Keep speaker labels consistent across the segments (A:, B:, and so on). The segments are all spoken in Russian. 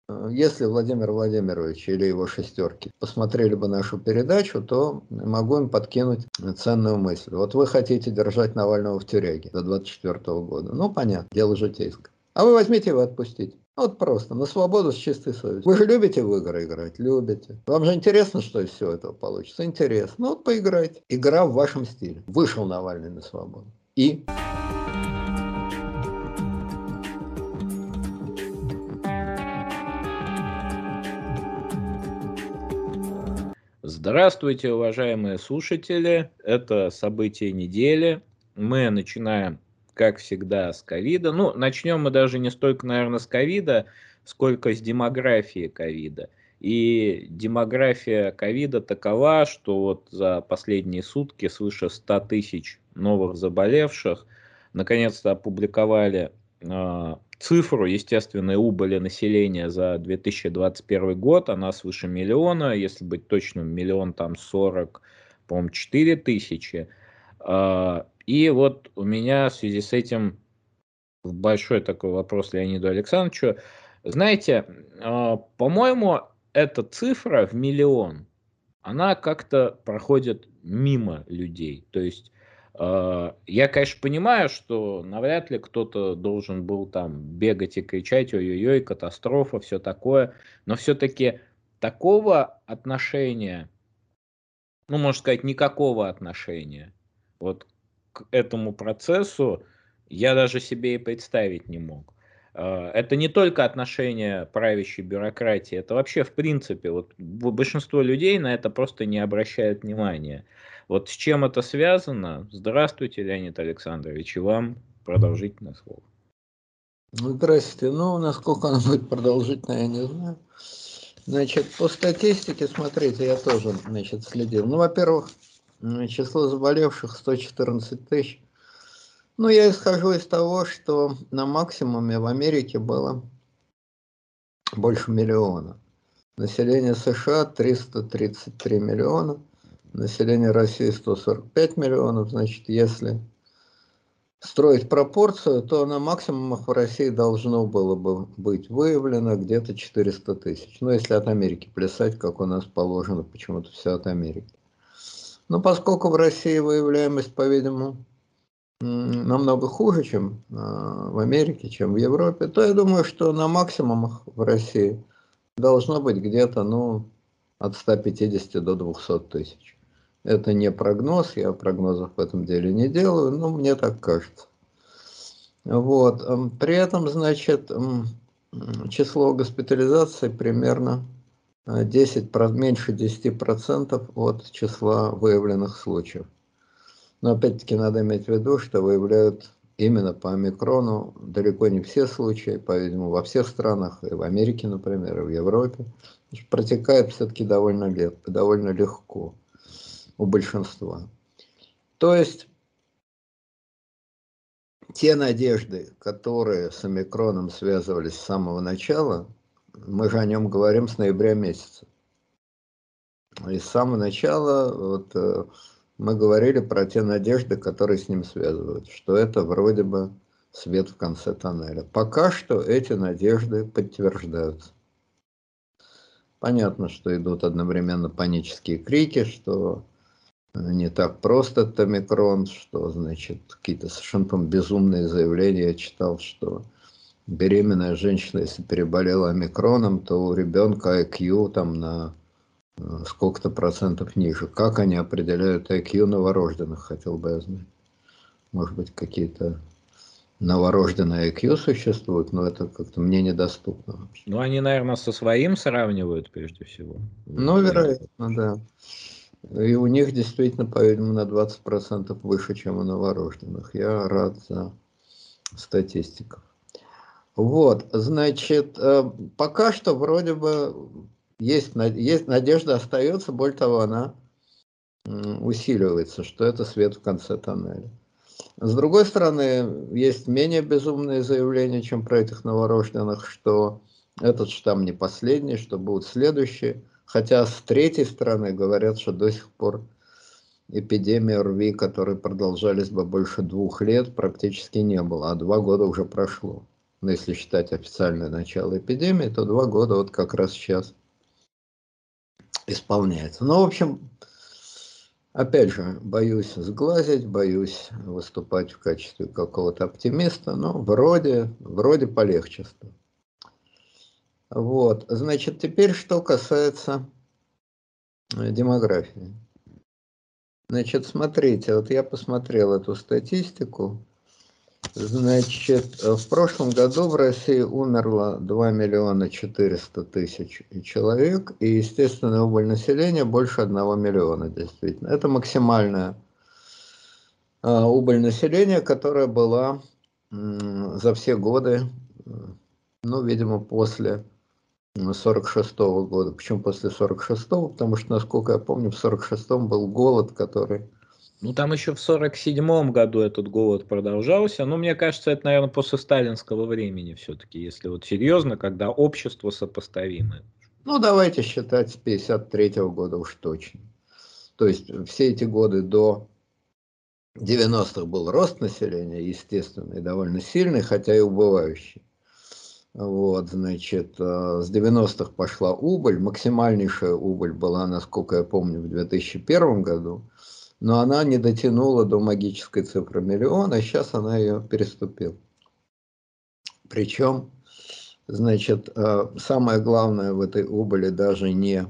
A: Если Владимир Владимирович или его шестерки посмотрели бы нашу передачу, то могу им подкинуть ценную мысль. Вот вы хотите держать Навального в тюряге до 24 года. Ну, понятно, дело житейское. А вы возьмите его и отпустите. Вот просто, на свободу с чистой совестью. Вы же любите в игры играть? Любите. Вам же интересно, что из всего этого получится? Интересно. Ну вот поиграйте. Игра в вашем стиле. Вышел Навальный на свободу. И...
B: Здравствуйте, уважаемые слушатели. Это события недели. Мы начинаем, как всегда, с ковида. Ну, начнем мы даже не столько, наверное, с ковида, сколько с демографии ковида. И демография ковида такова, что вот за последние сутки свыше 100 тысяч новых заболевших наконец-то опубликовали цифру естественной убыли населения за 2021 год, она свыше миллиона, если быть точным, миллион там 40, по-моему, 4 тысячи. И вот у меня в связи с этим большой такой вопрос Леониду Александровичу. Знаете, по-моему, эта цифра в миллион, она как-то проходит мимо людей. То есть я, конечно, понимаю, что навряд ли кто-то должен был там бегать и кричать: ой-ой-ой, катастрофа, все такое. Но все-таки такого отношения, ну, можно сказать, никакого отношения вот к этому процессу я даже себе и представить не мог. Это не только отношение правящей бюрократии, это вообще в принципе, вот большинство людей на это просто не обращают внимания. Вот с чем это связано? Здравствуйте, Леонид Александрович, и вам продолжительное слово.
A: Здравствуйте. Ну, насколько она будет продолжительная, я не знаю. Значит, по статистике, смотрите, я тоже, значит, следил. Ну, во-первых, число заболевших 114 тысяч. Ну, я исхожу из того, что на максимуме в Америке было больше миллиона. Население США 333 миллиона, население России 145 миллионов. Значит, если строить пропорцию, то на максимумах в России должно было бы быть выявлено где-то 400 тысяч. Ну, если от Америки плясать, как у нас положено, почему-то все от Америки. Но поскольку в России выявляемость, по-видимому, намного хуже, чем в Америке, чем в Европе, то я думаю, что на максимумах в России должно быть где-то, ну, от 150 до 200 тысяч. Это не прогноз, я прогнозов в этом деле не делаю, но мне так кажется. Вот. При этом, значит, число госпитализаций примерно 10, меньше 10% от числа выявленных случаев. Но опять-таки надо иметь в виду, что выявляют именно по омикрону далеко не все случаи, по-видимому, во всех странах, и в Америке, например, и в Европе. Протекает все-таки довольно легко у большинства. То есть те надежды, которые с омикроном связывались с самого начала, мы же о нем говорим с ноября месяца. И с самого начала вот, мы говорили про те надежды, которые с ним связывают, что это вроде бы свет в конце тоннеля. Пока что эти надежды подтверждаются. Понятно, что идут одновременно панические крики, что не так просто этот омикрон, что, значит, какие-то совершенно безумные заявления. Я читал, что беременная женщина, если переболела омикроном, то у ребенка IQ там на сколько-то процентов ниже. Как они определяют IQ новорожденных, хотел бы я знать. Может быть, какие-то новорожденные IQ существуют, но это как-то мне недоступно вообще.
B: Ну, они, наверное, со своим сравнивают прежде всего.
A: Ну, вероятно, да. И у них действительно, по-видимому, на 20% выше, чем у новорожденных. Я рад за статистику. Вот, значит, пока что вроде бы есть надежда, остается, более того, она усиливается, что это свет в конце тоннеля. С другой стороны, есть менее безумные заявления, чем про этих новорожденных, что этот штамм не последний, что будут следующие. Хотя с третьей стороны говорят, что до сих пор эпидемии ОРВИ, которые продолжались бы больше 2 лет, практически не было, а 2 года уже прошло. ну, если считать официальное начало эпидемии, то 2 года вот как раз сейчас исполняется. Ну, в общем, опять же, боюсь сглазить, боюсь выступать в качестве какого-то оптимиста, но вроде полегче стало. Вот, значит, теперь что касается демографии. Значит, смотрите, вот я посмотрел эту статистику. Значит, в прошлом году в России умерло 2 миллиона 400 тысяч человек, и естественная убыль населения больше 1 миллиона, действительно. Это максимальная убыль населения, которая была за все годы, ну, видимо, после 46-го года. Почему после 46-го? Потому что, насколько я помню, в 46-м был голод, который...
B: Ну, там еще в 47-м году этот голод продолжался. Но мне кажется, это, наверное, после сталинского времени все-таки, если вот серьезно, когда общество сопоставимы.
A: Ну, давайте считать с 53-го года уж точно. То есть все эти годы до 90-х был рост населения, естественный, довольно сильный, хотя и убывающий. Вот, значит, с 90-х пошла убыль, максимальнейшая убыль была, насколько я помню, в 2001 году, но она не дотянула до магической цифры миллиона, а сейчас она ее переступила. Причем, значит, самое главное в этой убыли даже не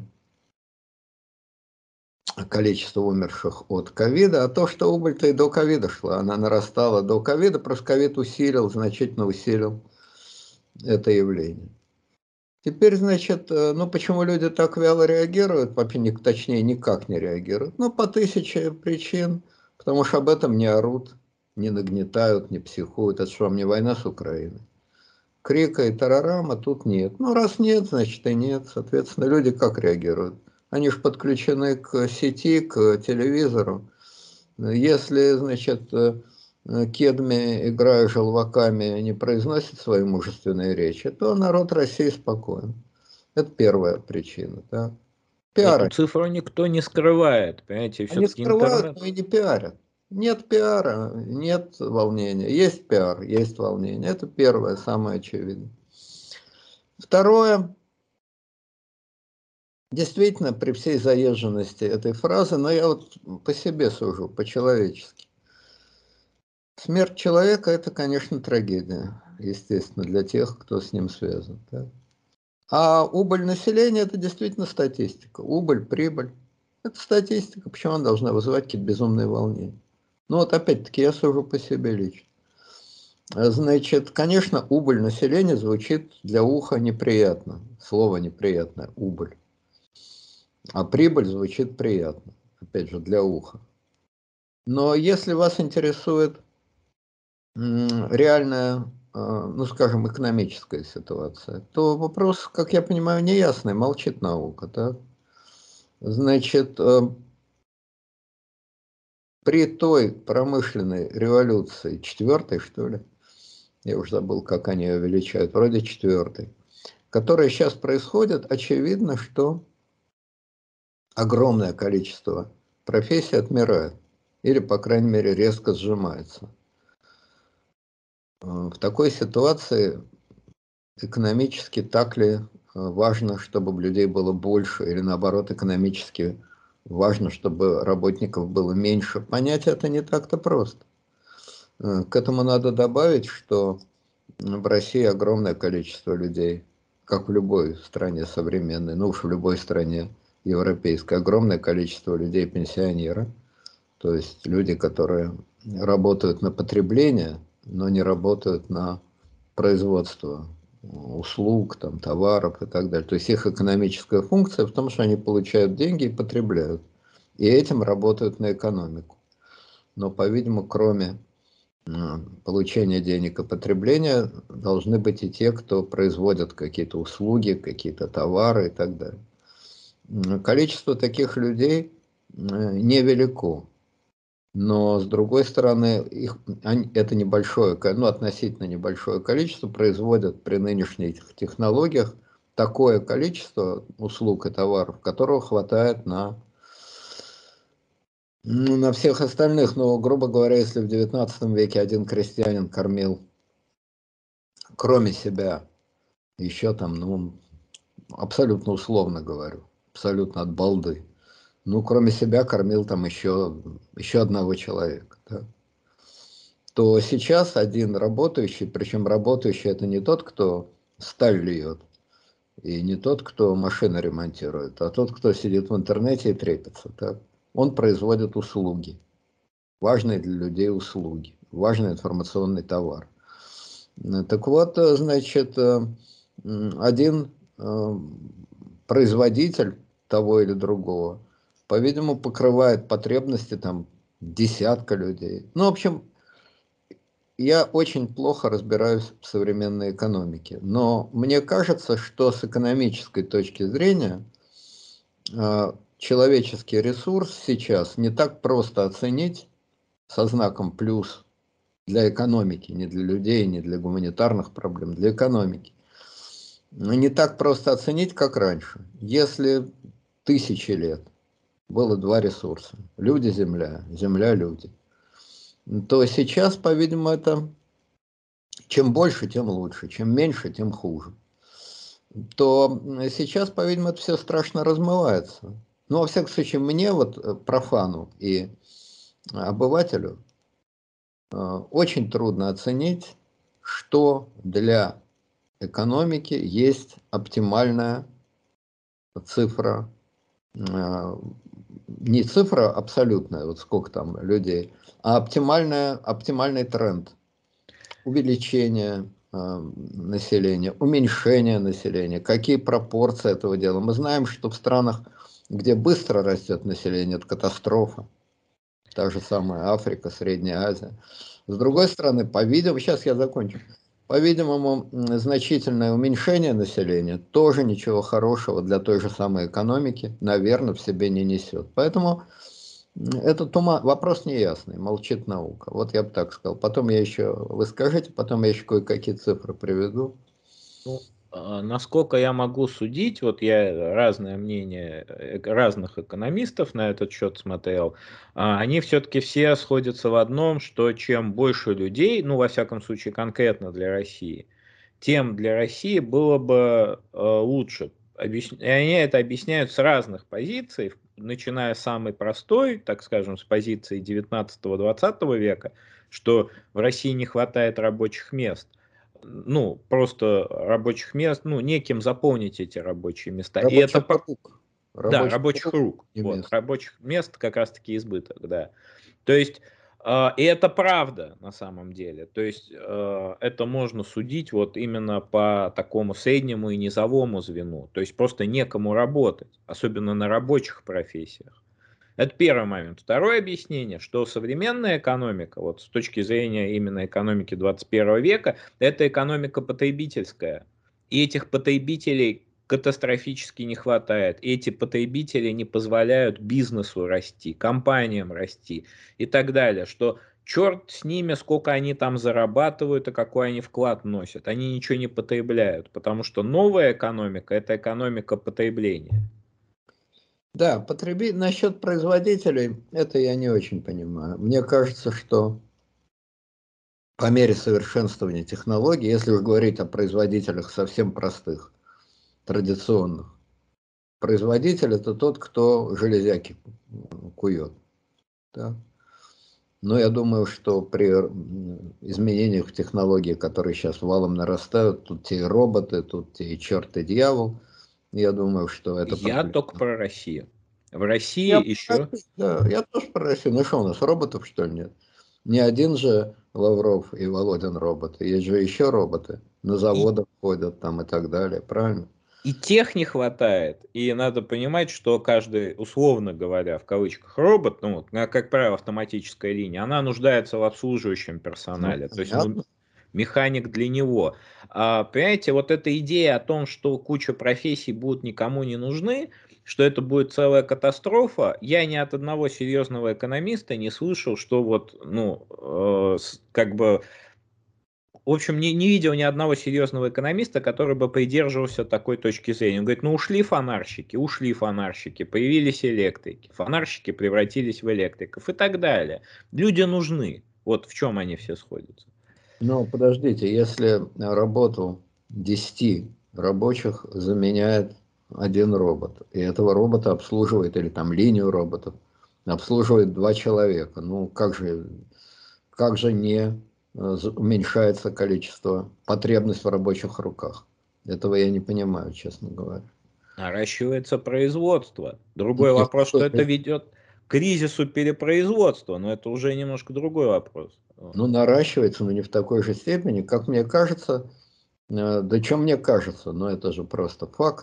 A: количество умерших от ковида, а то, что убыль-то и до ковида шла, она нарастала до ковида, просто ковид усилил, значительно усилил это явление. Теперь, значит, ну почему люди так вяло реагируют, точнее никак не реагируют, ну по 1000 причин, потому что об этом не орут, не нагнетают, не психуют, это что вам не война с Украиной. Крика и тарарама тут нет. Ну раз нет, значит и нет, соответственно, люди как реагируют? Они же подключены к сети, к телевизору. Если, значит, Кедми, играя желваками, не произносит свои мужественные речи, то народ России спокоен. Это первая причина. Да.
B: Эту
A: Пиара.
B: цифру никто не скрывает, понимаете,
A: Они
B: все-таки
A: скрывают,
B: интернет.
A: но и не пиарят. Нет пиара, нет волнения. Есть пиар, есть волнение. Это первое, самое очевидное. Второе, действительно, при всей заезженности этой фразы, но я вот по себе сужу, по-человечески. Смерть человека – это, конечно, трагедия, естественно, для тех, кто с ним связан. Да? А убыль населения – это действительно статистика. Убыль, прибыль – это статистика. Почему она должна вызывать какие-то безумные волнения? Ну вот опять-таки я сужу по себе лично. Значит, конечно, убыль населения звучит для уха неприятно. Слово неприятное – убыль. А прибыль звучит приятно, опять же, для уха. Но если вас интересует реальная, ну, скажем, экономическая ситуация, то вопрос, как я понимаю, неясный, молчит наука. Так? Значит, при той промышленной революции, четвертой, что ли, я уже забыл, как они ее величают, вроде четвертой, которая сейчас происходит, очевидно, что огромное количество профессий отмирает, или, по крайней мере, резко сжимается. В такой ситуации экономически так ли важно, чтобы у людей было больше, или наоборот, экономически важно, чтобы работников было меньше? Понять это не так-то просто. К этому надо добавить, что в России огромное количество людей, как в любой стране современной, ну уж в любой стране европейской, огромное количество людей-пенсионеры, то есть люди, которые работают на потребление, но не работают на производство услуг, там, товаров и так далее. То есть их экономическая функция в том, что они получают деньги и потребляют. И этим работают на экономику. Но, по-видимому, кроме получения денег и потребления, должны быть и те, кто производят какие-то услуги, какие-то товары и так далее. Количество таких людей невелико. Но, с другой стороны, это небольшое, ну, относительно небольшое количество производят при нынешних технологиях такое количество услуг и товаров, которого хватает на всех остальных. Но, грубо говоря, если в XIX веке один крестьянин кормил кроме себя, еще там, ну, абсолютно условно говорю, абсолютно от балды, ну, кроме себя кормил там еще одного человека, да, то сейчас один работающий, причем работающий это не тот, кто сталь льет, и не тот, кто машины ремонтирует, а тот, кто сидит в интернете и трепится, так? Он производит услуги, важные для людей услуги, важный информационный товар. Так вот, значит, один производитель того или другого, по-видимому, покрывает потребности там десятка людей. Ну, в общем, я очень плохо разбираюсь в современной экономике, но мне кажется, что с экономической точки зрения человеческий ресурс сейчас не так просто оценить со знаком плюс для экономики, не для людей, не для гуманитарных проблем, для экономики. Не так просто оценить, как раньше. Если тысячи лет было два ресурса, люди-земля, земля-люди, то сейчас, по-видимому, это чем больше, тем лучше, чем меньше, тем хуже. То сейчас, по-видимому, это все страшно размывается. Но, во всяком случае, мне, вот профану и обывателю, очень трудно оценить, что для экономики есть оптимальная цифра, не цифра абсолютная, вот сколько там людей, а оптимальный тренд увеличения населения, уменьшения населения, какие пропорции этого дела. Мы знаем, что в странах, где быстро растет население, это катастрофа. Та же самая Африка, Средняя Азия. С другой стороны, по-видимому, сейчас я закончу, по-видимому, значительное уменьшение населения тоже ничего хорошего для той же самой экономики, наверное, в себе не несет. Поэтому этот вопрос неясный, молчит наука. Вот я бы так сказал. Потом я еще, вы скажите, потом я еще кое-какие цифры приведу.
B: Ну, насколько я могу судить, вот я разное мнение разных экономистов на этот счет смотрел, они все-таки все сходятся в одном, что чем больше людей, ну, во всяком случае, конкретно для России, тем для России было бы лучше. И они это объясняют с разных позиций, начиная с самой простой, так скажем, с позиции 19-20 века, что в России не хватает рабочих мест. Ну, просто рабочих мест, ну, неким заполнить эти рабочие места. И это,
A: Рабочих рук.
B: да,
A: Рабочих
B: рабочих
A: рук
B: рук,
A: и
B: вот,
A: мест.
B: рабочих мест как раз-таки избыток, да. То есть, и это правда на самом деле. То есть, это можно судить вот именно по такому среднему и низовому звену. То есть, просто некому работать, особенно на рабочих профессиях. Это первый момент. Второе объяснение, что современная экономика, вот с точки зрения именно экономики 21 века, это экономика потребительская. И этих потребителей катастрофически не хватает. И эти потребители не позволяют бизнесу расти, компаниям расти и так далее. Что черт с ними, сколько они там зарабатывают и какой они вклад носят. Они ничего не потребляют, потому что новая экономика – это экономика потребления.
A: Да, насчет производителей, это я не очень понимаю. Мне кажется, что по мере совершенствования технологий, если уж говорить о производителях совсем простых, традиционных, производитель это тот, кто железяки кует. Да? Но я думаю, что при изменениях в технологии, которые сейчас валом нарастают, тут те и роботы, тут те и черт и дьявол, я думаю, что это
B: Я
A: проблема.
B: только про Россию. В России
A: Я,
B: еще...
A: да, я тоже про Россию. Ну что, у нас роботов что ли нет? Не один же Лавров и Володин роботы, есть же еще роботы. На
B: И,
A: заводах ходят там и так далее, правильно?
B: и тех не хватает. И надо понимать, что каждый, условно говоря, в кавычках, робот, ну, вот, как правило, автоматическая линия, она нуждается в обслуживающем
A: Ну,
B: персонале. То есть, ну,
A: понятно.
B: механик для него. Понимаете, вот эта идея о том, что куча профессий будут никому не нужны, что это будет целая катастрофа, я ни от одного серьезного экономиста не слышал, что вот, ну, как бы, в общем, не видел ни одного серьезного экономиста, который бы придерживался такой точки зрения. Он говорит, ну ушли фонарщики, появились электрики, фонарщики превратились в электриков и так далее. Люди нужны. Вот в чем они все сходятся.
A: Но подождите, если работу 10 рабочих заменяет один робот, и этого робота обслуживает, или там линию роботов, обслуживает 2 человека, ну как же не уменьшается количество, потребность в рабочих руках? Этого я не понимаю, честно говоря.
B: Наращивается производство.
A: Ну,
B: Другой
A: и
B: вопрос,
A: что
B: что это
A: это?
B: ведет к кризису перепроизводства, но это уже немножко другой вопрос. Вот.
A: Ну, наращивается, но не в такой же степени, как мне кажется, да что мне кажется, но это же просто факт.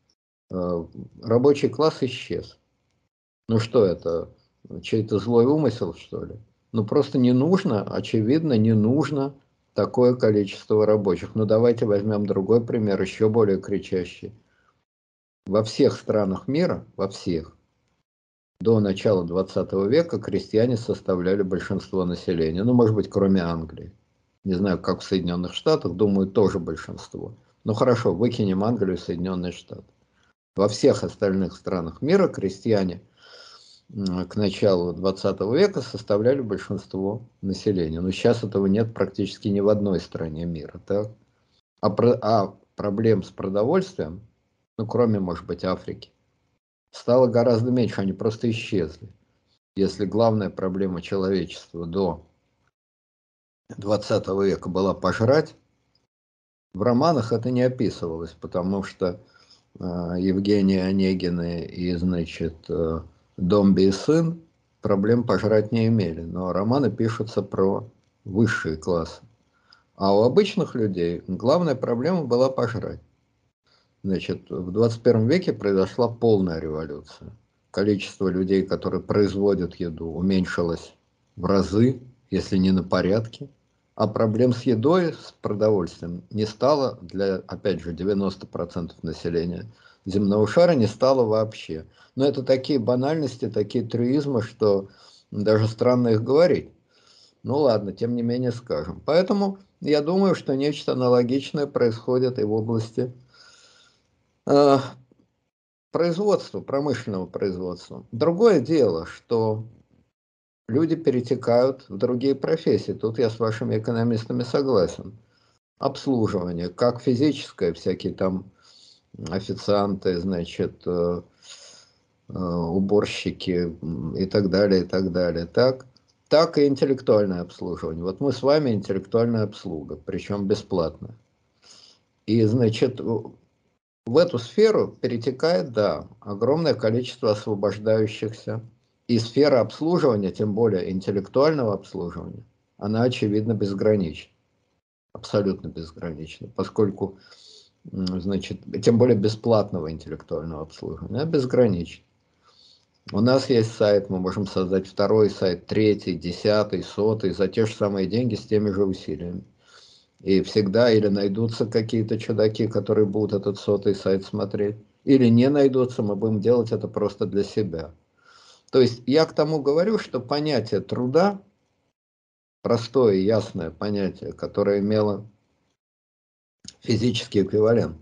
A: Рабочий класс исчез. Ну что это, чей-то злой умысел, что ли? Ну просто не нужно, очевидно, не нужно такое количество рабочих. Ну давайте возьмем другой пример, еще более кричащий. Во всех странах мира, во всех, до начала 20 века крестьяне составляли большинство населения. Ну, может быть, кроме Англии. Не знаю, как в Соединенных Штатах, думаю, тоже большинство. Ну хорошо, выкинем Англию и Соединенные Штаты. Во всех остальных странах мира крестьяне к началу 20 века составляли большинство населения. Но сейчас этого нет практически ни в одной стране мира. Так? А проблем с продовольствием, ну кроме, может быть, Африки, стало гораздо меньше, они просто исчезли. Если главная проблема человечества до 20 века была пожрать, в романах это не описывалось, потому что Евгения Онегина и, значит, Домби и сын проблем пожрать не имели. Но романы пишутся про высшие классы. А у обычных людей главная проблема была пожрать. Значит, в 21 веке произошла полная революция. Количество людей, которые производят еду, уменьшилось в разы, если не на порядке. А проблем с едой, с продовольствием не стало для, опять же, 90% населения земного шара не стало вообще. Но это такие банальности, такие трюизмы, что даже странно их говорить. Ну ладно, тем не менее скажем. Поэтому я думаю, что нечто аналогичное происходит и в области э, производства, промышленного производства. Другое дело, что люди перетекают в другие профессии. Тут я с вашими экономистами согласен. Обслуживание, как физическое, всякие там официанты, значит, уборщики и так далее, и так далее. Так и интеллектуальное обслуживание. Вот мы с вами интеллектуальная обслуга, причем бесплатно. И, значит, в эту сферу перетекает, да, огромное количество освобождающихся. И сфера обслуживания, тем более интеллектуального обслуживания, она, очевидно, безгранична. Абсолютно безгранична. Поскольку, значит, тем более бесплатного интеллектуального обслуживания, она безгранична. У нас есть сайт, мы можем создать второй сайт, третий, 10, 100 за те же самые деньги с теми же усилиями. И всегда или найдутся какие-то чудаки, которые будут этот 100 сайт смотреть, или не найдутся, мы будем делать это просто для себя. То есть я к тому говорю, что понятие труда, простое, ясное понятие, которое имело физический эквивалент,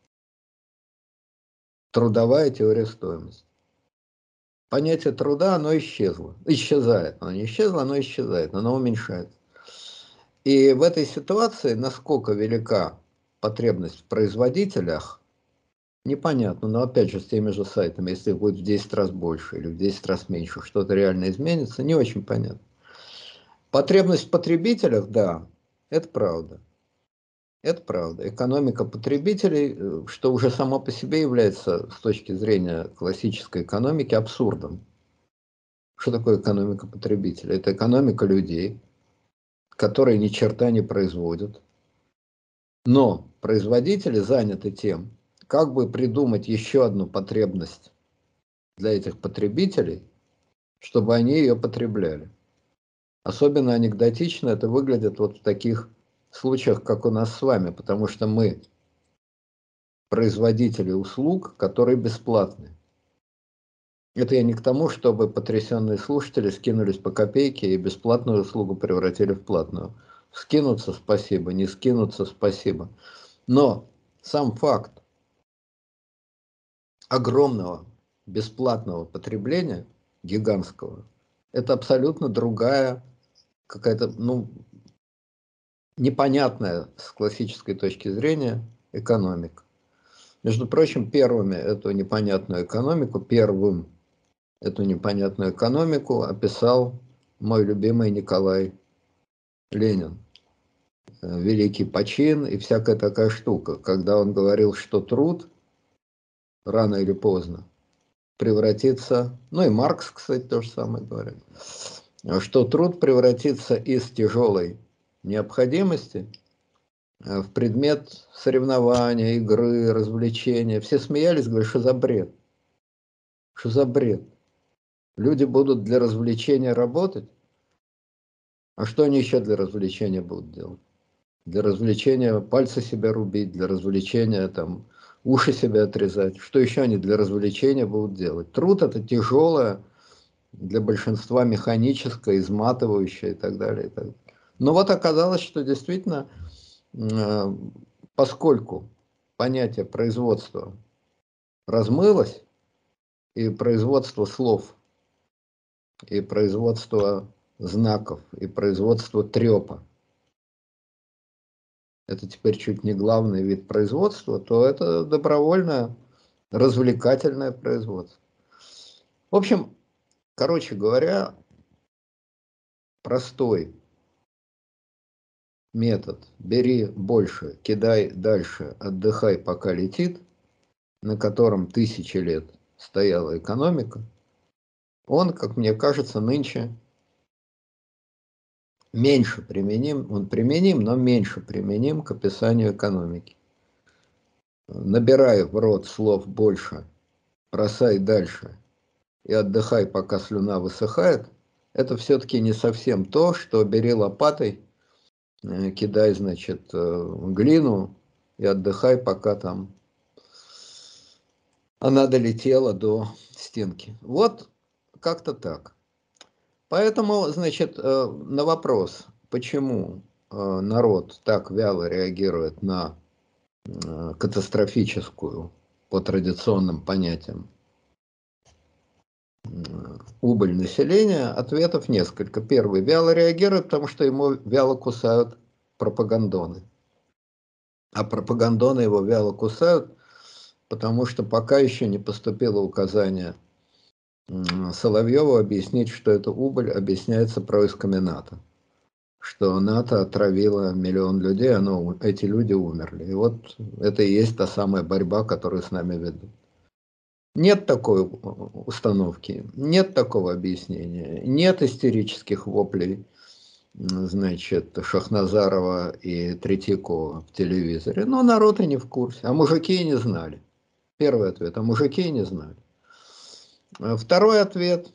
A: трудовая теория стоимости. Понятие труда, оно исчезло, исчезает, оно не исчезло, оно исчезает, оно уменьшается. И в этой ситуации, насколько велика потребность в производителях, непонятно, но опять же с теми же сайтами, если их будет в 10 раз больше или в 10 раз меньше, что-то реально изменится, не очень понятно. Потребность в потребителях, да, это правда. Это правда. Экономика потребителей, что уже само по себе является с точки зрения классической экономики абсурдом. Что такое экономика потребителей? Это экономика людей, которые ни черта не производят. Но производители заняты тем, как бы придумать еще одну потребность для этих потребителей, чтобы они ее потребляли. Особенно анекдотично это выглядит вот в таких случаях, как у нас с вами, потому что мы производители услуг, которые бесплатны. Это я не к тому, чтобы потрясенные слушатели скинулись по копейке и бесплатную услугу превратили в платную. Скинуться — спасибо, не скинуться — спасибо. Но сам факт огромного бесплатного потребления, гигантского, это абсолютно другая какая-то, ну, непонятная с классической точки зрения экономика. Между прочим, первым эту непонятную экономику описал мой любимый Николай Ленин. Великий почин и всякая такая штука, когда он говорил, что труд рано или поздно превратится, ну и Маркс, кстати, то же самое говорит, что труд превратится из тяжелой необходимости в предмет соревнования, игры, развлечения. Все смеялись, говорят, что за бред? Что за бред? Люди будут для развлечения работать, а что они еще для развлечения будут делать? Для развлечения пальцы себя рубить, для развлечения там уши себе отрезать. Что еще они для развлечения будут делать? Труд это тяжелое, для большинства механическое, изматывающее и так далее. И так далее. Но вот оказалось, что действительно, поскольку понятие производства размылось, и производство слов, и производство знаков, и производство трепа, это теперь чуть не главный вид производства, то это добровольное развлекательное производство. В общем, короче говоря, простой метод «бери больше, кидай дальше, отдыхай, пока летит», на котором тысячи лет стояла экономика, он, как мне кажется, нынче меньше применим, он применим, но меньше применим к описанию экономики. Набирай в рот слов больше, бросай дальше и отдыхай, пока слюна высыхает, это все-таки не совсем то, что бери лопатой, кидай, значит, глину и отдыхай, пока там она долетела до стенки. Вот как-то так. Поэтому, значит, на вопрос, почему народ так вяло реагирует на катастрофическую, по традиционным понятиям, убыль населения, ответов несколько. Первый, вяло реагирует, потому что ему вяло кусают пропагандоны. А пропагандоны его вяло кусают, потому что пока еще не поступило указание Соловьеву объяснить, что эта убыль объясняется происками НАТО. Что НАТО отравило миллион людей, эти люди умерли. И вот это и есть та самая борьба, которую с нами ведут. Нет такой установки, нет такого объяснения, нет истерических воплей, значит, Шахназарова и Третьякова в телевизоре. Но народ и не в курсе, а мужики и не знали. Первый ответ, а мужики и не знали. Второй ответ,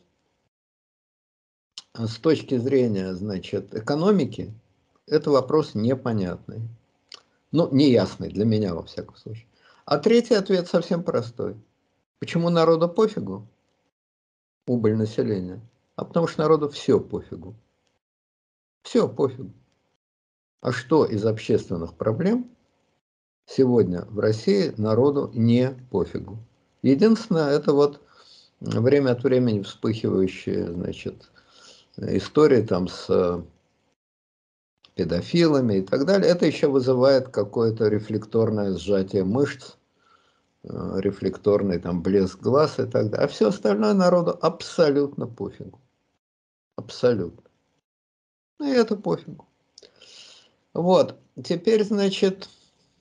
A: с точки зрения, значит, экономики, это вопрос непонятный. Ну, неясный для меня, во всяком случае. А третий ответ совсем простой. Почему народу пофигу? Убыль населения. А потому что народу все пофигу. Все пофигу. А что из общественных проблем сегодня в России народу не пофигу? Единственное, это вот время от времени вспыхивающие, значит, истории там с педофилами и так далее. Это еще вызывает какое-то рефлекторное сжатие мышц, рефлекторный там блеск глаз и так далее. А все остальное народу абсолютно пофигу. Абсолютно. Ну и это пофигу. Вот. Теперь, значит,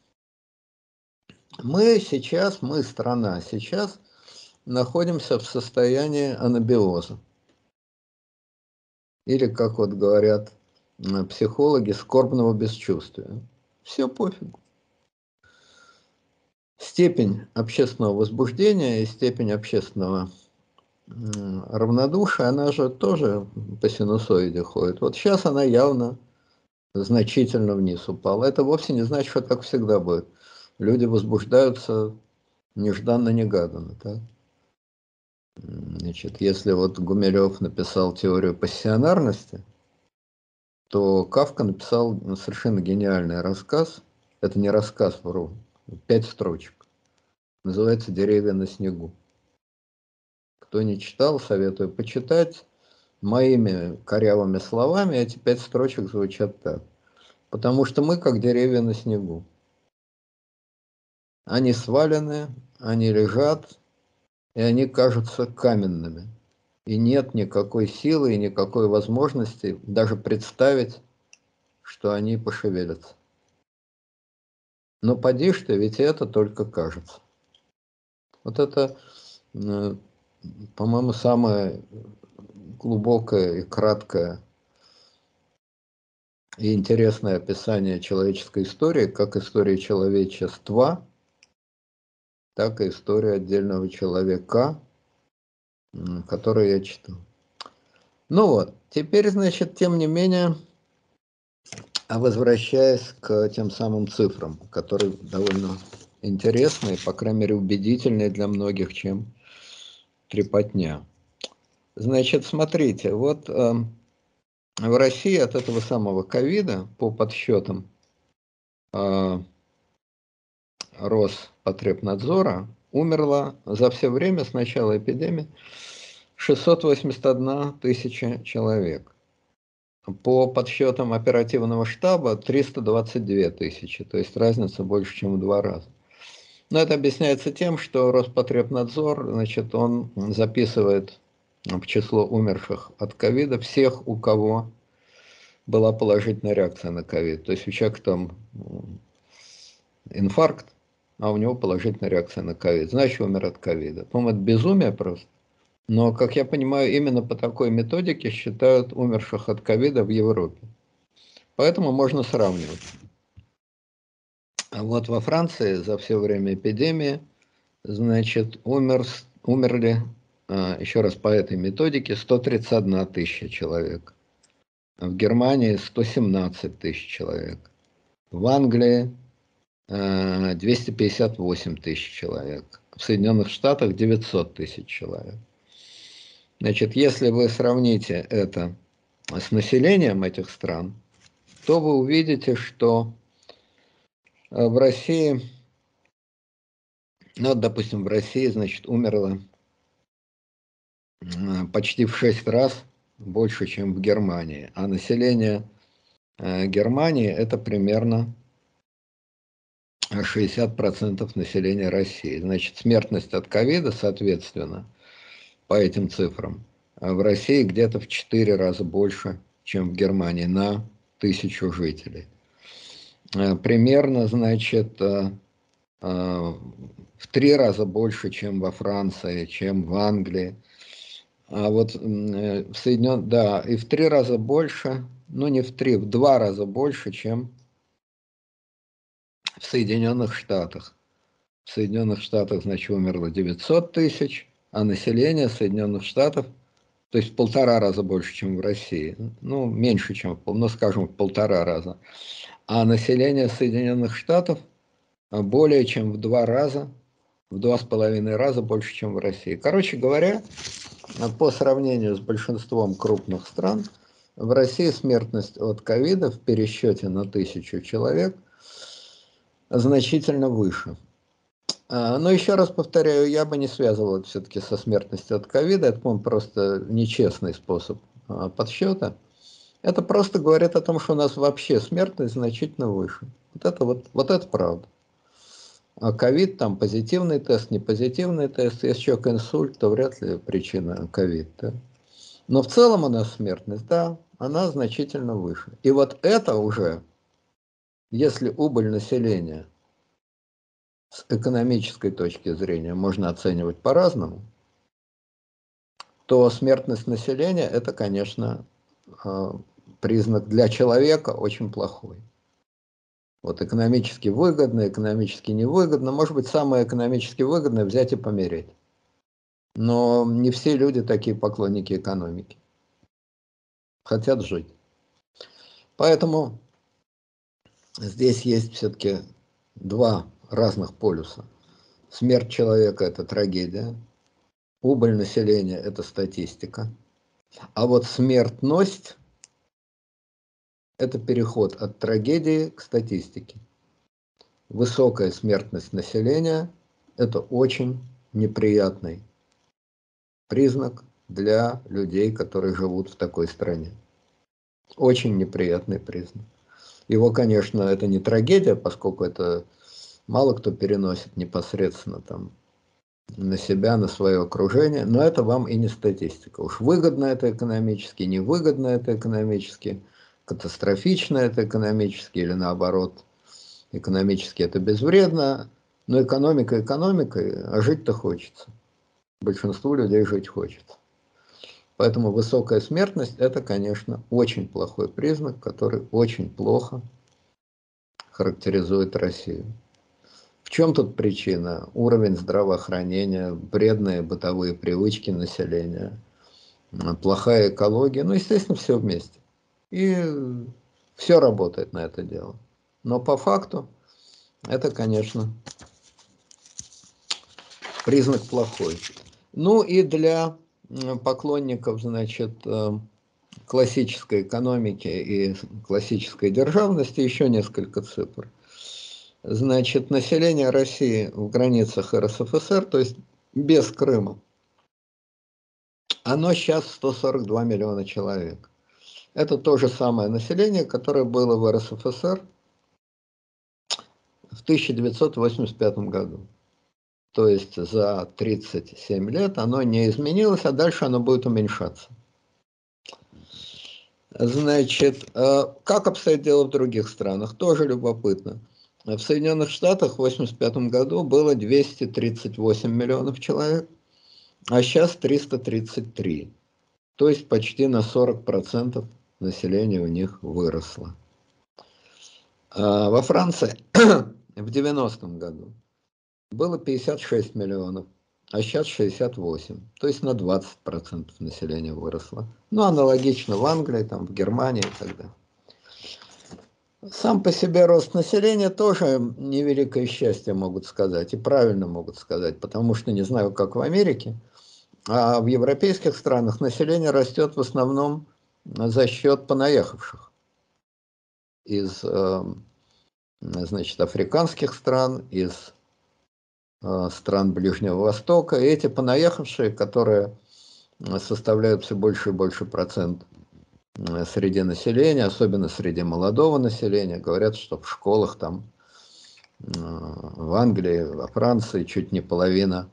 A: мы страна, сейчас находимся в состоянии анабиоза. Или, как вот говорят психологи, скорбного бесчувствия. Все пофигу. Степень общественного возбуждения и степень общественного равнодушие, она же тоже по синусоиде ходит. Вот сейчас она явно значительно вниз упала. Это вовсе не значит, что так всегда будет. Люди возбуждаются нежданно-негаданно. Да? Значит, если вот Гумилев написал теорию пассионарности, то Кафка написал совершенно гениальный рассказ. Это не рассказ, вру, 5 строчек. Называется «Деревья на снегу». Кто не читал, советую почитать. Моими корявыми словами эти 5 строчек звучат так. Потому что мы как деревья на снегу. Они свалены, они лежат, и они кажутся каменными. И нет никакой силы и никакой возможности даже представить, что они пошевелятся. Но поди ж ты, ведь это только кажется. Вот это, по-моему, самое глубокое и краткое и интересное описание человеческой истории, как истории человечества, так и история отдельного человека, которую я читал. Ну вот, теперь, значит, тем не менее, возвращаясь к тем самым цифрам, которые довольно интересные, по крайней мере, убедительные для многих, чем трепотня. Значит, смотрите, вот в России от этого самого ковида, по подсчетам Роспотребнадзора, умерло за все время с начала эпидемии 681 тысяча человек. По подсчетам оперативного штаба 322 тысячи, то есть разница больше, чем в 2 раза. Но это объясняется тем, что Роспотребнадзор, значит, он записывает в число умерших от ковида всех, у кого была положительная реакция на ковид. То есть у человека там инфаркт, а у него положительная реакция на ковид. Значит, умер от ковида. По-моему, это безумие просто. Но, как я понимаю, именно по такой методике считают умерших от ковида в Европе. Поэтому можно сравнивать. А вот во Франции за все время эпидемии, значит, умерли, еще раз по этой методике, 131 тысяча человек. В Германии 117 тысяч человек. В Англии 258 тысяч человек. В Соединенных Штатах 900 тысяч человек. Значит, если вы сравните это с населением этих стран, то вы увидите, что в России, ну, допустим, в России, значит, умерло почти в 6 раз больше, чем в Германии. А население Германии это примерно 60% населения России. Значит, смертность от ковида, соответственно, по этим цифрам, в России где-то в 4 раза больше, чем в Германии на 1000 жителей. Примерно, значит, в 3 раза больше, чем во Франции, чем в Англии. А вот в Соединенных, да, и в 3 раза больше, ну не в 3, в 2 раза больше, чем в Соединенных Штатах. В Соединенных Штатах, значит, умерло 900 тысяч, а население Соединенных Штатов, то есть в 1,5 раза больше, чем в России. Ну, меньше, чем, ну, скажем, в 1,5 раза. А население Соединенных Штатов более чем в 2 раза, в 2,5 раза больше, чем в России. Короче говоря, по сравнению с большинством крупных стран, в России смертность от ковида в пересчете на 1000 человек значительно выше. Но еще раз повторяю, я бы не связывал это все-таки со смертностью от ковида, это, по-моему, просто нечестный способ подсчета. Это просто говорит о том, что у нас вообще смертность значительно выше. Вот это правда. А ковид, там позитивный тест, не позитивный тест, если человек инсульт, то вряд ли причина ковид. Да? Но в целом у нас смертность, да, она значительно выше. И вот это уже, если убыль населения с экономической точки зрения можно оценивать по-разному, то смертность населения это, конечно, признак для человека очень плохой. Вот экономически выгодно, экономически невыгодно. Может быть, самое экономически выгодное взять и помереть. Но не все люди такие поклонники экономики. Хотят жить. Поэтому здесь есть все-таки 2 разных полюса. Смерть человека – это трагедия. Убыль населения – это статистика. А вот смертность – это переход от трагедии к статистике. Высокая смертность населения – это очень неприятный признак для людей, которые живут в такой стране. Очень неприятный признак. Его, конечно, это не трагедия, поскольку это мало кто переносит непосредственно там на себя, на свое окружение, но это вам и не статистика. Уж выгодно это экономически, невыгодно это экономически, катастрофично это экономически или наоборот, экономически это безвредно, но экономика экономикой, а жить-то хочется. Большинству людей жить хочется. Поэтому высокая смертность – это, конечно, очень плохой признак, который очень плохо характеризует Россию. В чем тут причина? Уровень здравоохранения, вредные бытовые привычки населения, плохая экология, ну, естественно, все вместе. И все работает на это дело. Но по факту это, конечно, признак плохой. Ну и для поклонников, значит, классической экономики и классической державности еще несколько цифр. Значит, население России в границах РСФСР, то есть без Крыма, оно сейчас 142 миллиона человек. Это то же самое население, которое было в РСФСР в 1985 году. То есть за 37 лет оно не изменилось, а дальше оно будет уменьшаться. Значит, как обстоит дело в других странах? Тоже любопытно. В Соединенных Штатах в 1985 году было 238 миллионов человек, а сейчас 333. То есть почти на 40% населения у них выросло. Во Франции в 90-м году было 56 миллионов, а сейчас 68. То есть на 20% населения выросло. Ну, аналогично в Англии, там, в Германии и так далее. Сам по себе рост населения тоже невеликое счастье, могут сказать, и правильно могут сказать, потому что не знаю, как в Америке, а в европейских странах население растет в основном за счет понаехавших из, значит, африканских стран, из стран Ближнего Востока. И эти понаехавшие, которые составляют все больше и больше процент среди населения, особенно среди молодого населения, говорят, что в школах там в Англии, во Франции чуть не половина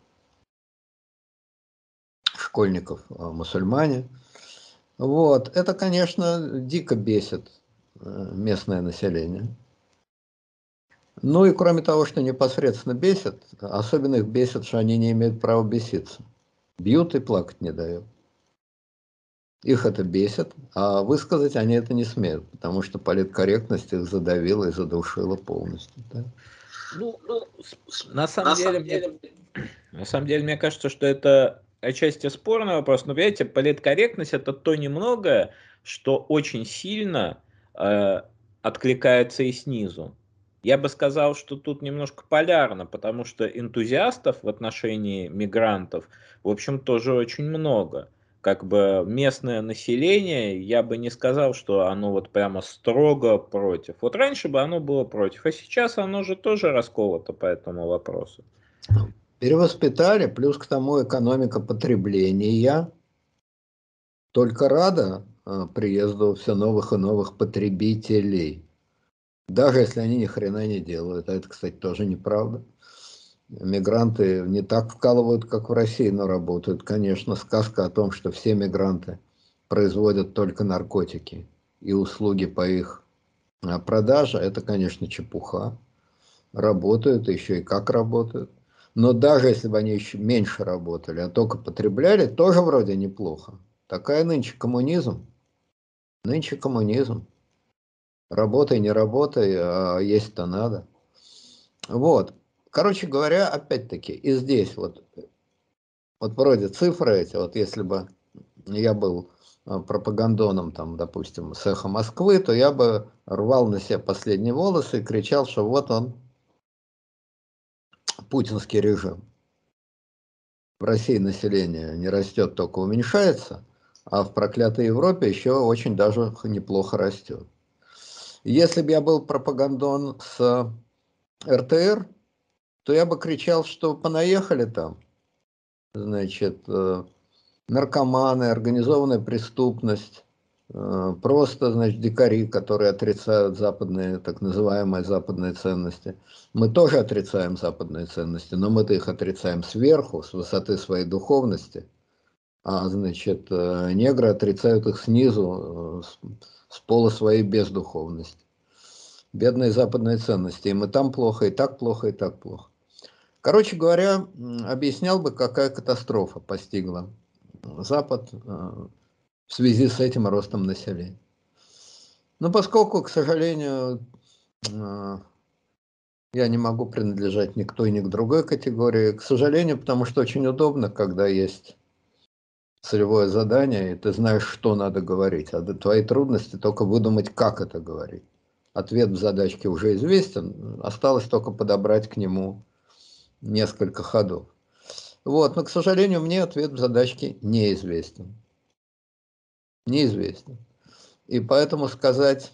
A: школьников мусульмане. Вот. Это, конечно, дико бесит местное население. Ну и кроме того, что непосредственно бесит, особенно их бесит, что они не имеют права беситься. Бьют и плакать не дают. Их это бесит, а высказать они это не смеют, потому что политкорректность их задавила и задушила полностью. Да?
B: Ну, на самом деле, мне кажется, что это отчасти спорный вопрос, но, понимаете, политкорректность – это то немногое, что очень сильно откликается и снизу. Я бы сказал, что тут немножко полярно, потому что энтузиастов в отношении мигрантов, в общем, тоже очень много. Как бы местное население, я бы не сказал, что оно вот прямо строго против. Вот раньше бы оно было против, а сейчас оно же тоже расколото по этому вопросу.
A: Перевоспитали, плюс к тому экономика потребления только рада приезду все новых и новых потребителей. Даже если они ни хрена не делают. А это, кстати, тоже неправда. Мигранты не так вкалывают, как в России, но работают. Конечно, сказка о том, что все мигранты производят только наркотики и услуги по их продаже, это, конечно, чепуха. Работают, еще и как работают. Но даже если бы они еще меньше работали, а только потребляли, тоже вроде неплохо. Такая нынче коммунизм. Нынче коммунизм. Работай, не работай, а есть-то надо. Вот. Короче говоря, опять-таки, и здесь вот вроде цифры эти, вот если бы я был пропагандоном, там, допустим, с «Эхо Москвы», то я бы рвал на себе последние волосы и кричал, что вот он, путинский режим. В России население не растет, только уменьшается, а в проклятой Европе еще очень даже неплохо растет. Если бы я был пропагандон с РТР, то я бы кричал, что понаехали там, значит, наркоманы, организованная преступность, просто, значит, дикари, которые отрицают западные, так называемые западные ценности. Мы тоже отрицаем западные ценности, но мы-то их отрицаем сверху, с высоты своей духовности, а, значит, негры отрицают их снизу, с пола своей бездуховности. Бедные западные ценности. Им и там плохо, и так плохо, и так плохо. Короче говоря, объяснял бы, какая катастрофа постигла Запад в связи с этим ростом населения. Но поскольку, к сожалению, я не могу принадлежать ни к той, ни к другой категории, к сожалению, потому что очень удобно, когда есть целевое задание, и ты знаешь, что надо говорить, а твои трудности только выдумать, как это говорить. Ответ в задачке уже известен, осталось только подобрать к нему несколько ходов. Вот, но, к сожалению, мне ответ в задачке неизвестен. Неизвестен. И поэтому сказать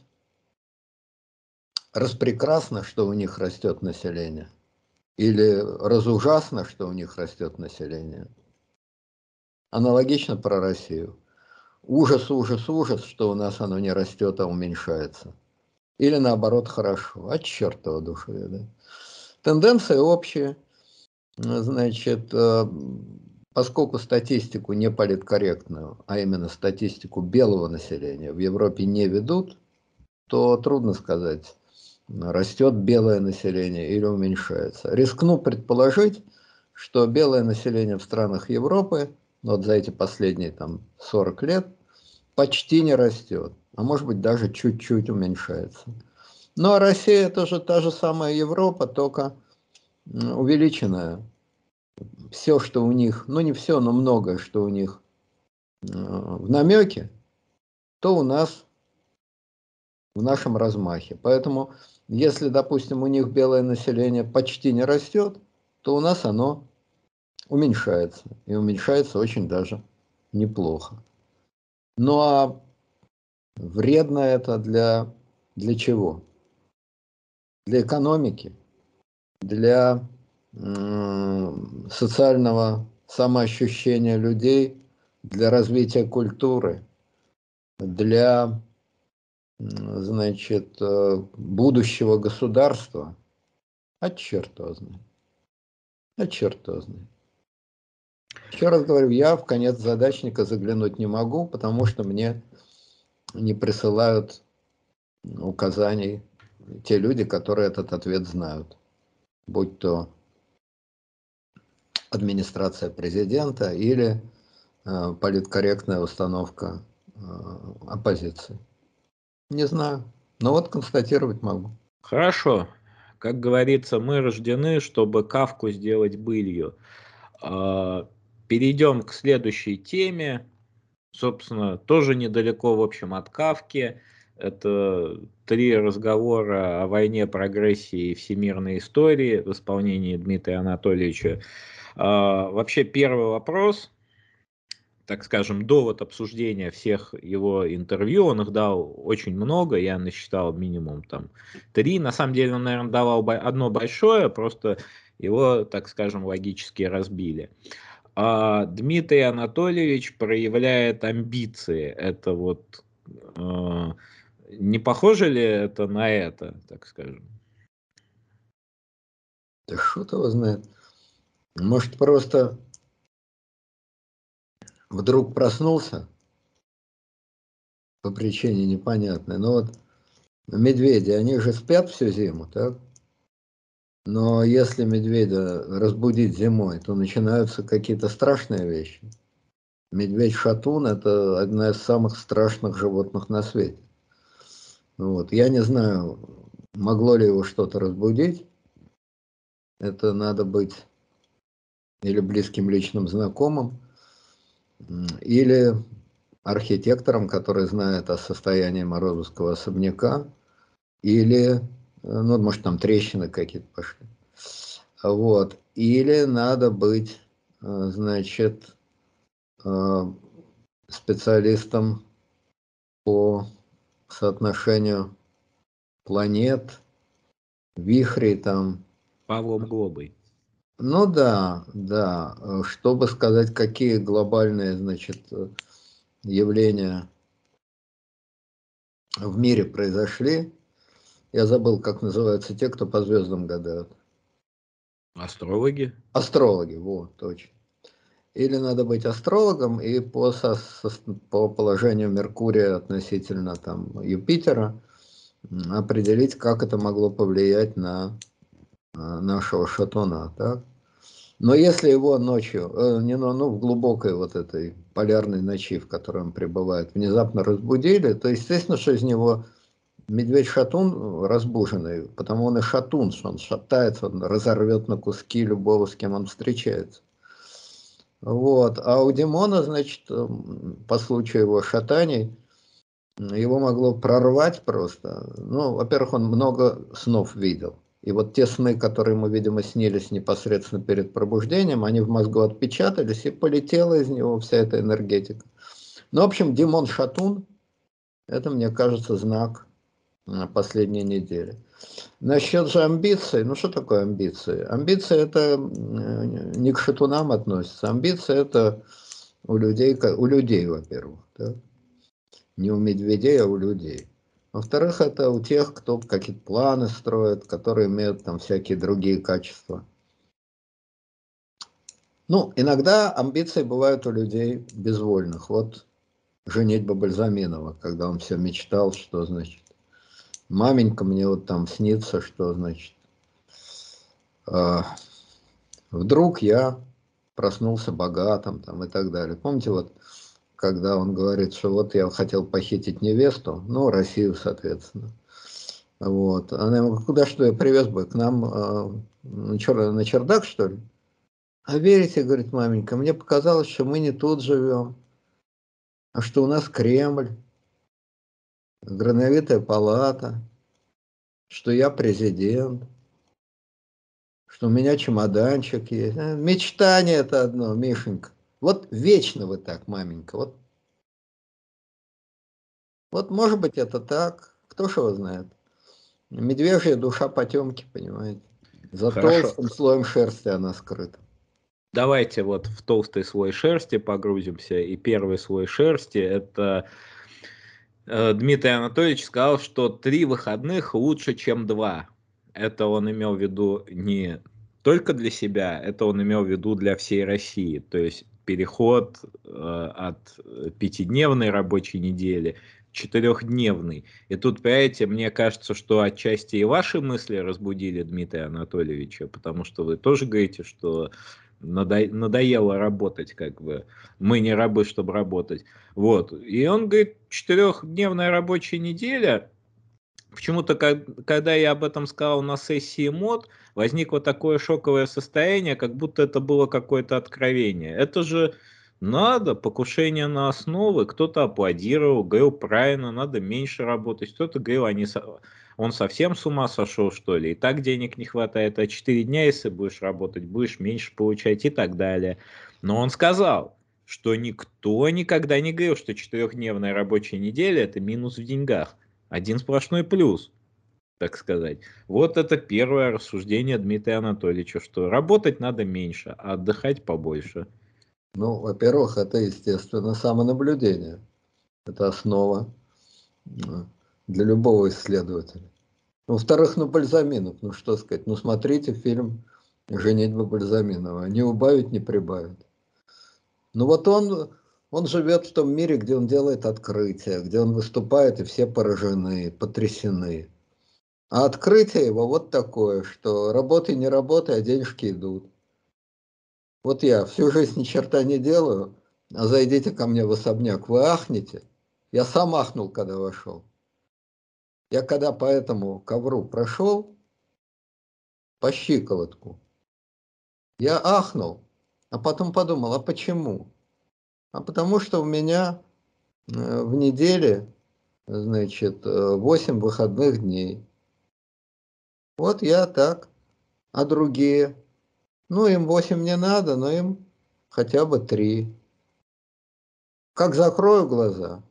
A: распрекрасно, что у них растет население, или разужасно, что у них растет население, аналогично про Россию. Ужас, ужас, ужас, что у нас оно не растет, а уменьшается. Или наоборот хорошо, от чертова души. Да? Тенденции общие. Значит, поскольку статистику не политкорректную, а именно статистику белого населения в Европе не ведут, то трудно сказать, растет белое население или уменьшается. Рискну предположить, что белое население в странах Европы вот за эти последние там 40 лет почти не растет, а может быть даже чуть-чуть уменьшается. Ну а Россия это же та же самая Европа, только увеличенная. Все, что у них, ну не все, но многое, что у них в намеке, то у нас в нашем размахе. Поэтому, если, допустим, у них белое население почти не растет, то у нас оно уменьшается. И уменьшается очень даже неплохо. Ну а вредно это для чего? Для экономики, для социального самоощущения людей, для развития культуры, для, значит, будущего государства. А черт его знает. А черт его знает. Еще раз говорю, я в конец задачника заглянуть не могу, потому что мне не присылают указаний те люди, которые этот ответ знают. Будь то администрация президента или политкорректная установка оппозиции. Не знаю. Но вот констатировать могу.
B: Хорошо. Как говорится, мы рождены, чтобы Кафку сделать былью. Перейдем к следующей теме. Собственно, тоже недалеко, в общем, от Кафки. Это 3 разговора о войне, прогрессии и всемирной истории в исполнении Дмитрия Анатольевича. Вообще, первый вопрос, так скажем, довод обсуждения всех его интервью, он их дал очень много, я насчитал минимум там 3. На самом деле он, наверное, давал одно большое, просто его, так скажем, логически разбили. Дмитрий Анатольевич проявляет амбиции. Это вот не похоже ли это на это, так скажем?
A: Да что-то его знает. Может, просто вдруг проснулся по причине непонятной. Но вот медведи, они же спят всю зиму, так? Но если медведя разбудить зимой, то начинаются какие-то страшные вещи. Медведь-шатун – это одна из самых страшных животных на свете. Вот. Я не знаю, могло ли его что-то разбудить. Это надо быть или близким личным знакомым, или архитектором, который знает о состоянии Морозовского особняка, или, ну, может, там трещины какие-то пошли. Вот. Или надо быть, значит, специалистом по соотношению планет, вихрей там.
B: Павлом Глобой.
A: Ну да, да. Чтобы сказать, какие глобальные, значит, явления в мире произошли. Я забыл, как называются те, кто по звездам гадают.
B: Астрологи?
A: Астрологи, вот, точно. Или надо быть астрологом и по положению Меркурия относительно там, Юпитера определить, как это могло повлиять на нашего шатуна. Так? Но если его ночью, в глубокой вот этой полярной ночи, в которой он пребывает, внезапно разбудили, то естественно, что из него медведь-шатун разбуженный, потому он и шатун, что он шатается, он разорвет на куски любого, с кем он встречается. Вот. А у Димона, значит, по случаю его шатаний, его могло прорвать просто. Ну, во-первых, он много снов видел. И вот те сны, которые ему, видимо, снились непосредственно перед пробуждением, они в мозгу отпечатались, и полетела из него вся эта энергетика. Ну, в общем, Димон Шатун, это, мне кажется, знак последней недели. Насчет же амбиций, ну что такое амбиции? Амбиции это не к шатунам относится. Амбиции это у людей, во-первых, да? Не у медведей, а у людей. Во-вторых, это у тех, кто какие-то планы строит, которые имеют там всякие другие качества. Ну, иногда амбиции бывают у людей безвольных. Вот женитьба Бальзаминова, когда он все мечтал, что значит, маменька, мне вот там снится, что значит, э, вдруг я проснулся богатым там и так далее. Помните, вот когда он говорит, что вот я хотел похитить невесту, ну, Россию, соответственно. Вот. Она ему говорит, куда что я привез бы? К нам на чердак, что ли? А верите, говорит маменька, мне показалось, что мы не тут живем, а что у нас Кремль, Грановитая палата, что я президент, что у меня чемоданчик есть. Мечтание это одно, Мишенька. Вот вечно вы так, маменька. Вот может быть это так, кто ж его знает. Медвежья душа потемки, понимаете. За
B: Хорошо.
A: толстым слоем шерсти она скрыта.
B: Давайте вот в толстый слой шерсти погрузимся. И первый слой шерсти — это Дмитрий Анатольевич сказал, что 3 выходных лучше, чем 2. Это он имел в виду не только для себя, это он имел в виду для всей России. То есть переход от 5-дневной рабочей недели к 4-дневной. И тут, понимаете, мне кажется, что отчасти и ваши мысли разбудили Дмитрия Анатольевича, потому что вы тоже говорите, что надоело работать, как бы. Мы не рабы, чтобы работать. Вот. И он говорит, 4-дневная рабочая неделя. Почему-то, когда я об этом сказал на сессии МОД, возникло такое шоковое состояние, как будто это было какое-то откровение. Это же надо, покушение на основы, кто-то аплодировал, говорил, правильно, надо меньше работать, кто-то говорил, он совсем с ума сошел, что ли, и так денег не хватает, а 4 дня, если будешь работать, будешь меньше получать и так далее. Но он сказал, что никто никогда не говорил, что 4-дневная рабочая неделя — это минус в деньгах. Один сплошной плюс, так сказать. Вот это первое рассуждение Дмитрия Анатольевича, что работать надо меньше, а отдыхать побольше.
A: Ну, во-первых, это, естественно, самонаблюдение. Это основа для любого исследователя. Во-вторых, ну, Бальзаминов, ну, что сказать, ну, смотрите фильм «Женитьба Бальзаминова», не убавить, не прибавить. Ну, вот он живет в том мире, где он делает открытия, где он выступает, и все поражены, потрясены. А открытие его вот такое, что работай, не работай, а денежки идут. Вот я всю жизнь ни черта не делаю, а зайдите ко мне в особняк, вы ахнете. Я сам ахнул, когда вошел. Я когда по этому ковру прошел, по щиколотку, я ахнул, а потом подумал, а почему? А потому что у меня в неделе, значит, 8 выходных дней. Вот я так, а другие? Ну, им 8 не надо, но им хотя бы 3. Как закрою глаза,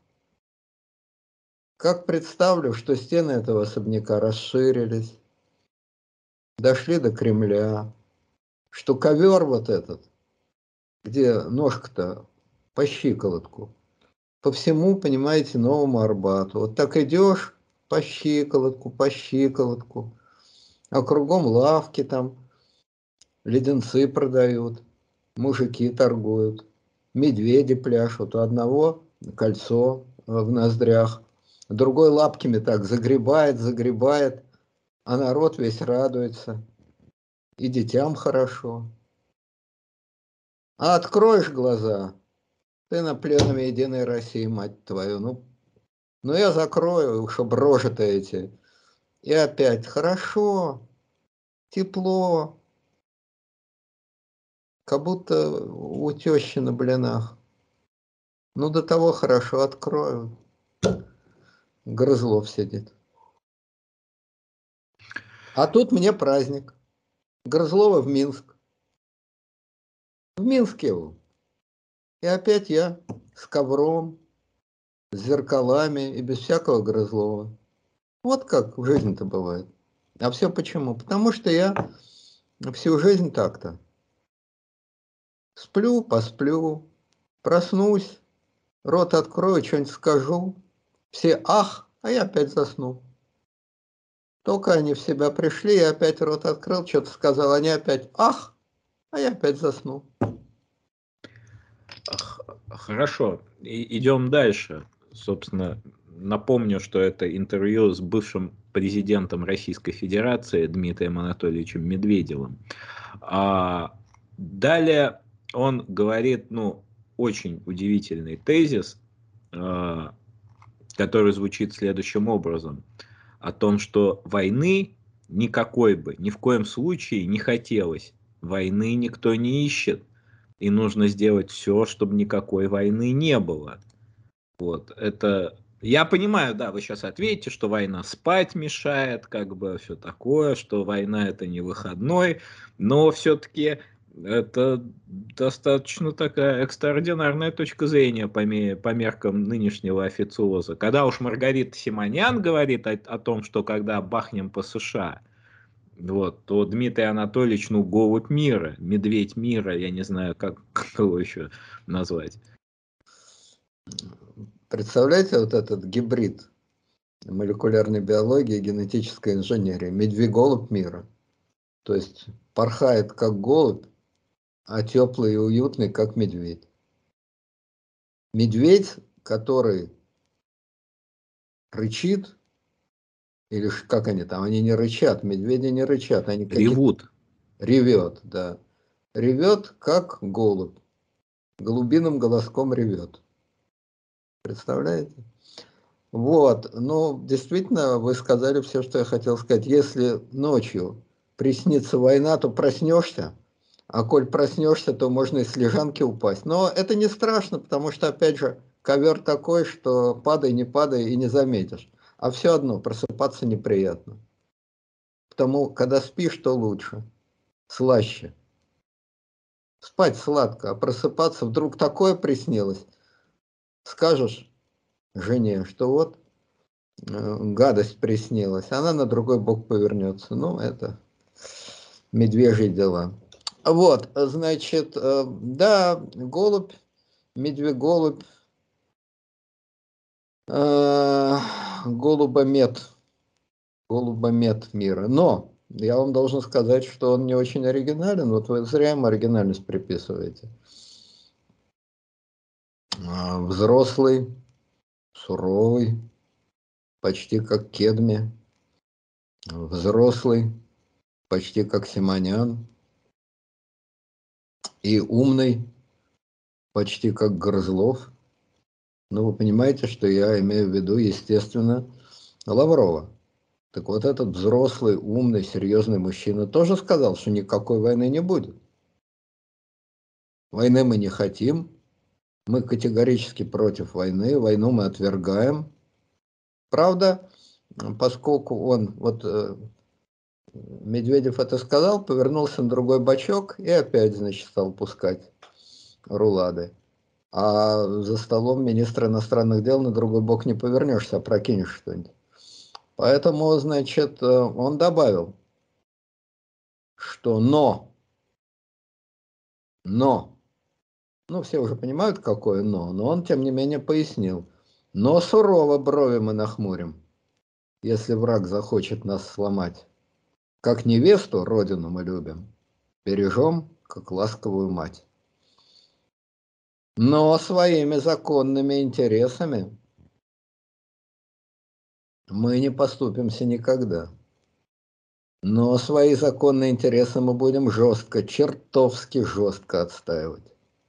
A: как представлю, что стены этого особняка расширились, дошли до Кремля, что ковер вот этот, где ножка-то по щиколотку, по всему, понимаете, Новому Арбату. Вот так идешь по щиколотку, а кругом лавки там, леденцы продают, мужики торгуют, медведи пляшут. У одного кольцо в ноздрях, другой лапками так загребает, а народ весь радуется, и детям хорошо. А откроешь глаза, ты на пленуме Единой России, мать твою, ну я закрою, чтобы рожи-то эти. И опять хорошо, тепло, как будто у тещи на блинах. Ну до того хорошо открою. Грызлов сидит. А тут мне праздник. Грызлова в Минск. В Минске он. И опять я с ковром, с зеркалами и без всякого Грызлова. Вот как в жизни-то бывает. А все почему? Потому что я всю жизнь так-то. Сплю, посплю, проснусь, рот открою, что-нибудь скажу. Все ах, а я опять засну. Только они в себя пришли, я опять рот открыл, что-то сказал, они опять ах, а я опять засну.
B: Хорошо, идем дальше. Собственно, напомню, что это интервью с бывшим президентом Российской Федерации Дмитрием Анатольевичем Медведевым. Далее он говорит, ну, очень удивительный тезис, который звучит следующим образом. О том, что войны никакой бы, ни в коем случае не хотелось. Войны никто не ищет. И нужно сделать все, чтобы никакой войны не было. Вот, это... Я понимаю, да, вы сейчас ответите, что война спать мешает, как бы все такое, что война это не выходной, но все-таки это достаточно такая экстраординарная точка зрения по меркам нынешнего официоза. Когда уж Маргарита Симонян говорит о том, что когда бахнем по США, вот, то Дмитрий Анатольевич, ну, голубь мира, медведь мира, я не знаю, как его еще назвать.
A: Представляете, вот этот гибрид молекулярной биологии и генетической инженерии, медведь-голубь мира. То есть порхает как голубь, а теплый и уютный как медведь. Медведь, который рычит, или как они там, они не рычат, медведи не рычат, они какие-то...
B: Ревут.
A: Ревет, да. Ревет, как голубь. Голубиным голоском ревет. Представляете? Вот, ну, действительно, вы сказали все, что я хотел сказать. Если ночью приснится война, то проснешься, а коль проснешься, то можно и с лежанки упасть. Но это не страшно, потому что, опять же, ковер такой, что падай, не падай и не заметишь. А все одно, просыпаться неприятно. Потому, когда спишь, то лучше, слаще. Спать сладко, а просыпаться вдруг такое приснилось. Скажешь жене, что вот гадость приснилась, она на другой бок повернется. Ну, это медвежьи дела. Вот, значит, да, голубь, медведь-голубь, голубомет, голубомет мира. Но я вам должен сказать, что он не очень оригинален. Вот вы зря ему оригинальность приписываете. Взрослый, суровый, почти как Кедми. Взрослый, почти как Симонян. И умный, почти как Грызлов. Ну, вы понимаете, что я имею в виду, естественно, Лаврова. Так вот этот взрослый, умный, серьезный мужчина тоже сказал, что никакой войны не будет. Войны мы не хотим, мы категорически против войны, войну мы отвергаем. Правда, поскольку он, вот Медведев это сказал, повернулся на другой бочок и опять, значит, стал пускать рулады. А за столом министра иностранных дел на другой бок не повернешься, а прокинешь что-нибудь. Поэтому, значит, он добавил, что но Ну, все уже понимают, какое но он, тем не менее, пояснил. Но сурово брови мы нахмурим, если враг захочет нас сломать. Как невесту, родину мы любим, бережем, как ласковую мать. Но своими законными интересами мы не поступимся никогда. Но свои законные интересы мы будем жестко, чертовски жестко отстаивать.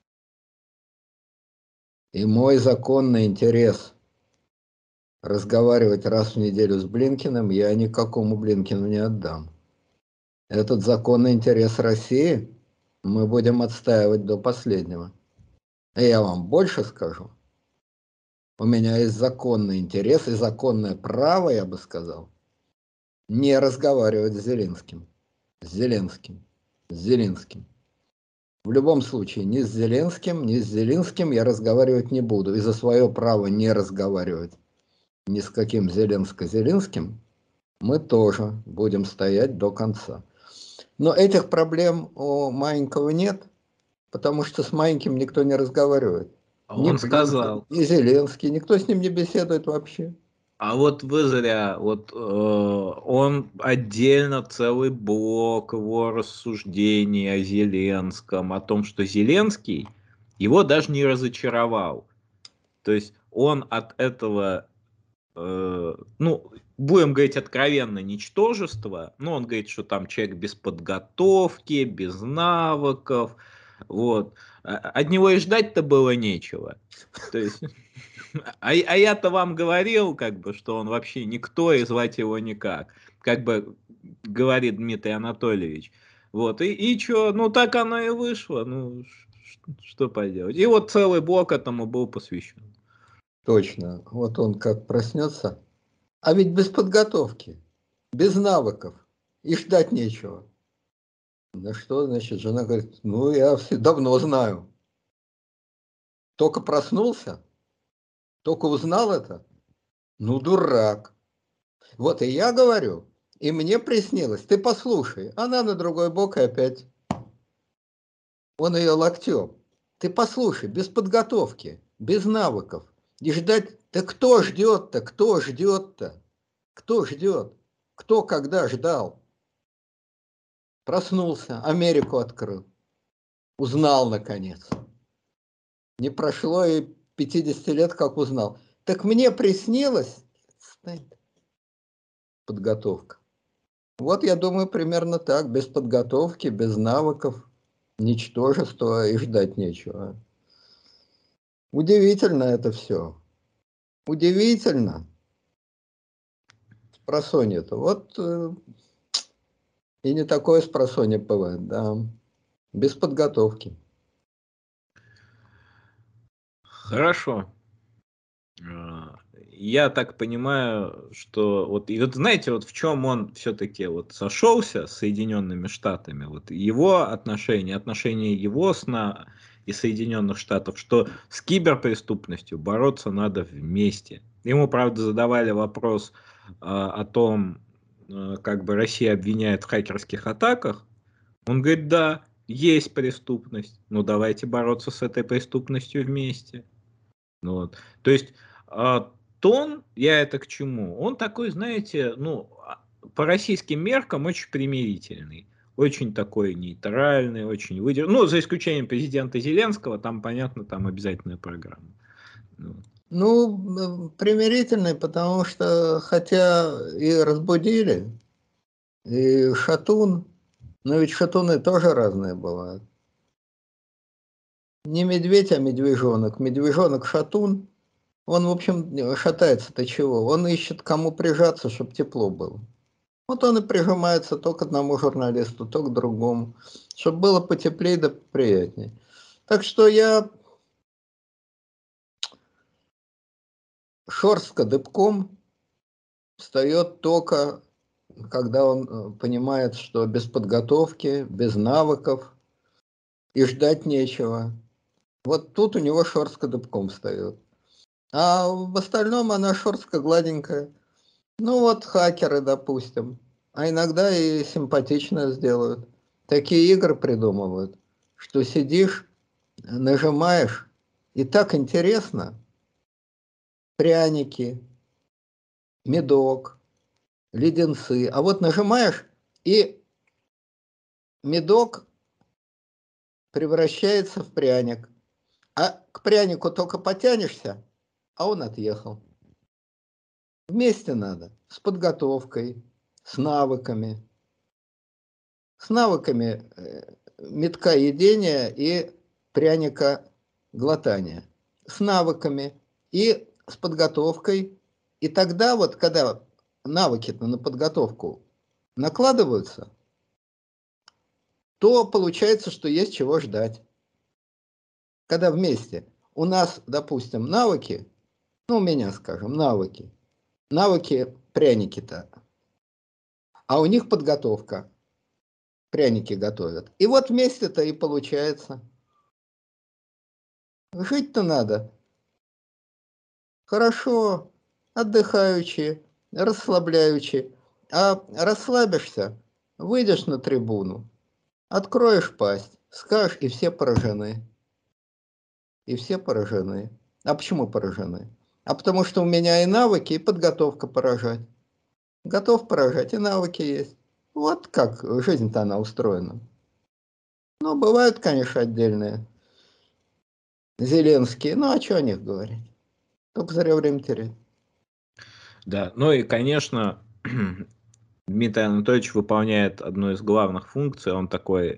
A: И мой законный интерес разговаривать раз в неделю с Блинкиным я никакому Блинкину не отдам. Этот законный интерес России мы будем отстаивать до последнего. И я вам больше скажу. У меня есть законный интерес и законное право, я бы сказал, не разговаривать с Зеленским. С Зеленским. С Зеленским. В любом случае, ни с Зеленским, ни с Зеленским я разговаривать не буду. И за свое право не разговаривать ни с каким Зеленско-Зеленским мы тоже будем стоять до конца. Но этих проблем у маленького нет, потому что с маленьким никто не разговаривает. Ни
B: Он
A: Блинкен,
B: сказал,
A: ни Зеленский, никто с ним не беседует вообще.
B: а вот вы зря, вот он отдельно целый блок его рассуждений о Зеленском, о том, что Зеленский его даже не разочаровал. То есть он от этого, ну, будем говорить откровенно, ничтожество, ну, он говорит, что там человек без подготовки, без навыков, вот. От него и ждать-то было нечего. То есть, а я-то вам говорил, как бы, что он вообще никто и звать его никак, как бы говорит Дмитрий Анатольевич. Вот, и что, ну так оно и вышло, ну что поделать. И вот целый блок этому был посвящен.
A: Точно. Вот он как проснется. А ведь без подготовки, без навыков. И ждать нечего. На что, значит, жена говорит, ну, я все давно знаю. Только проснулся, только узнал это. Ну, дурак. Вот и я говорю, и мне приснилось. Ты послушай. Она на другой бок и опять. Он ее локтем. Ты послушай, без подготовки, без навыков. И ждать, да кто ждет-то, кто ждет-то? Кто ждет? Кто когда ждал? Проснулся, Америку открыл. Узнал, наконец. Не прошло и 50 лет, как узнал. Так мне приснилось подготовка. Вот я думаю, примерно так. Без подготовки, без навыков, ничтожество и ждать нечего. Удивительно это все. Удивительно. Спросонья-то. Вот и не такое спросонье бывает, да. Без подготовки.
B: Хорошо. Я так понимаю, что вот, и вот знаете, вот в чем он все-таки вот сошелся с Соединенными Штатами, вот его отношения его сна и Соединенных Штатов, что с киберпреступностью бороться надо вместе. Ему, правда, задавали вопрос о том, как бы Россия обвиняет в хакерских атаках. Он говорит, да, есть преступность, но давайте бороться с этой преступностью вместе. Ну вот. То есть тон, я это к чему? Он такой, знаете, ну, по российским меркам очень примирительный. Очень такой нейтральный, очень выдержанный. Ну, за исключением президента Зеленского, там, понятно, там обязательная программа. Ну,
A: Ну, примирительный, потому что, хотя и разбудили, и шатун, но ведь шатуны тоже разные бывают. Не медведь, а медвежонок. Медвежонок шатун. Он, в общем, шатается-то чего? Он ищет, кому прижаться, чтобы тепло было. Вот он и прижимается то к одному журналисту, то к другому, чтобы было потеплее да приятнее. Так что я шорстко дыбком встает только, когда он понимает, что без подготовки, без навыков и ждать нечего. Вот тут у него шорстко дыбком встает. А в остальном она шорстка гладенькая. Ну вот хакеры, допустим. А иногда и симпатично сделают. Такие игры придумывают, что сидишь нажимаешь, и так интересно, пряники, медок, леденцы. А вот нажимаешь, и медок превращается в пряник. А к прянику только потянешься, а он отъехал. Вместе надо, с подготовкой, с навыками. С навыками метка едения и пряника глотания. С навыками и с подготовкой. И тогда вот, когда навыки на подготовку накладываются, то получается, что есть чего ждать. Когда вместе у нас, допустим, навыки, ну, у меня, скажем, навыки пряники-то, а у них подготовка, пряники готовят. И вот вместе-то и получается. Жить-то надо хорошо, отдыхаючи, расслабляючи. А расслабишься, выйдешь на трибуну, откроешь пасть, скажешь, и все поражены. И все поражены. А почему поражены? А потому что у меня и навыки, и подготовка поражать. Готов поражать, и навыки есть. Вот как жизнь-то она устроена. Ну, бывают, конечно, отдельные Зеленские, ну, а что о них говорить? Только зря время терять.
B: Да, ну и, конечно, Дмитрий Анатольевич выполняет одну из главных функций. Он такой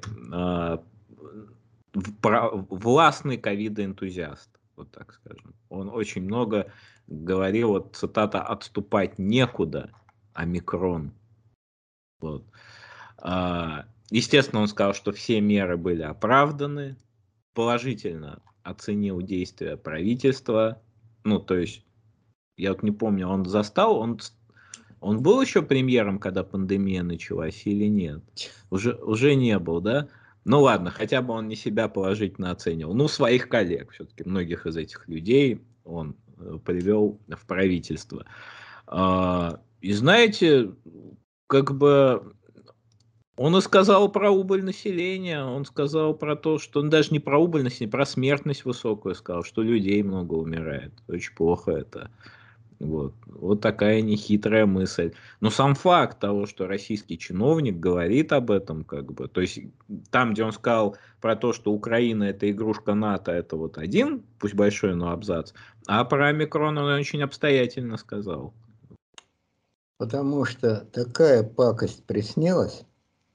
B: властный ковидоэнтузиаст, вот так скажем. Он очень много говорил, вот цитата: «Отступать некуда, омикрон». Вот. Естественно, он сказал, что все меры были оправданы, положительно оценил действия правительства. Ну, то есть, я вот не помню, он застал, он был еще премьером, когда пандемия началась, или нет? Уже не был, да? Ну ладно, хотя бы он не себя положительно оценивал. Ну, своих коллег, все-таки многих из этих людей он привел в правительство. И знаете, как бы он и сказал про убыль населения, он сказал про то, что он даже не про убыль населения, про смертность высокую сказал, что людей много умирает. Очень плохо это. Вот такая нехитрая мысль. Но сам факт того, что российский чиновник говорит об этом, как бы, то есть там, где он сказал про то, что Украина это игрушка НАТО, это вот один, пусть большой, но абзац, а про омикрон он очень обстоятельно сказал.
A: Потому что такая пакость приснилась,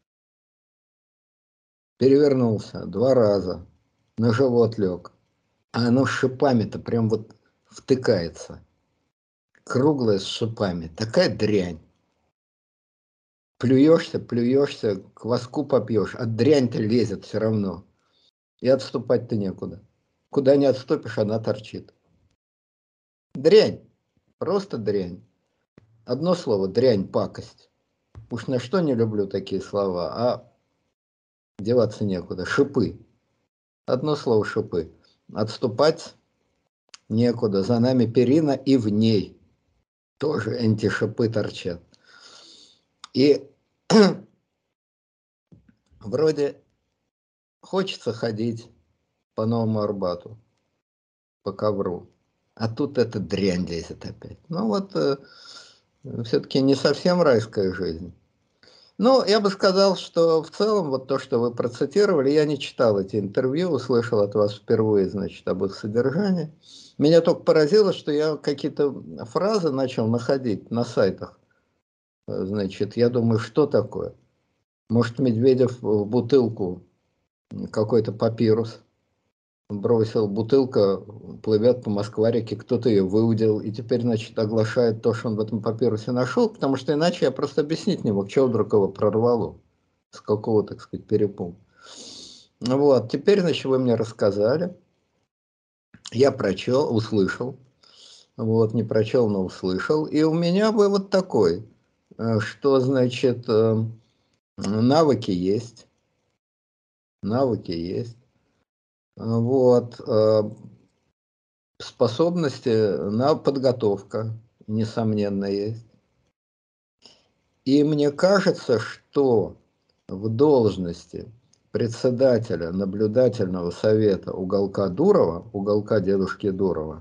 A: перевернулся 2 раза, на живот лег, а оно с шипами-то прям вот втыкается. Круглое с шипами. Такая дрянь. Плюешься, кваску попьешь, а дрянь-то лезет все равно. И отступать-то некуда. Куда не отступишь, она торчит. Дрянь. Просто дрянь. Одно слово, дрянь, пакость. Уж на что не люблю такие слова, а деваться некуда. Шипы. Одно слово, шипы. Отступать некуда. За нами перина, и в ней тоже антишипы торчат. И вроде хочется ходить по Новому Арбату, по ковру. А тут эта дрянь лезет опять. Ну вот, все-таки не совсем райская жизнь. Ну, я бы сказал, что в целом, вот то, что вы процитировали, я не читал эти интервью, услышал от вас впервые, значит, об их содержании. Меня только поразило, что я какие-то фразы начал находить на сайтах. Значит, я думаю, что такое? Может, Медведев в бутылку какой-то папирус бросил, бутылка плывет по Москва-реке, кто-то ее выудил, и теперь, значит, оглашает то, что он в этом папирусе нашел, потому что иначе я просто объяснить не мог, чего вдруг его прорвало, с какого, так сказать, перепугу. Вот, теперь, значит, вы мне рассказали, я прочел, услышал, вот, не прочел, но услышал, и у меня вывод такой, что, значит, навыки есть, навыки есть, вот, способности на подготовка, несомненно, есть. И мне кажется, что в должности председателя наблюдательного совета уголка Дурова, уголка дедушки Дурова,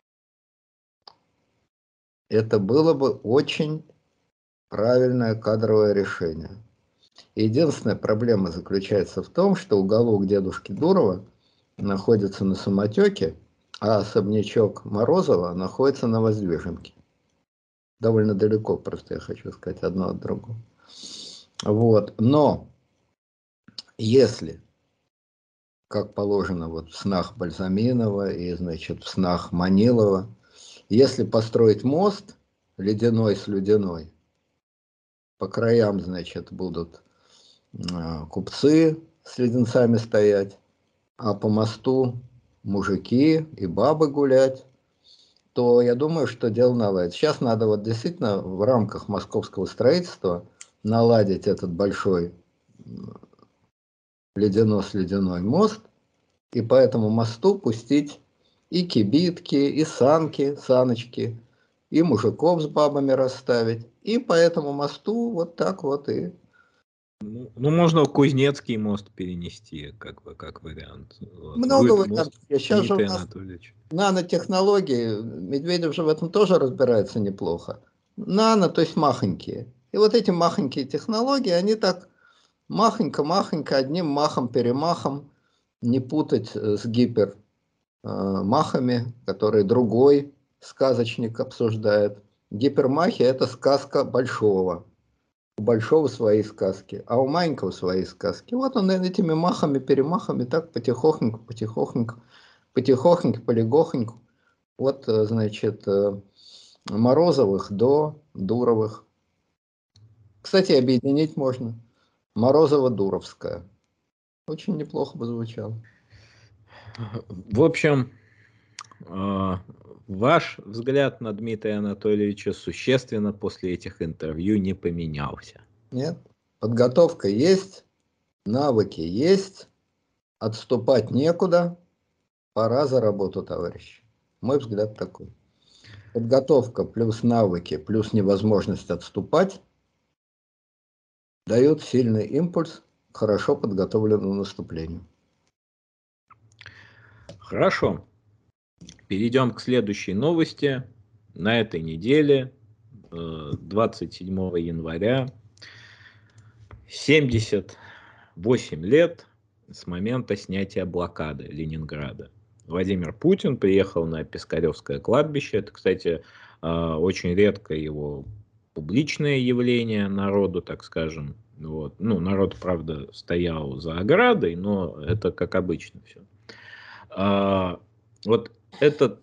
A: это было бы очень правильное кадровое решение. Единственная проблема заключается в том, что уголок дедушки Дурова находится на самотеке, а особнячок Морозова находится на Воздвиженке. Довольно далеко, просто я хочу сказать, одно от другого. Вот. Но если, как положено вот в снах Бальзаминова и, значит, в снах Манилова, если построить мост ледяной с ледяной, по краям, значит, будут купцы с леденцами стоять, а по мосту мужики и бабы гулять, то я думаю, что дело наладится. Сейчас надо вот действительно в рамках московского строительства наладить этот большой ледяной мост, и по этому мосту пустить и кибитки, и санки, саночки, и мужиков с бабами расставить. И по этому мосту вот так вот и...
B: Ну, можно Кузнецкий мост перенести, как вариант. Вот.
A: Много
B: Мост
A: вариантов. Сейчас же у
B: Дмитрия
A: нас
B: Анатольевича.
A: нанотехнологии, Медведев же в этом тоже разбирается неплохо. Нано, то есть махонькие. И вот эти махонькие технологии, они так махонько-махонько, одним махом-перемахом, не путать с гипермахами, которые другой сказочник обсуждает. Гипермахи – это сказка большого. У большого свои сказки, а у маленького свои сказки. Вот он этими махами, перемахами так потихохоньку, потихохоньку, потихохоньку, полегохоньку. Вот, значит, Морозовых до Дуровых. Кстати, объединить можно. Морозово-Дуровская. Очень неплохо бы звучало.
B: В общем, ваш взгляд на Дмитрия Анатольевича существенно после этих интервью не поменялся.
A: Нет? Подготовка есть, навыки есть, отступать некуда, пора за работу, товарищи. Мой взгляд такой. Подготовка плюс навыки плюс невозможность отступать дают сильный импульс к хорошо подготовленному наступлению.
B: Хорошо. Перейдем к следующей новости. На этой неделе, 27 января, 78 лет с момента снятия блокады Ленинграда. Владимир Путин приехал на Пискаревское кладбище. Это, кстати, очень редкое его публичное явление народу, так скажем. Вот. Ну, народ, правда, стоял за оградой, но это как обычно все. Вот эта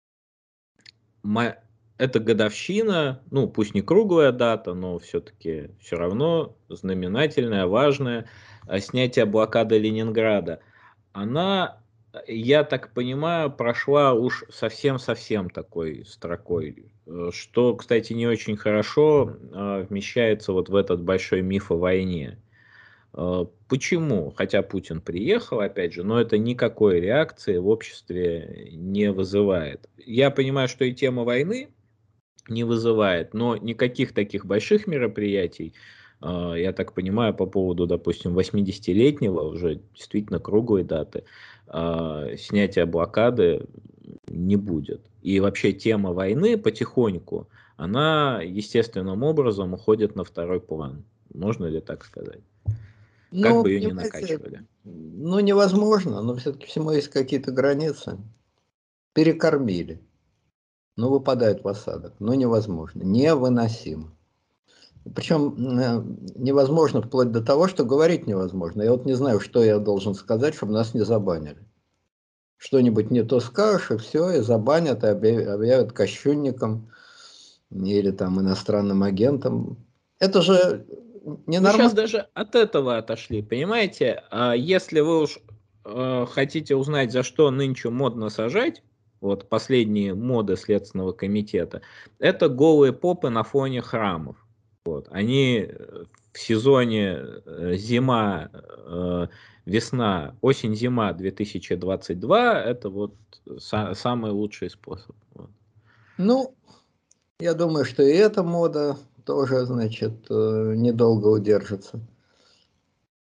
B: годовщина, ну, пусть не круглая дата, но все-таки все равно знаменательная, важная, снятие блокады Ленинграда. Она, я так понимаю, прошла уж совсем-совсем такой строкой, что, кстати, не очень хорошо вмещается вот в этот большой миф о войне. Почему? Хотя Путин приехал, опять же, но это никакой реакции в обществе не вызывает. Я понимаю, что и тема войны не вызывает, но никаких таких больших мероприятий, я так понимаю, по поводу, допустим, 80-летнего, уже действительно круглой даты, снятия блокады не будет. И вообще тема войны потихоньку, она естественным образом уходит на второй план. Можно ли так сказать? Как
A: Ну,
B: бы ее ни
A: понимаете,
B: накачивали.
A: ну невозможно, но все-таки всему есть какие-то границы. Перекормили, ну выпадает в осадок, ну невозможно, невыносимо. Причем невозможно вплоть до того, что говорить невозможно. Я вот не знаю, что я должен сказать, чтобы нас не забанили. Что-нибудь не то скажешь, и все, и забанят, и объявят кощунником или там иностранным агентом. Это же
B: Мы сейчас
A: ненормально.
B: даже от этого отошли, понимаете? Если вы уж хотите узнать, за что нынче модно сажать, вот последние моды Следственного комитета, это голые попы на фоне храмов. Вот. Они в сезоне зима, весна, осень-зима 2022, это вот самый лучший способ. Вот.
A: Ну, я думаю, что и эта мода тоже, значит, недолго удержится.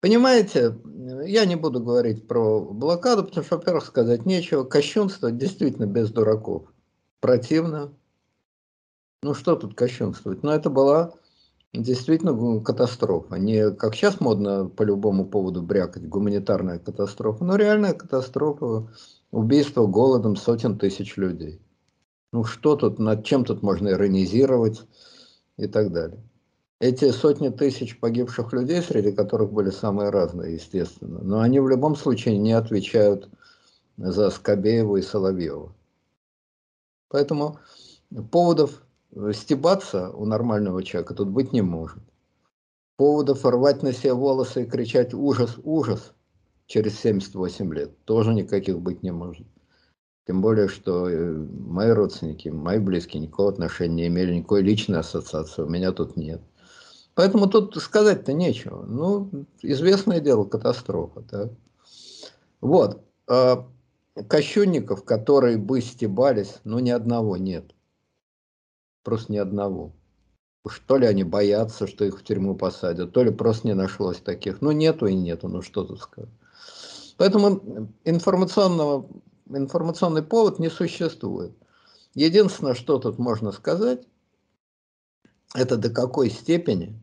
A: Понимаете, я не буду говорить про блокаду, потому что, во-первых, сказать нечего. Кощунство действительно без дураков. Противно. Ну что тут кощунствовать? Но это была действительно катастрофа. Не как сейчас модно по любому поводу брякать, гуманитарная катастрофа, но реальная катастрофа, убийство голодом сотен тысяч людей. Ну что тут, над чем тут можно иронизировать и так далее. Эти сотни тысяч погибших людей, среди которых были самые разные, естественно, но они в любом случае не отвечают за Скобеева и Соловьева. Поэтому поводов стебаться у нормального человека тут быть не может. Поводов рвать на себе волосы и кричать «ужас, ужас» через 78 лет тоже никаких быть не может. Тем более, что мои родственники, мои близкие никакого отношения не имели, никакой личной ассоциации у меня тут нет. Поэтому тут сказать-то нечего. Ну, известное дело, катастрофа. Да? Вот. Кощунников, которые бы стебались, ну, ни одного нет. Просто ни одного. Уж то ли они боятся, что их в тюрьму посадят, то ли просто не нашлось таких. Ну, нету и нету, ну что тут сказать. Поэтому информационный повод не существует. Единственное, что тут можно сказать, это до какой степени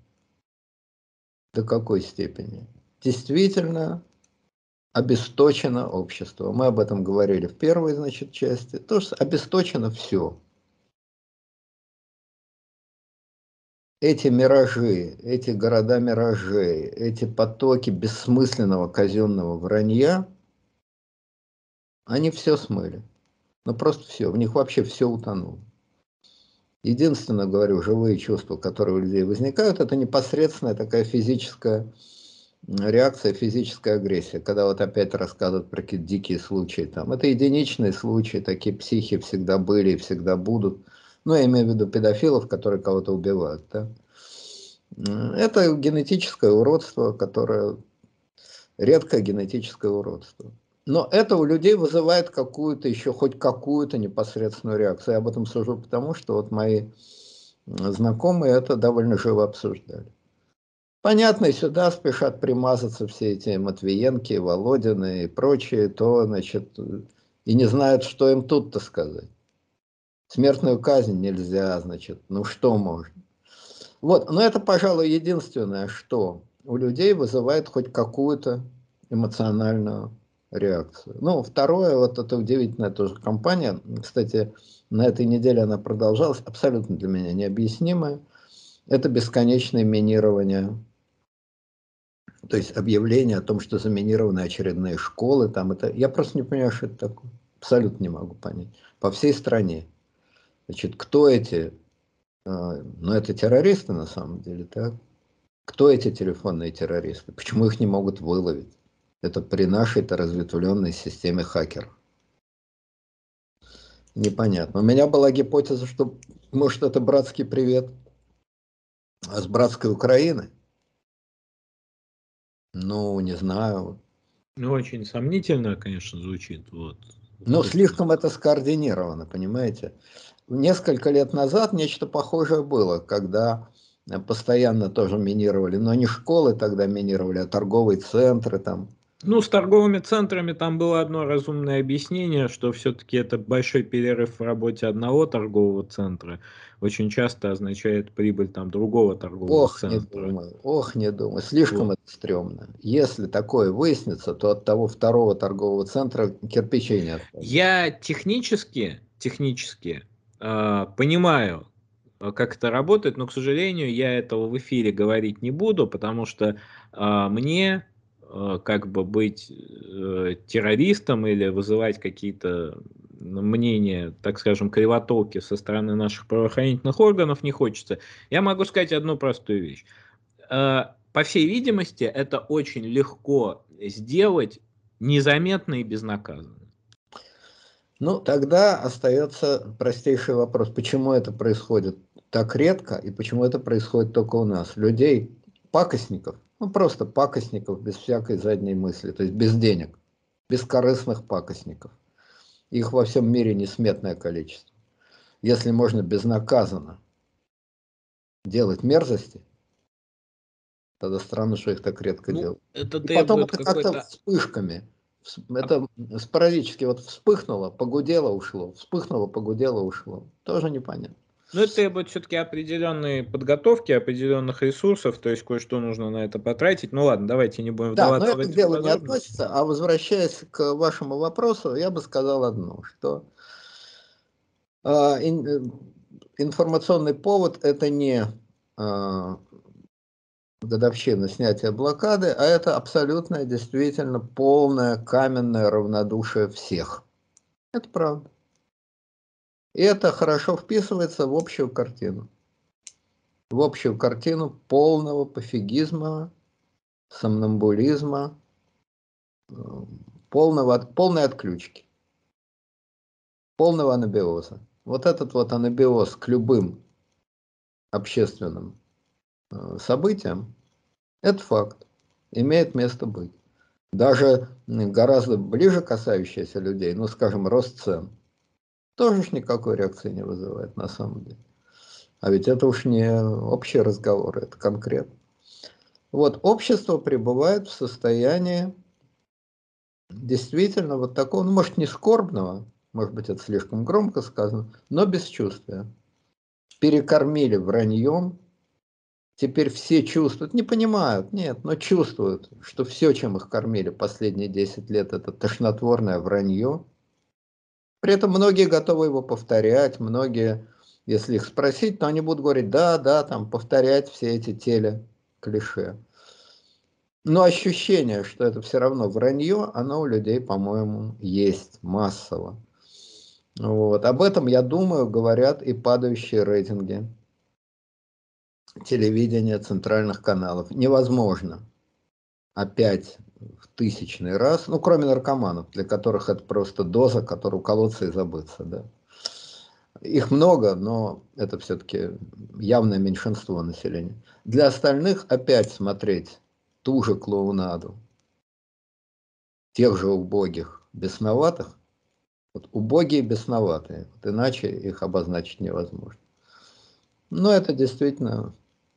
A: действительно обесточено общество. Мы об этом говорили в первой, значит, части. То, что обесточено все. Эти миражи, эти города миражей, эти потоки бессмысленного казенного вранья, они все смыли. Ну просто все, в них вообще все утонуло. Единственное, говорю, живые чувства, которые у людей возникают, это непосредственная такая физическая реакция, физическая агрессия. Когда вот опять рассказывают про какие-то дикие случаи. Там, это единичные случаи, такие психи всегда были и всегда будут. Ну, я имею в виду педофилов, которые кого-то убивают. Да? Это генетическое уродство, которое редкое генетическое уродство. Но это у людей вызывает какую-то еще, хоть какую-то непосредственную реакцию. Я об этом сужу потому, что вот мои знакомые это довольно живо обсуждали. Понятно, и сюда спешат примазаться все эти Матвиенки, Володины и прочие, то, значит, и не знают, что им тут-то сказать. Смертную казнь нельзя, значит, ну что можно. Вот, но это, пожалуй, единственное, что у людей вызывает хоть какую-то эмоциональную реакцию. Ну, второе, вот это удивительная тоже кампания, кстати, на этой неделе она продолжалась, абсолютно для меня необъяснимая, это бесконечное минирование, то есть объявление о том, что заминированы очередные школы, там это, я просто не понимаю, что это такое, абсолютно не могу понять, по всей стране. Значит, кто эти, ну это террористы на самом деле, так? Кто эти телефонные террористы? Почему их не могут выловить? Это при нашей-то разветвленной системе хакеров. Непонятно. У меня была гипотеза, что может это братский привет с братской Украины. Ну, не знаю.
B: Ну, очень сомнительно, конечно, звучит. Вот.
A: Ну,
B: Собственно.
A: слишком это скоординировано, понимаете? Несколько лет назад нечто похожее было, когда постоянно тоже минировали, но не школы тогда минировали, а торговые центры там.
B: Ну, с торговыми центрами там было одно разумное объяснение, что все-таки это большой перерыв в работе одного торгового центра очень часто означает прибыль там другого торгового центра.
A: Ох, не думаю, слишком
B: Вот.
A: это стрёмно. Если такое выяснится, то от того второго торгового центра кирпичей не останется.
B: Я технически понимаю, как это работает, но, к сожалению, я этого в эфире говорить не буду, потому что мне как бы быть террористом или вызывать какие-то мнения, так скажем, кривотолки со стороны наших правоохранительных органов не хочется. Я могу сказать одну простую вещь. По всей видимости, это очень легко сделать незаметно и безнаказанно.
A: Ну, тогда остается простейший вопрос, почему это происходит так редко и почему это происходит только у нас. Людей, пакостников, ну просто пакостников без всякой задней мысли, то есть без денег, бескорыстных пакостников. Их во всем мире несметное количество. Если можно безнаказанно делать мерзости, Тогда странно, что их так редко
B: Ну,
A: делают.
B: это
A: И потом
B: требует
A: это как-то
B: какой-то...
A: вспышками. Это спорадически вот вспыхнуло, погудело, ушло. Вспыхнуло, погудело, ушло. Тоже непонятно.
B: Ну, это требует все-таки определенной подготовки, определенных ресурсов, то есть кое-что нужно на это потратить. Ну ладно, давайте не будем
A: Да, но
B: вдаваться в
A: это к
B: эти
A: делу не
B: подробности.
A: относится. А возвращаясь к вашему вопросу, я бы сказал одно, что информационный повод это не годовщина снятия блокады, а это абсолютное, действительно полное каменное равнодушие всех. Это правда. И это хорошо вписывается в общую картину. В общую картину полного пофигизма, сомнамбулизма, полной отключки, полного анабиоза. Вот этот вот анабиоз к любым общественным событиям, это факт, имеет место быть. Даже гораздо ближе касающиеся людей, ну, скажем, рост цен, тоже ж никакой реакции не вызывает на самом деле. А ведь это уж не общий разговор, это конкретно. Вот, общество пребывает в состоянии действительно вот такого, ну, может, не скорбного, может быть, это слишком громко сказано, но бесчувствия. Перекормили враньем, теперь все чувствуют, не понимают, нет, но чувствуют, что все, чем их кормили последние 10 лет, это тошнотворное вранье. При этом многие готовы его повторять, многие, если их спросить, то они будут говорить, да, да, там, повторять все эти телеклише. Но ощущение, что это все равно вранье, оно у людей, по-моему, есть массово. Вот. Об этом, я думаю, говорят и падающие рейтинги телевидения центральных каналов. Невозможно опять в тысячный раз, ну, кроме наркоманов, для которых это просто доза, которую уколоться и забыться, да. Их много, но это все-таки явное меньшинство населения. Для остальных опять смотреть ту же клоунаду, тех же убогих, бесноватых, вот убогие бесноватые, вот иначе их обозначить невозможно. Но это действительно,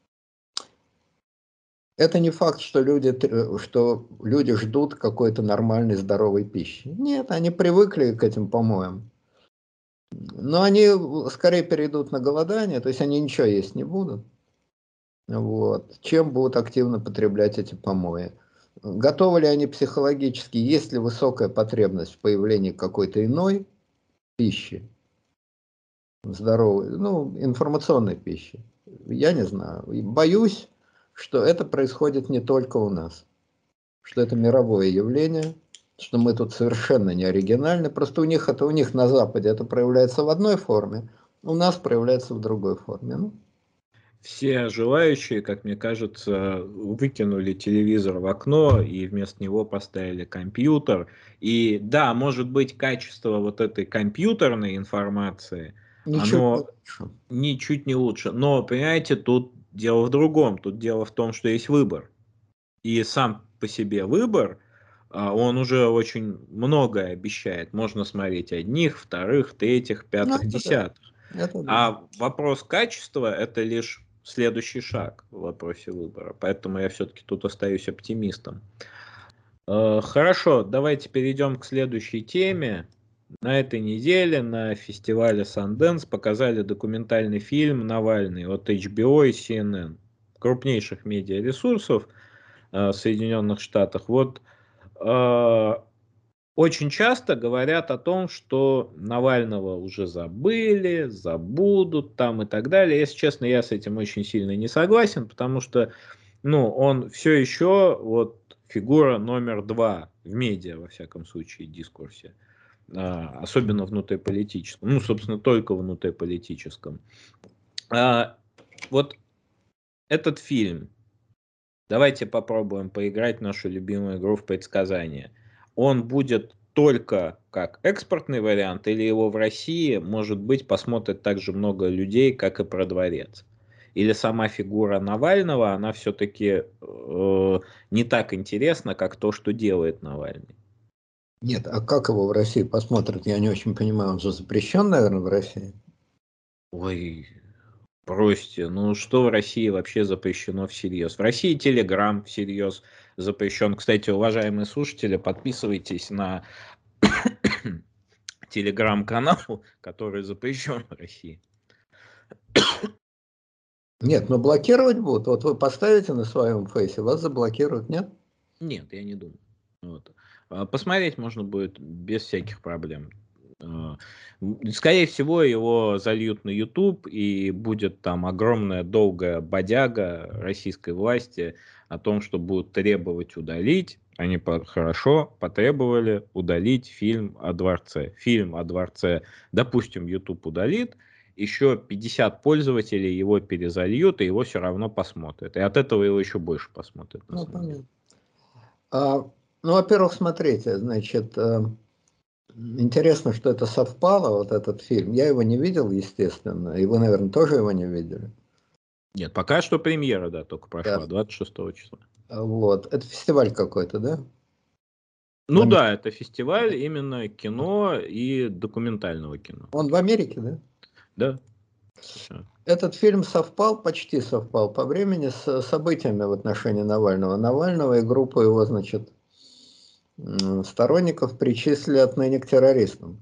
A: это не факт, что люди ждут какой-то нормальной здоровой пищи. Нет, они привыкли к этим помоям. Но они скорее перейдут на голодание, то есть они ничего есть не будут. Вот. Чем будут активно потреблять эти помои? Готовы ли они психологически, есть ли высокая потребность в появлении какой-то иной пищи, здоровой, ну, информационной пищи? Я не знаю. И боюсь, что это происходит не только у нас, что это мировое явление, что мы тут совершенно не оригинальны, просто у них на Западе это проявляется в одной форме, у нас проявляется в другой форме. Ну,
B: Все желающие, как мне кажется, выкинули телевизор в окно и вместо него поставили компьютер. И да, может быть, качество вот этой компьютерной информации,
A: ничуть не
B: оно
A: лучше.
B: ничуть не лучше. Но, понимаете, тут дело в другом. Тут дело в том, что есть выбор. И сам по себе выбор, он уже очень многое обещает. Можно смотреть одних, вторых, третьих,
A: Ну,
B: пятых,
A: это да.
B: десятых.
A: Это да.
B: А вопрос качества – это лишь следующий шаг в вопросе выбора. Поэтому я все-таки тут остаюсь оптимистом. Хорошо, давайте перейдем к следующей теме. На этой неделе на фестивале Sundance показали документальный фильм «Навальный» от HBO и CNN, крупнейших медиаресурсов в Соединенных Штатах. Вот очень часто говорят о том, что Навального уже забыли, забудут там и так далее. Если честно, я с этим очень сильно не согласен, потому что, ну, он все еще вот фигура номер 2 в медиа, во всяком случае, дискурсе. Особенно внутриполитическом. Ну, собственно, только внутриполитическом. Вот этот фильм, давайте попробуем поиграть в нашу любимую игру в предсказания. Он будет только как экспортный вариант, или его в России, может быть, посмотрит так же много людей, как и про дворец? Или сама фигура Навального, она все-таки не так интересна, как то, что делает Навальный?
A: Нет, а как его в России посмотрят? Я не очень понимаю, он же запрещен, наверное, в России.
B: Ой, Бросьте, ну что в России вообще запрещено всерьез? В России Телеграм всерьез запрещен. Кстати, уважаемые слушатели, подписывайтесь на Телеграм-канал, который запрещен в России.
A: Нет, но блокировать будут. Вот вы поставите на своем фейсе, вас заблокируют, нет?
B: Нет, я не думаю. Вот. Посмотреть можно будет без всяких проблем. Скорее всего, его зальют на YouTube, и будет там огромная долгая бодяга российской власти о том, что будут требовать удалить. Они хорошо потребовали удалить фильм о дворце. Фильм о дворце, допустим, YouTube удалит, еще 50 пользователей его перезальют, и его все равно посмотрят. И от этого его еще больше посмотрят, на
A: Ну,
B: самом деле.
A: понятно. Ну, во-первых, смотрите, значит, интересно, что это совпало, вот этот фильм. Я его не видел, естественно, и вы, наверное, тоже его не видели.
B: Нет, пока что премьера, да, только
A: Да.
B: прошла, 26 числа.
A: Вот. Это фестиваль какой-то, да?
B: Ну да, это фестиваль именно кино и документального кино.
A: Он в Америке, да?
B: Да, США.
A: Этот фильм совпал, почти совпал по времени с событиями в отношении Навального. Навального и группу его, значит, сторонников причислили отныне к террористам.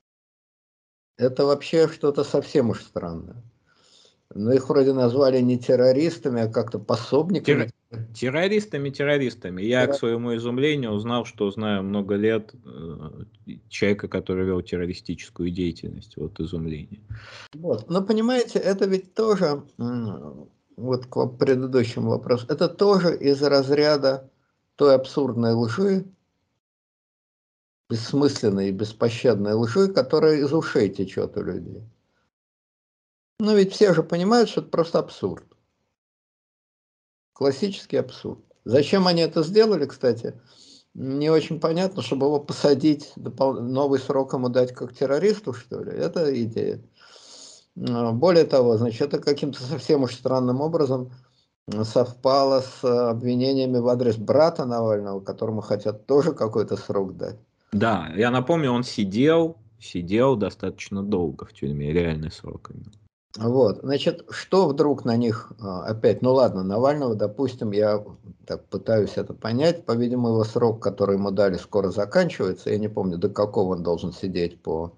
A: Это вообще что-то совсем уж странное. Но их вроде назвали не террористами, а как-то пособниками.
B: Террористами. Я, к своему изумлению, узнал, что знаю много лет человека, который вел террористическую деятельность. Вот изумление.
A: Вот. Но понимаете, это ведь тоже, вот к предыдущему вопросу, это тоже из разряда той абсурдной лжи, бессмысленной и беспощадной лжи, которая из ушей течет у людей. Но ведь все же понимают, что это просто абсурд. Классический абсурд. Зачем они это сделали, кстати, не очень понятно, чтобы его посадить, новый срок ему дать как террористу, что ли. Это идея. Более того, значит, это каким-то совсем уж странным образом совпало с обвинениями в адрес брата Навального, которому хотят тоже какой-то срок дать.
B: Да, я напомню, он сидел достаточно долго в тюрьме, реальный срок именно.
A: Вот, значит, что вдруг на них опять, ну ладно, Навального, допустим, я так пытаюсь это понять, по-видимому, его срок, который ему дали, скоро заканчивается, я не помню, до какого он должен сидеть по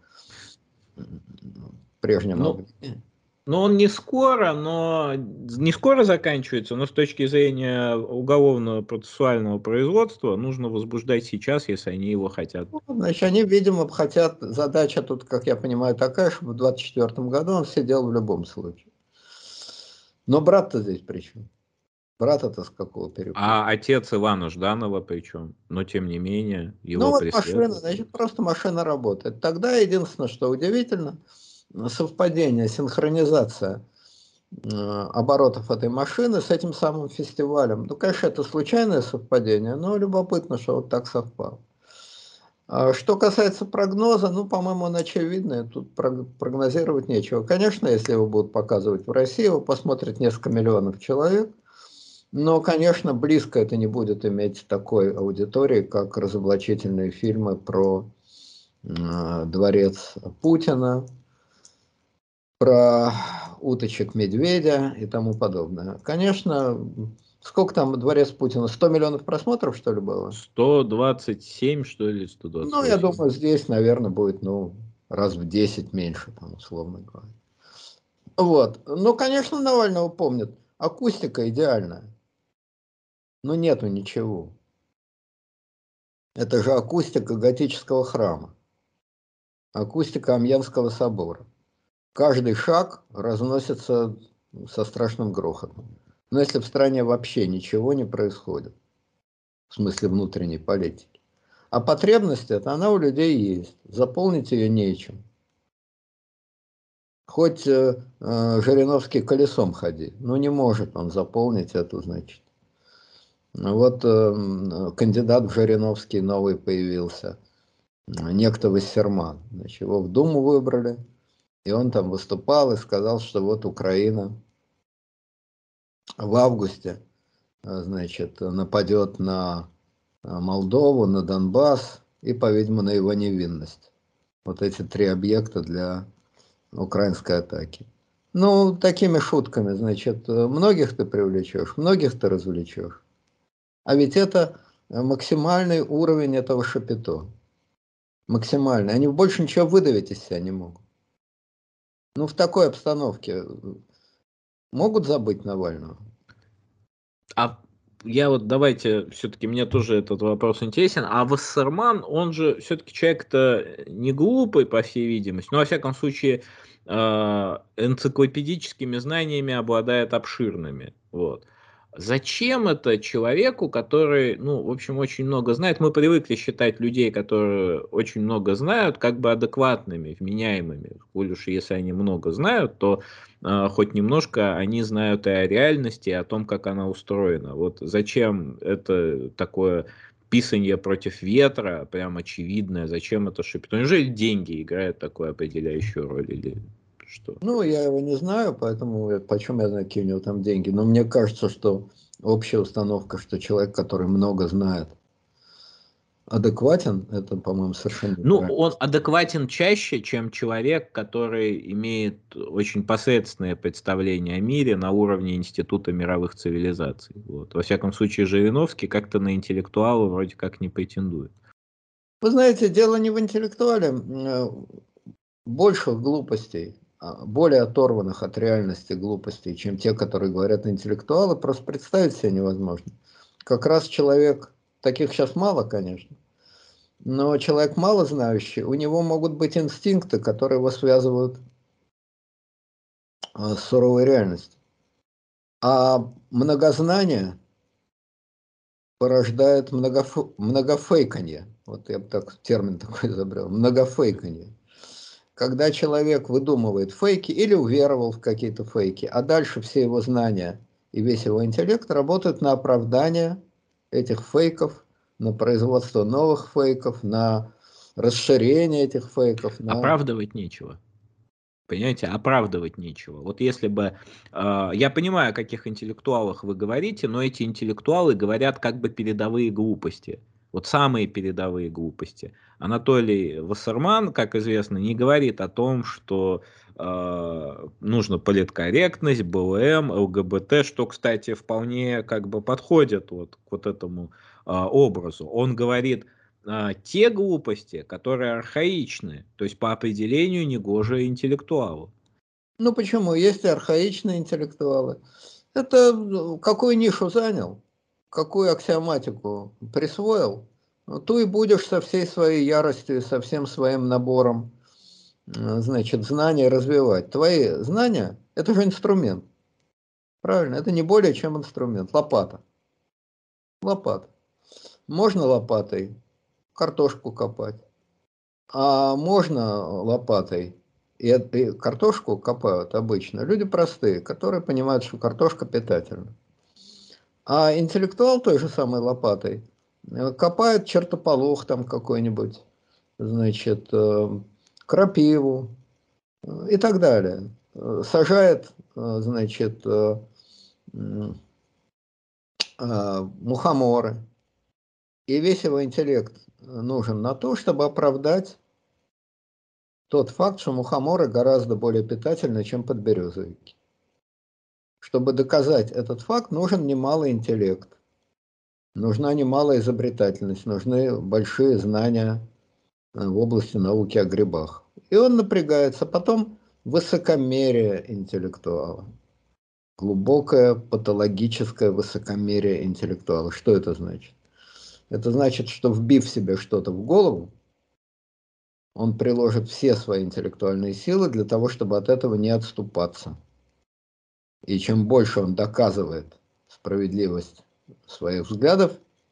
A: прежнему
B: Ну,
A: обвинению.
B: но он не скоро заканчивается, но с точки зрения уголовного процессуального производства нужно возбуждать сейчас, если они его хотят.
A: Ну, значит, они, видимо, хотят, задача тут, как я понимаю, такая, чтобы в 2024 году он сидел в любом случае. Но брат-то здесь при чем? Брата-то с какого перепуга?
B: А отец Ивана Жданова причем, но тем не менее
A: Ну
B: его
A: вот машина,
B: преследуют.
A: значит, просто машина работает. Тогда единственное, что удивительно, совпадение, синхронизация оборотов этой машины с этим самым фестивалем. Ну, конечно, это случайное совпадение, но любопытно, что вот так совпало. Что касается прогноза, ну, по-моему, он очевидный, тут прогнозировать нечего. Конечно, если его будут показывать в России, его посмотрит несколько миллионов человек, но, конечно, близко это не будет иметь такой аудитории, как разоблачительные фильмы про дворец Путина, про уточек медведя и тому подобное. Конечно, сколько там дворец Путина? 100 миллионов просмотров, что ли, было?
B: 127, что ли,
A: Ну, я
B: 128.
A: думаю, здесь, наверное, будет, ну, раз в 10 меньше, там, условно говоря. Вот. Ну, конечно, Навального помнят. Акустика идеальная. Но нету ничего. Это же акустика готического храма. Акустика Амьенского собора. Каждый шаг разносится со страшным грохотом. Но если в стране вообще ничего не происходит, в смысле внутренней политики, а потребность эта, она у людей есть. Заполнить ее нечем. Хоть Жириновский колесом ходи, но не может он заполнить эту, значит. Вот кандидат в Жириновский новый появился, некто Вассерман. Значит, его в Думу выбрали, и он там выступал и сказал, что вот Украина в августе, значит, нападет на Молдову, на Донбасс и, по-видимому, на его невинность. Вот эти три объекта для украинской атаки. Ну, такими шутками, значит, многих ты привлечешь, многих ты развлечешь. А ведь это максимальный уровень этого шапито. Максимальный. Они больше ничего выдавить из себя не могут. Ну, в такой обстановке могут забыть Навального?
B: А я вот давайте, все-таки мне тоже этот вопрос интересен. А Вассерман, он же все-таки человек-то не глупый, по всей видимости, но во всяком случае энциклопедическими знаниями обладает обширными. Вот. Зачем это человеку, который, ну, в общем, очень много знает? Мы привыкли считать людей, которые очень много знают, как бы адекватными, вменяемыми. Коль уж если они много знают, то хоть немножко они знают и о реальности, и о том, как она устроена. Вот зачем это такое писанье против ветра, прям очевидное, зачем это шипит? Неужели деньги играют такую определяющую роль или что?
A: Ну, я его не знаю, поэтому почем я знаю, какие у него там деньги. Но мне кажется, что общая установка, что человек, который много знает, адекватен, это, по-моему, совершенно
B: Ну,
A: неправильно.
B: он адекватен чаще, чем человек, который имеет очень посредственное представление о мире на уровне Института мировых цивилизаций. Вот. Во всяком случае, Жириновский как-то на интеллектуала вроде как не претендует.
A: Вы знаете, дело не в интеллектуале, больше глупостей, более оторванных от реальности глупостей, чем те, которые говорят интеллектуалы, просто представить себе невозможно. Как раз человек, таких сейчас мало, конечно, но человек мало знающий, у него могут быть инстинкты, которые его связывают с суровой реальностью. А многознание порождает многофейканье. Вот я бы так термин такой изобрел. Многофейканье. Когда человек выдумывает фейки или уверовал в какие-то фейки, а дальше все его знания и весь его интеллект работают на оправдание этих фейков, на производство новых фейков, на расширение этих фейков, на...
B: Оправдывать нечего. Понимаете, оправдывать нечего. Вот если бы... я понимаю, о каких интеллектуалах вы говорите, но эти интеллектуалы говорят как бы передовые глупости. Вот самые передовые глупости. Анатолий Вассерман, как известно, не говорит о том, что нужно политкорректность, БЛМ, ЛГБТ, что, кстати, вполне как бы подходит вот к вот этому образу. Он говорит те глупости, которые архаичны, то есть по определению негоже интеллектуалу.
A: Ну почему? Есть и архаичные интеллектуалы. Это какую нишу занял, какую аксиоматику присвоил, ну, ту и будешь со всей своей яростью и со всем своим набором, значит, знаний развивать. Твои знания– это же инструмент, правильно? Это не более чем инструмент. Лопата. Лопата. Можно лопатой картошку копать, а можно лопатой, и картошку копают обычно люди простые, которые понимают, что картошка питательна. А интеллектуал той же самой лопатой копает чертополох там какой-нибудь, значит, крапиву и так далее. Сажает, значит, мухоморы. И весь его интеллект нужен на то, чтобы оправдать тот факт, что мухоморы гораздо более питательны, чем подберезовики. Чтобы доказать этот факт, нужен немалый интеллект, нужна немалая изобретательность, нужны большие знания в области науки о грибах. И он напрягается. Потом высокомерие интеллектуала. Глубокое патологическое высокомерие интеллектуала. Что это значит? Это значит, что вбив себе что-то в голову, он приложит все свои интеллектуальные силы для того, чтобы от этого не отступаться. И чем больше он доказывает справедливость своих взглядов,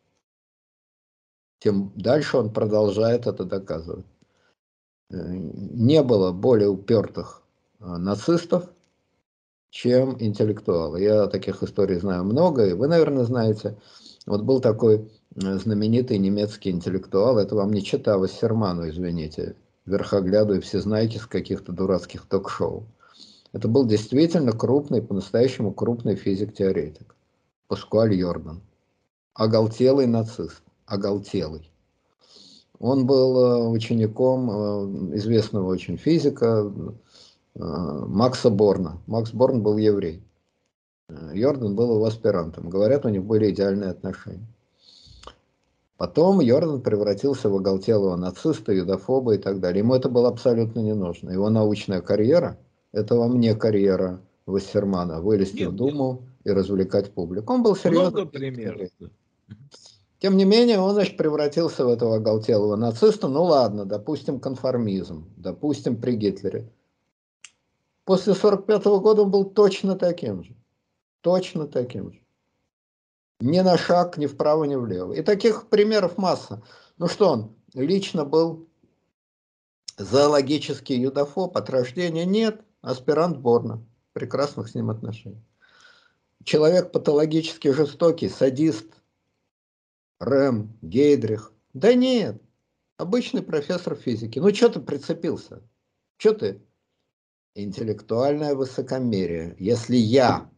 A: тем дальше он продолжает это доказывать. Не было более упертых нацистов, чем интеллектуалы. Я таких историй знаю много, и вы, наверное, знаете. Вот был такой знаменитый немецкий интеллектуал, это вам не чета Вассерману, извините, верхогляду и всезнайки с каких-то дурацких ток-шоу. Это был действительно крупный, по-настоящему крупный физик-теоретик. Паскуаль Йордан. Оголтелый нацист. Оголтелый. Он был учеником известного очень физика, Макса Борна. Макс Борн был еврей. Йордан был его аспирантом. Говорят, у них были идеальные отношения. Потом Йордан превратился в оголтелого нациста, юдофоба и так далее. Ему это было абсолютно не нужно. Его научная карьера, это вам не карьера Вассермана, вылезти в
B: Нет, нет.
A: Думу и развлекать публику. Он был серьезным
B: Много примеров. Да.
A: Тем не менее, он, значит, превратился в этого оголтелого нациста. Ну ладно, допустим, конформизм, допустим, при Гитлере. После 1945 года он был точно таким же. Точно таким же. Ни на шаг, ни вправо, ни влево. И таких примеров масса. Ну что он, лично был зоологический юдофоб от рождения? Нет. Аспирант Борна. Прекрасных с ним отношений. Человек патологически жестокий, садист. Рэм, Гейдрих. Да нет. Обычный профессор физики. Ну что ты прицепился? Что ты? Интеллектуальное высокомерие. Если я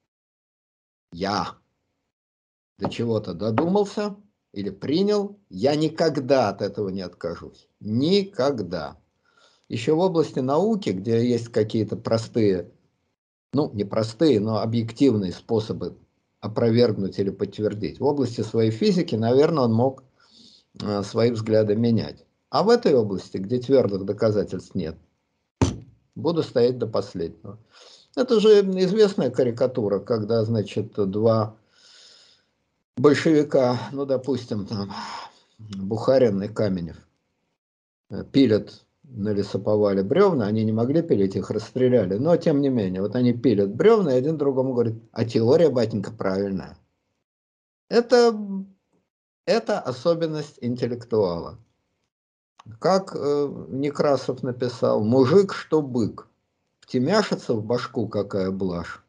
A: до чего-то додумался или принял, я никогда от этого не откажусь. Никогда. Еще в области науки, где есть какие-то простые, ну, не простые, но объективные способы опровергнуть или подтвердить. В области своей физики, наверное, он мог свои взгляды менять. А в этой области, где твердых доказательств нет, буду стоять до последнего. Это же известная карикатура, когда, значит, два большевика, ну, допустим, там, Бухарин и Каменев, пилят на лесоповале бревна, они не могли пилить, их расстреляли, но тем не менее, вот они пилят бревна, и один другому говорит, а теория, батенька, правильная. Это особенность интеллектуала. Как Некрасов написал, мужик, что бык, втемяшится в башку, какая блажь.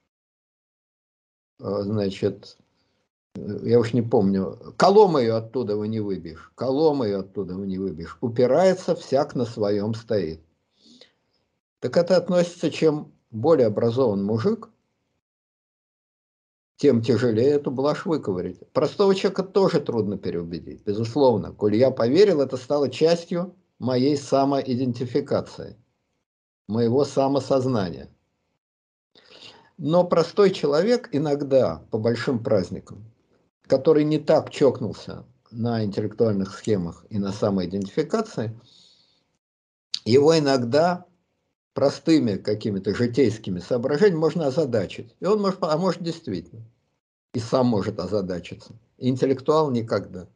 A: Значит, я уж не помню, колом ее оттуда вы не выбьешь, колом ее оттуда вы не выбьешь, упирается, всяк на своем стоит. Так это относится, чем более образован мужик, тем тяжелее эту блажь выковырять. Простого человека тоже трудно переубедить, безусловно. Коль я поверил, это стало частью моей самоидентификации, моего самосознания. Но простой человек иногда по большим праздникам, который не так чокнулся на интеллектуальных схемах и на самоидентификации, его иногда простыми какими-то житейскими соображениями можно озадачить. И он может, а может действительно, и сам может озадачиться. Интеллектуал никогда.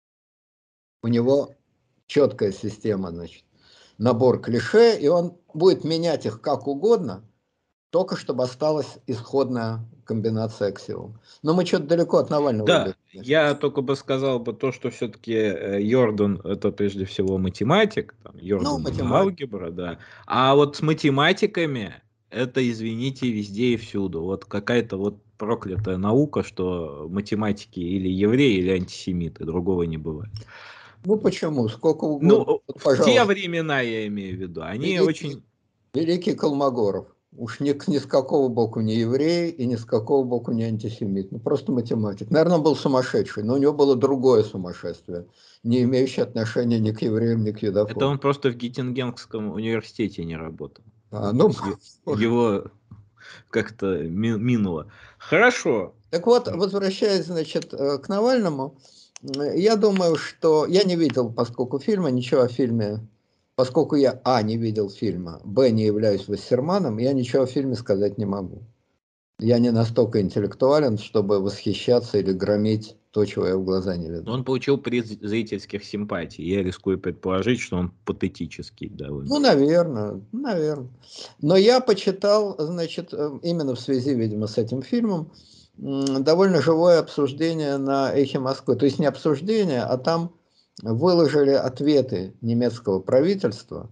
A: У него четкая система, значит, набор клише, и он будет менять их как угодно, только чтобы осталась исходная комбинация аксиом. Но мы что-то далеко от Навального
B: Да,
A: убежали.
B: я только бы сказал бы то, что все-таки Йордан это прежде всего математик, там,
A: Ну,
B: Йордан это
A: математика.
B: алгебра, да. А вот с математиками это, извините, везде и всюду. Вот какая-то вот проклятая наука, что математики или евреи, или антисемиты, другого не бывает.
A: Ну почему? Сколько угодно.
B: Ну,
A: Вот,
B: в те
A: пожалуйста,
B: времена я имею в виду, они
A: великий,
B: очень...
A: великий Колмогоров. Уж ни с какого боку не еврей и ни с какого боку не антисемит. Ну, просто математик. Наверное, он был сумасшедший, но у него было другое сумасшествие, не имеющее отношения ни к евреям, ни к
B: Это
A: юдофобам.
B: он просто в Геттингенском университете не работал.
A: Ну,
B: Его как-то минуло. Хорошо.
A: так вот, возвращаясь, значит, к Навальному, я думаю, что я не видел, поскольку фильма, ничего о фильме, поскольку я, не видел фильма, не являюсь Вассерманом, я ничего о фильме сказать не могу. Я не настолько интеллектуален, чтобы восхищаться или громить то, чего я в глаза не видел.
B: Он получил приз зрительских симпатий. Я рискую предположить, что он патетический довольно.
A: Ну, наверное, наверное. Но я почитал, значит, именно в связи, видимо, с этим фильмом, довольно живое обсуждение на «Эхе Москвы». То есть не обсуждение, а там выложили ответы немецкого правительства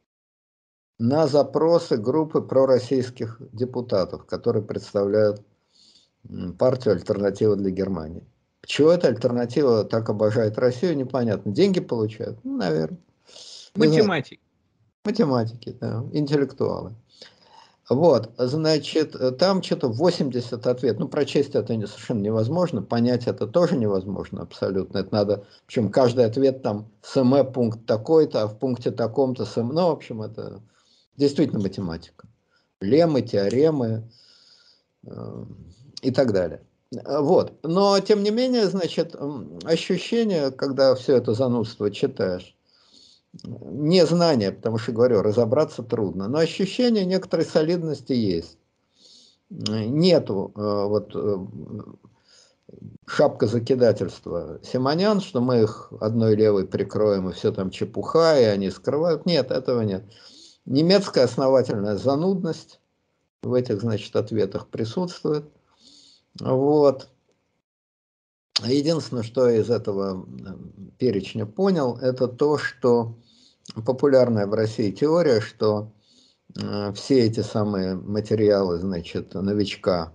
A: на запросы группы пророссийских депутатов, которые представляют партию «Альтернатива для Германии». Чего эта альтернатива так обожает Россию, непонятно. Деньги получают? Ну, наверное. Не знаю.
B: Математик.
A: Математики, да, интеллектуалы. Вот, значит, там что-то 80 ответов. Ну, прочесть это совершенно невозможно, понять это тоже невозможно абсолютно. Это надо, причем каждый ответ там СМ пункт такой-то, а в пункте таком-то СМ. Ну, в общем, это Действительно математика. Леммы, теоремы и так далее. Вот. Но, тем не менее, значит, ощущение, когда все это занудство читаешь, не знание, потому что, говорю, разобраться трудно, но ощущение некоторой солидности есть. Нету шапка закидательства Симонян, что мы их одной левой прикроем, и все там чепуха, и они скрывают. Нет, этого нет. Немецкая основательная занудность в этих, значит, ответах присутствует. Вот. Единственное, что я из этого перечня понял, это то, что популярная в России теория, что все эти самые материалы, значит, новичка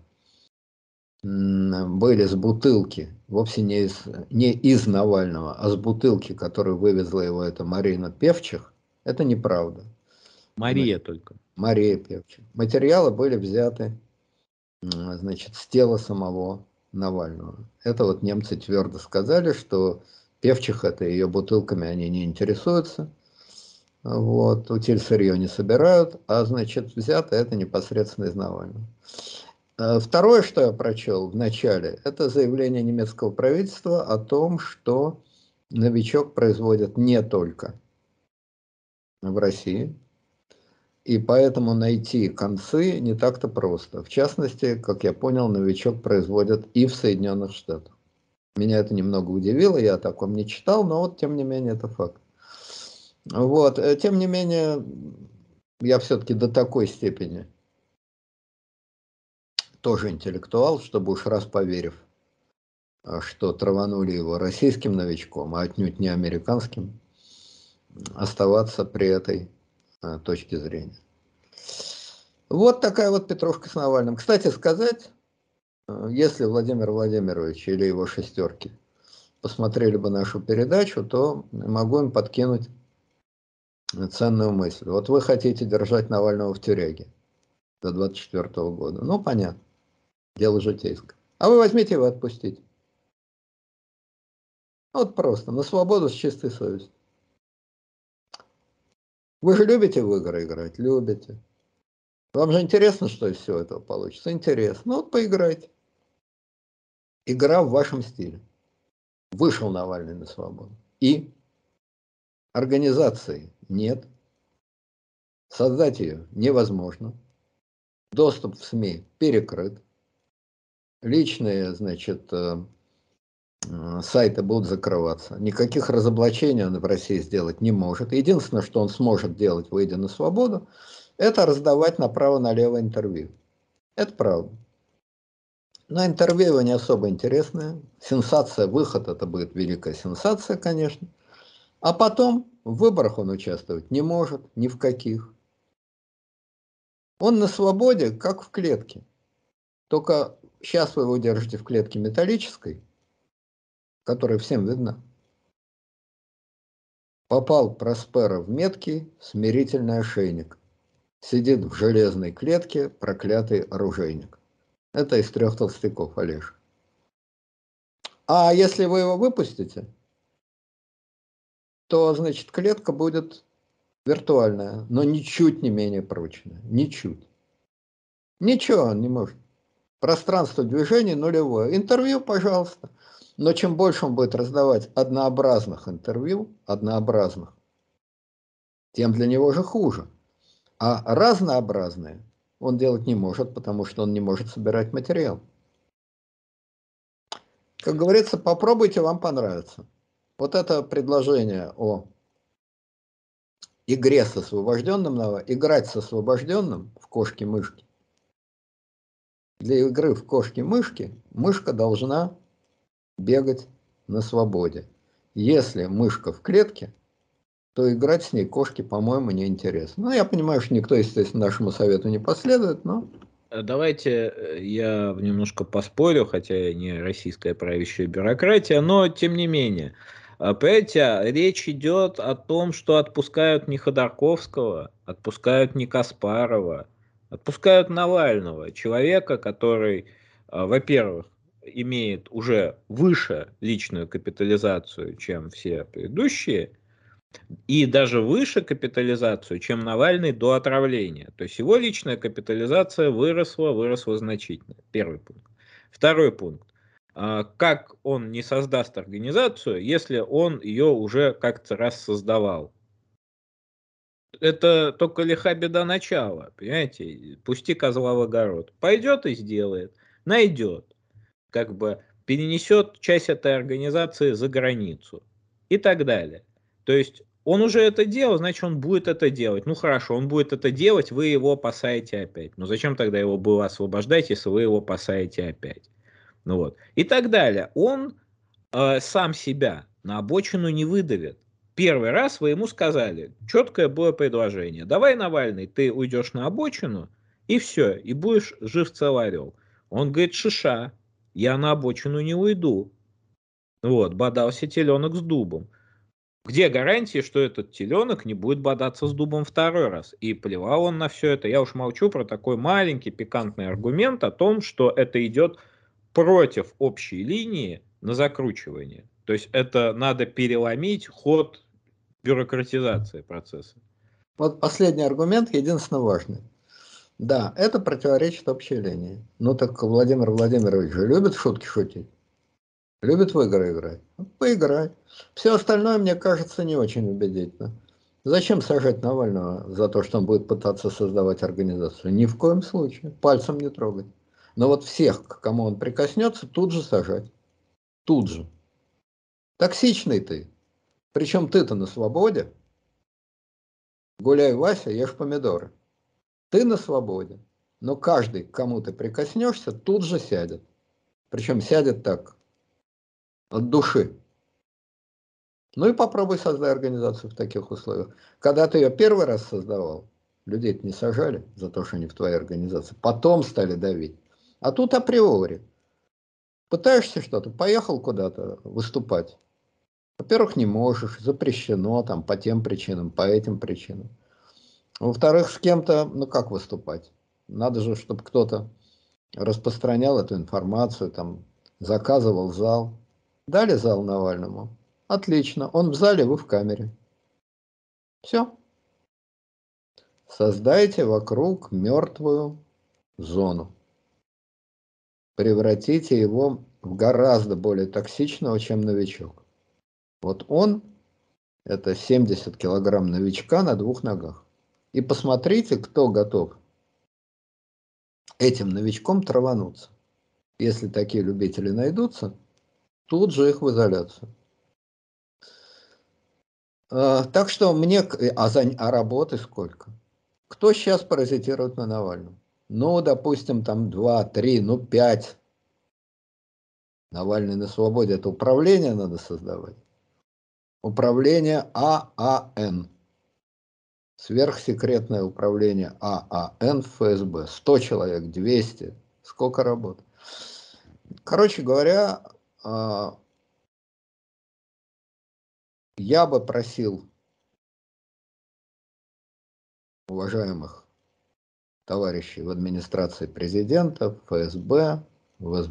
A: были с бутылки, вовсе не из Навального, а с бутылки, которую вывезла его эта Марина Певчих, это неправда.
B: Мария только.
A: Мария Певчих. Материалы были взяты, значит, с тела самого Навального. Это вот немцы твердо сказали, что Певчих это ее бутылками они не интересуются. Вот, утиль сырье не собирают, а значит взято это непосредственно из Навального. Второе, что я прочел в начале, это заявление немецкого правительства о том, что новичок производят не только в России, и поэтому найти концы не так-то просто. В частности, как я понял, новичок производят и в Соединенных Штатах. Меня это немного удивило, я о таком не читал, но вот тем не менее это факт. Вот, тем не менее, я все-таки до такой степени тоже интеллектуал, чтобы уж раз поверив, что траванули его российским новичком, а отнюдь не американским, оставаться при этой точке зрения. Вот такая вот петрушка с Навальным. Кстати сказать, если Владимир Владимирович или его шестерки посмотрели бы нашу передачу, то могу им подкинуть ценную мысль. Вот вы хотите держать Навального в тюряге до 24 года. Ну, понятно, дело житейское. А вы возьмите его отпустите. Вот просто, на свободу с чистой совестью. Вы же любите в игры играть? Любите. Вам же интересно, что из всего этого получится? Интересно. Ну вот поиграйте. Игра в вашем стиле. Вышел Навальный на свободу. И организации нет. Создать ее невозможно. Доступ в СМИ перекрыт. Личные, значит, сайты будут закрываться. Никаких разоблачений он в России сделать не может. Единственное, что он сможет делать, выйдя на свободу, это раздавать направо-налево интервью. Это правда. Но интервью его не особо интересное. Сенсация, выход, это будет великая сенсация, конечно. А потом в выборах он участвовать не может, ни в каких. Он на свободе, как в клетке. Только сейчас вы его держите в клетке металлической, которая всем видна. Попал Проспера в меткий смирительный ошейник. Сидит в железной клетке проклятый оружейник. Это из трех толстяков, Олеж. А если вы его выпустите, то, значит, клетка будет виртуальная, но ничуть не менее прочная. Ничуть. Ничего он не может. Пространство движения нулевое. Интервью, пожалуйста. Но чем больше он будет раздавать однообразных интервью, однообразных, тем для него же хуже. А разнообразные он делать не может, потому что он не может собирать материал. Как говорится, попробуйте, вам понравится. Вот это предложение о игре с освобожденным, играть с освобожденным в кошки-мышки. Для игры в кошки-мышки мышка должна бегать на свободе. Если мышка в клетке, то играть с ней кошки, по-моему, неинтересно. Ну, я понимаю, что никто, естественно, нашему совету не последует, но...
B: Давайте я немножко поспорю, хотя не российская правящая бюрократия, но тем не менее. Понимаете, речь идет о том, что отпускают не Ходорковского, отпускают не Каспарова, отпускают Навального, человека, который, во-первых, имеет уже выше личную капитализацию, чем все предыдущие И даже выше капитализацию, чем Навальный до отравления. То есть его личная капитализация выросла значительно. Первый пункт. Второй пункт. Как он не создаст организацию, если он ее уже как-то раз создавал? Это только лиха беда начала, понимаете? Пусти козла в огород. Пойдет и сделает, найдет, как бы перенесет часть этой организации за границу и так далее. То есть он уже это делал, значит он будет это делать. Ну хорошо, он будет это делать, вы его посадите опять. Но зачем тогда его было освобождать, если вы его посадите опять? Ну вот. И так далее. Он сам себя на обочину не выдавит. Первый раз вы ему сказали, четкое было предложение. Давай, Навальный, ты уйдешь на обочину, и все, и будешь жив цел орел. Он говорит, шиша, я на обочину не уйду. Вот, бодался теленок с дубом. Где гарантии, что этот теленок не будет бодаться с дубом второй раз? И плевал он на все это. Я уж молчу про такой маленький пикантный аргумент о том, что это идет против общей линии на закручивание. То есть это надо переломить ход бюрократизации процесса.
A: Вот последний аргумент, единственно важный. Да, это противоречит общей линии. Ну так Владимир Владимирович же любит шутки шутить. Любит в игры играть. Ну, поиграй. Все остальное, мне кажется, не очень убедительно. Зачем сажать Навального за то, что он будет пытаться создавать организацию? Ни в коем случае. Пальцем не трогать. Но вот всех, к кому он прикоснется, тут же сажать. Тут же. Токсичный ты. Причем ты-то на свободе. Гуляй, Вася, ешь помидоры. Ты на свободе. Но каждый, к кому ты прикоснешься, тут же сядет. Причем сядет так, от души. Ну и попробуй создай организацию в таких условиях. Когда ты ее первый раз создавал, людей не сажали за то, что они в твоей организации. Потом стали давить. А тут априори. Пытаешься что-то, поехал куда-то выступать. Во-первых, не можешь, запрещено там по тем причинам, по этим причинам. Во-вторых, с кем-то, ну как выступать? Надо же, чтобы кто-то распространял эту информацию, там, заказывал зал. Дали зал Навальному. Отлично. Он в зале, вы в камере. Все. Создайте вокруг мертвую зону. Превратите его в гораздо более токсичного, чем новичок. Вот он, это 70 килограмм новичка на двух ногах. И посмотрите, кто готов этим новичком травануться. Если такие любители найдутся, тут же их в изоляцию. Так что мне, а работы сколько? Кто сейчас паразитирует на Навальном? Ну, допустим, там 2, 3, ну 5. Навальный на свободе, это управление надо создавать. Управление ААН. Сверхсекретное управление ААН в ФСБ. 100 человек, 200. Сколько работ? Короче говоря, я бы просил уважаемых товарищей в администрации президента, в ФСБ, в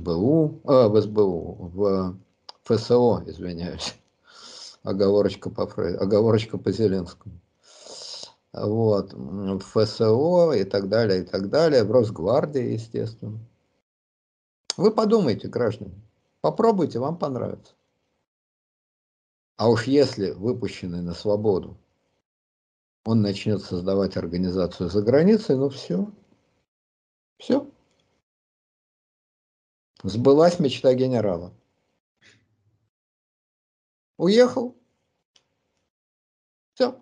A: в ФСО, извиняюсь, оговорочка по Зеленскому. Вот, в ФСО и так далее, в Росгвардии, естественно. Вы подумайте, граждане, попробуйте, вам понравится. А уж если выпущенный на свободу, он начнет создавать организацию за границей, ну все, все. Сбылась мечта генерала. Уехал, все.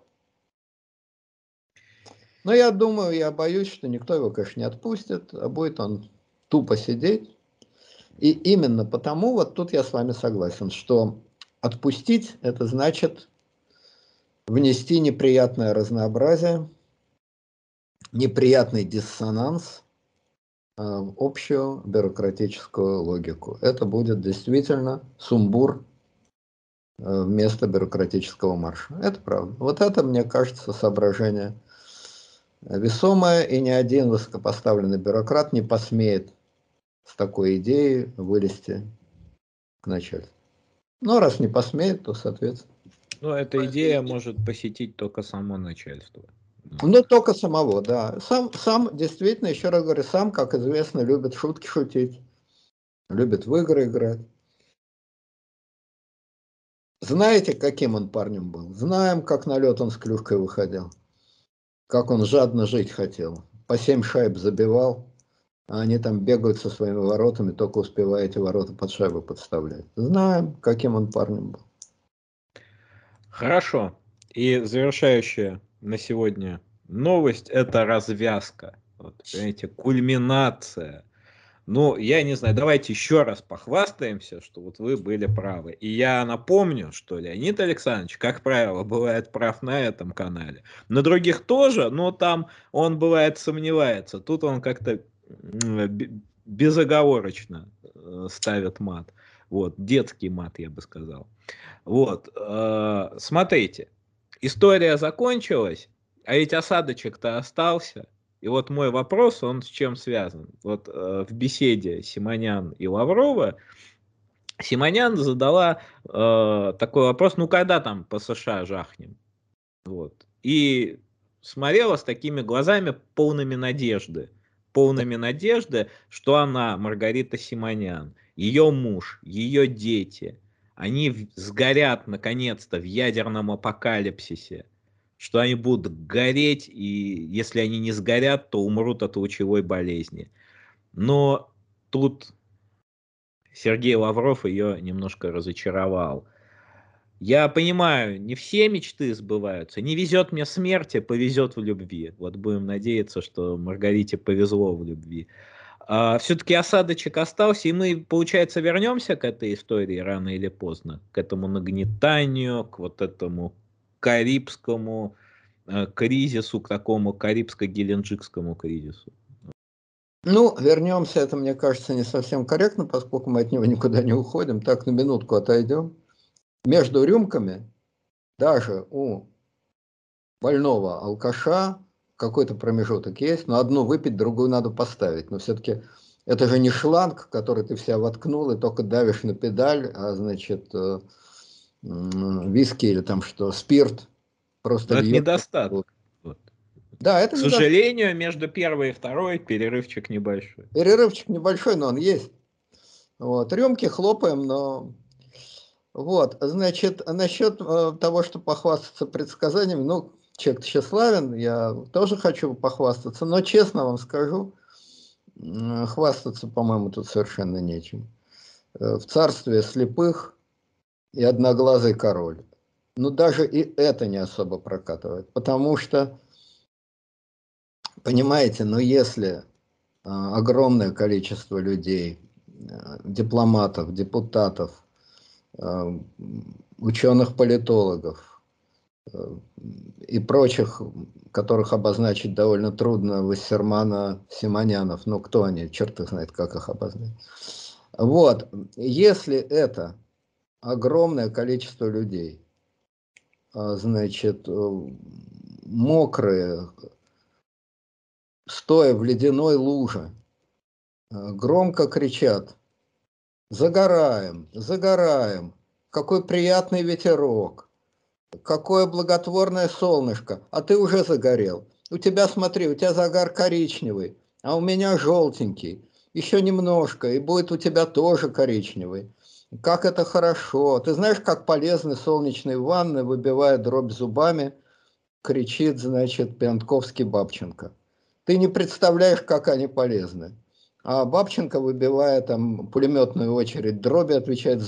A: Но я думаю, я боюсь, что никто его, конечно, не отпустит, а будет он тупо сидеть. И именно потому, вот тут я с вами согласен, что отпустить – это значит внести неприятное разнообразие, неприятный диссонанс в общую бюрократическую логику. Это будет действительно сумбур вместо бюрократического марша. Это правда. Вот это, мне кажется, соображение весомое, и ни один высокопоставленный бюрократ не посмеет с такой идеей вылезти к начальству. Но раз не посмеет, то, соответственно.
B: Но эта идея может посетить только само начальство.
A: Ну, только самого, да. Сам действительно, еще раз говорю, сам, как известно, любит шутки шутить, любит в игры играть. Знаете, каким он парнем был? Знаем, как на лед он с клюшкой выходил. Как он жадно жить хотел. По 7 шайб забивал, а они там бегают со своими воротами, только успевая эти ворота под шайбу подставлять. Знаем, каким он парнем был.
B: Хорошо. И завершающая на сегодня новость – это развязка. Вот, понимаете, кульминация. Ну, я не знаю, давайте еще раз похвастаемся, что вот вы были правы. И я напомню, что Леонид Александрович, как правило, бывает прав на этом канале. На других тоже, но там он бывает сомневается. Тут он как-то безоговорочно ставит мат. Вот, детский мат, я бы сказал. Вот, смотрите, история закончилась, а ведь осадочек-то остался. И вот мой вопрос, он с чем связан? Вот в беседе Симонян и Лаврова Симонян задала такой вопрос, ну когда там по США жахнем? Вот. И смотрела с такими глазами полными надежды, что она, Маргарита Симонян, ее муж, ее дети, они сгорят наконец-то в ядерном апокалипсисе, что они будут гореть, и если они не сгорят, то умрут от лучевой болезни. Но тут Сергей Лавров ее немножко разочаровал. Я понимаю, не все мечты сбываются. Не везет мне смерти, повезет в любви. Вот будем надеяться, что Маргарите повезло в любви. Все-таки осадочек остался, и мы, получается, вернемся к этой истории рано или поздно, к этому нагнетанию, к вот этому карибскому кризису, к такому карибско-геленджикскому кризису.
A: Ну, вернемся, это, мне кажется, не совсем корректно, поскольку мы от него никуда не уходим. Так, на минутку отойдем. Между рюмками, даже у больного алкаша, какой-то промежуток есть, но одну выпить, другую надо поставить. Но все-таки это же не шланг, который ты в себя воткнул и только давишь на педаль, а значит виски или там что, спирт просто
B: Но это
A: льет.
B: недостаток. Вот.
A: Да, это
B: К
A: недостаток.
B: сожалению, между первой и второй перерывчик небольшой.
A: Перерывчик небольшой, но он есть. Вот. Рюмки хлопаем, но... Вот, значит, насчет того, что похвастаться предсказаниями, ну, человек тщеславен, я тоже хочу похвастаться, но честно вам скажу, хвастаться, по-моему, тут совершенно нечем. В царстве слепых и одноглазый король. Ну, даже и это не особо прокатывает, потому что, понимаете, ну, если огромное количество людей, дипломатов, депутатов, ученых-политологов и прочих, которых обозначить довольно трудно, Вассермана, Симонянов, ну кто они, черт их знает, как их обозначить. Вот, если это огромное количество людей, значит, мокрые, стоя в ледяной луже, громко кричат: загораем, загораем, какой приятный ветерок, какое благотворное солнышко, а ты уже загорел. У тебя, смотри, у тебя загар коричневый, а у меня желтенький. Еще немножко, и будет у тебя тоже коричневый. Как это хорошо. Ты знаешь, как полезны солнечные ванны, выбивая дробь зубами, кричит, значит, Пиантковский Бабченко. Ты не представляешь, как они полезны. А Бабченко, выбивая там пулеметную очередь дроби, отвечает: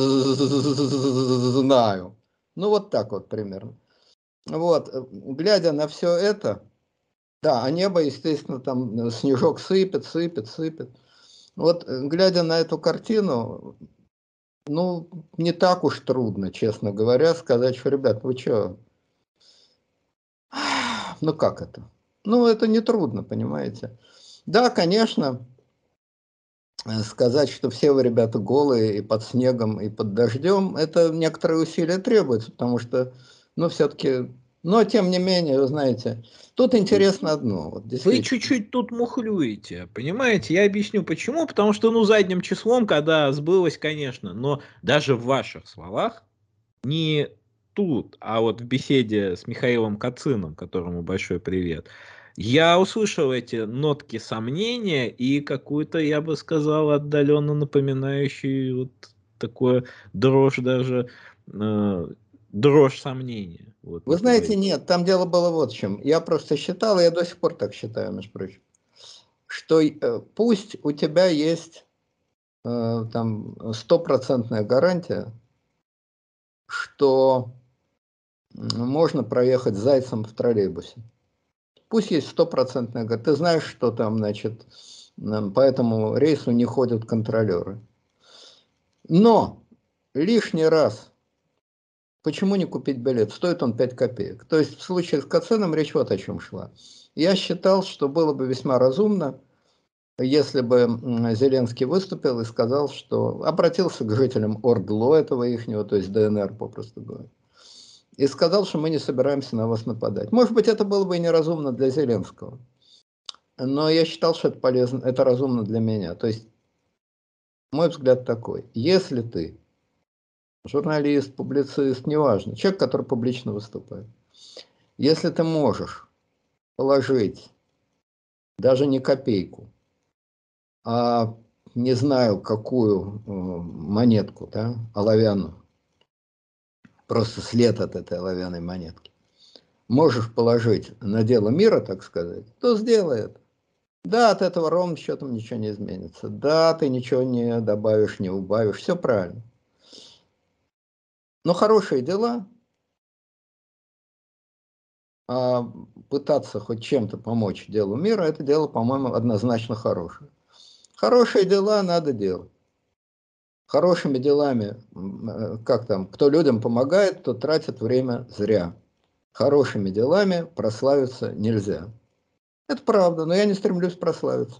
A: знаю. Ну, вот так вот примерно. Вот, глядя на все это, да, а небо, естественно, там снежок сыпет, сыпет, сыпет. Вот, глядя на эту картину, ну, не так уж трудно, честно говоря, сказать, что, ребят, вы что, ну как это? Ну, это не трудно, понимаете. Да, конечно, сказать, что все вы, ребята, голые и под снегом, и под дождем, это некоторые усилия требуется, потому что, ну, все-таки, но тем не менее, вы знаете, тут интересно одно, вот
B: Вы
A: действительно.
B: чуть-чуть тут мухлюете, понимаете? Я объясню почему. Потому что, ну, задним числом, когда сбылось, конечно, но даже в ваших словах не тут, а вот в беседе с Михаилом Кациным, которому большой привет, я услышал эти нотки сомнения и какую-то, я бы сказал, отдаленно напоминающую вот такое дрожь даже, дрожь сомнения. Вот
A: Вы
B: в
A: знаете,
B: этой.
A: нет, там дело было вот в чем. Я просто считал, и я до сих пор так считаю, между прочим, что пусть у тебя есть там стопроцентная гарантия, что можно проехать зайцем в троллейбусе. Пусть есть стопроцентная гарантия. Ты знаешь, что там, значит, по этому рейсу не ходят контролеры. Но лишний раз, почему не купить билет? Стоит он 5 копеек. То есть в случае с Кациным речь вот о чем шла. Я считал, что было бы весьма разумно, если бы Зеленский выступил и сказал, что обратился к жителям ОРДЛО этого ихнего, то есть ДНР, попросту говоря, и сказал, что мы не собираемся на вас нападать. Может быть, это было бы и неразумно для Зеленского, но я считал, что это полезно, это разумно для меня. То есть мой взгляд такой: если ты журналист, публицист, неважно, человек, который публично выступает, если ты можешь положить даже не копейку, а не знаю какую монетку, да, оловянную, просто след от этой оловянной монетки, можешь положить на дело мира, так сказать, то сделай это. Да, от этого ровным счетом ничего не изменится. Да, ты ничего не добавишь, не убавишь, все правильно. Но хорошие дела, а пытаться хоть чем-то помочь делу мира, это дело, по-моему, однозначно хорошее. Хорошие дела надо делать. Хорошими делами, как там, кто людям помогает, тот тратит время зря. Хорошими делами прославиться нельзя. Это правда, но я не стремлюсь прославиться.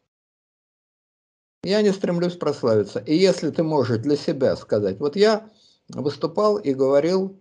A: Я не стремлюсь прославиться. И если ты можешь для себя сказать, вот я выступал и говорил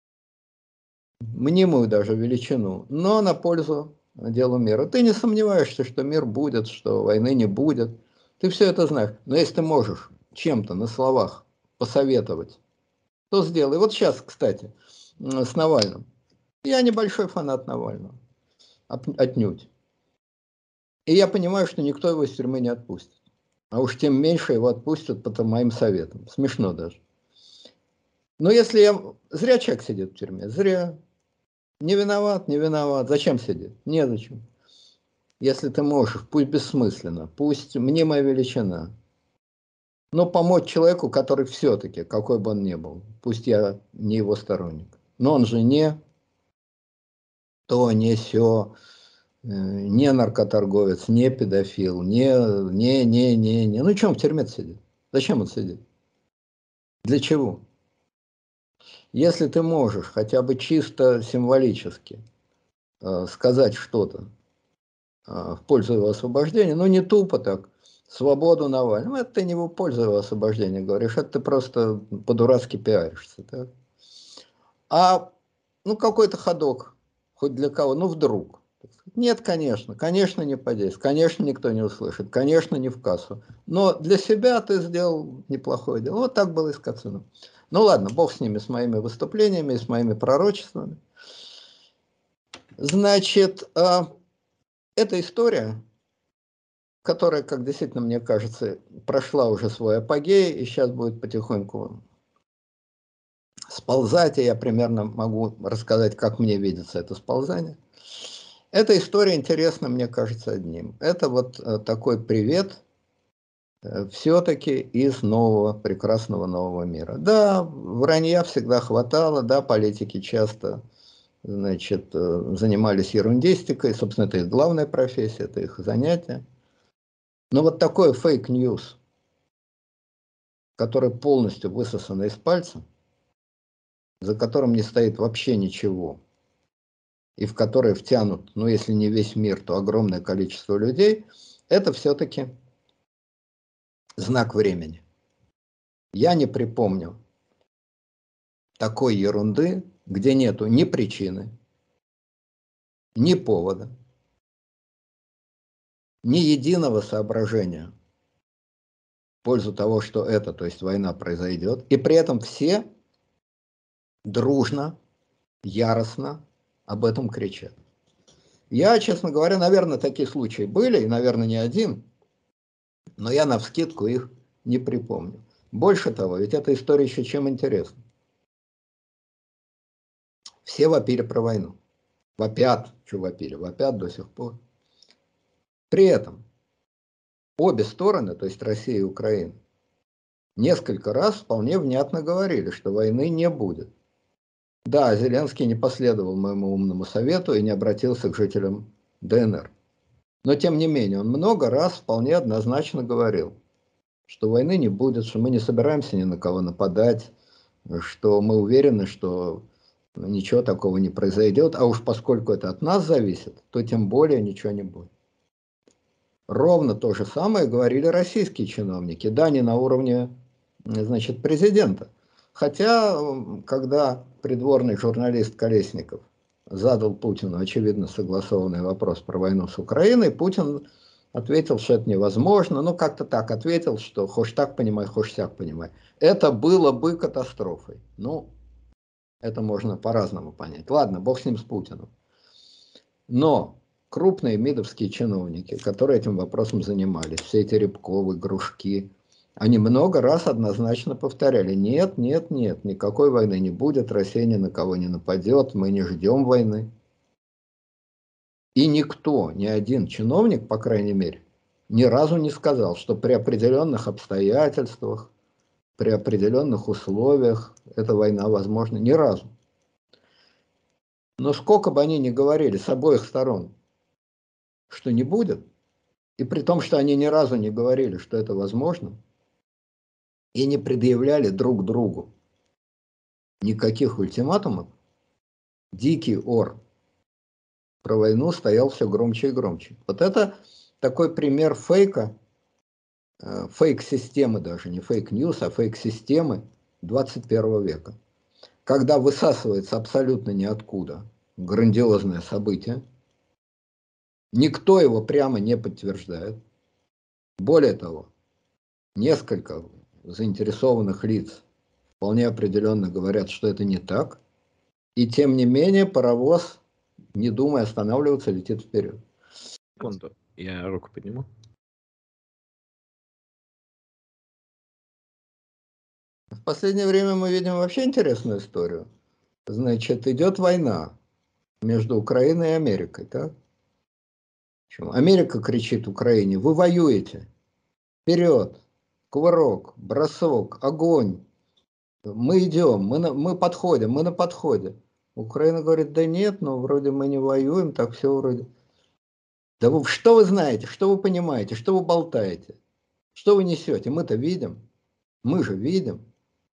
A: мнимую даже величину, но на пользу делу мира. Ты не сомневаешься, что мир будет, что войны не будет. Ты все это знаешь. Но если ты можешь чем-то на словах посоветовать, то сделай. Вот сейчас, кстати, с Навальным. Я небольшой фанат Навального. Отнюдь. И я понимаю, что никто его из тюрьмы не отпустит. А уж тем меньше его отпустят по моим советам. Смешно даже. Но если я... Зря человек сидит в тюрьме. Зря. Не виноват, не виноват. Зачем сидит? Незачем. Если ты можешь, пусть бессмысленно, пусть мнимая величина, но помочь человеку, который все-таки, какой бы он ни был, пусть я не его сторонник, но он же не то, не сё, не наркоторговец, не педофил, не. Ну, что он в тюрьме сидит? Зачем он сидит? Для чего? Если ты можешь хотя бы чисто символически сказать что-то в пользу его освобождения, ну не тупо так, свободу Навальному, это ты не в пользу его освобождения говоришь, это ты просто по-дурацки пиаришься. Так? А ну какой-то ходок, хоть для кого, ну вдруг. Нет, конечно, конечно не подействует, конечно никто не услышит, конечно не в кассу. Но для себя ты сделал неплохое дело. Вот так было и с Кациным. Ну ладно, бог с ними, с моими выступлениями, с моими пророчествами. Значит, эта история, которая, как действительно мне кажется, прошла уже свой апогей и сейчас будет потихоньку сползать, и я примерно могу рассказать, как мне видится это сползание. Эта история интересна, мне кажется, одним. Это вот такой привет все-таки из нового, прекрасного нового мира. Да, вранья всегда хватало, да, политики часто, значит, занимались ерундистикой, собственно, это их главная профессия, это их занятие. Но вот такой фейк-ньюс, который полностью высосан из пальца, за которым не стоит вообще ничего, и в который втянут, ну если не весь мир, то огромное количество людей, это все-таки знак времени. Я не припомню такой ерунды, где нету ни причины, ни повода, ни единого соображения в пользу того, что это, то есть война произойдет, и при этом все дружно, яростно об этом кричат. Я, честно говоря, наверное, такие случаи были, и, наверное, не один, но я навскидку их не припомню. Больше того, ведь эта история еще чем интересна. Все вопили про войну. Вопят, что вопили, вопят до сих пор. При этом обе стороны, то есть Россия и Украина, несколько раз вполне внятно говорили, что войны не будет. Да, Зеленский не последовал моему умному совету и не обратился к жителям ДНР. Но тем не менее, он много раз вполне однозначно говорил, что войны не будет, что мы не собираемся ни на кого нападать, что мы уверены, что ничего такого не произойдет, а уж поскольку это от нас зависит, то тем более ничего не будет. Ровно то же самое говорили российские чиновники, да, не на уровне, значит, президента. Хотя, когда придворный журналист Колесников задал Путину, очевидно, согласованный вопрос про войну с Украиной, Путин ответил, что это невозможно, ну как-то так ответил, что хочешь так понимай, хочешь сяк понимай. Это было бы катастрофой. Ну, это можно по-разному понять. Ладно, бог с ним, с Путиным. Но крупные мидовские чиновники, которые этим вопросом занимались, все эти Рябковы, Грушки, они много раз однозначно повторяли: нет, нет, нет, никакой войны не будет, Россия ни на кого не нападет, мы не ждем войны. И никто, ни один чиновник, по крайней мере, ни разу не сказал, что при определенных обстоятельствах, при определенных условиях эта война возможна. Ни разу. Но сколько бы они ни говорили с обоих сторон, что не будет, и при том, что они ни разу не говорили, что это возможно, и не предъявляли друг другу никаких ультиматумов, дикий ор про войну стоял все громче и громче. Вот это такой пример фейка, фейк-системы даже, не фейк-ньюс, а фейк-системы 21 века. Когда высасывается абсолютно ниоткуда грандиозное событие, никто его прямо не подтверждает. Более того, несколько заинтересованных лиц вполне определенно говорят, что это не так, и тем не менее паровоз, не думая останавливаться, летит вперед.
B: Секунду, я руку подниму.
A: В последнее время мы видим вообще интересную историю. Значит, идет война между Украиной и Америкой, так? Америка кричит Украине: вы воюете, вперед, кувырок, бросок, огонь, мы идем, мы подходим, мы на подходе. Украина говорит: да нет, ну вроде мы не воюем, так все вроде. Да вы, что вы знаете, что вы понимаете, что вы болтаете, что вы несете? Мы-то видим, мы же видим.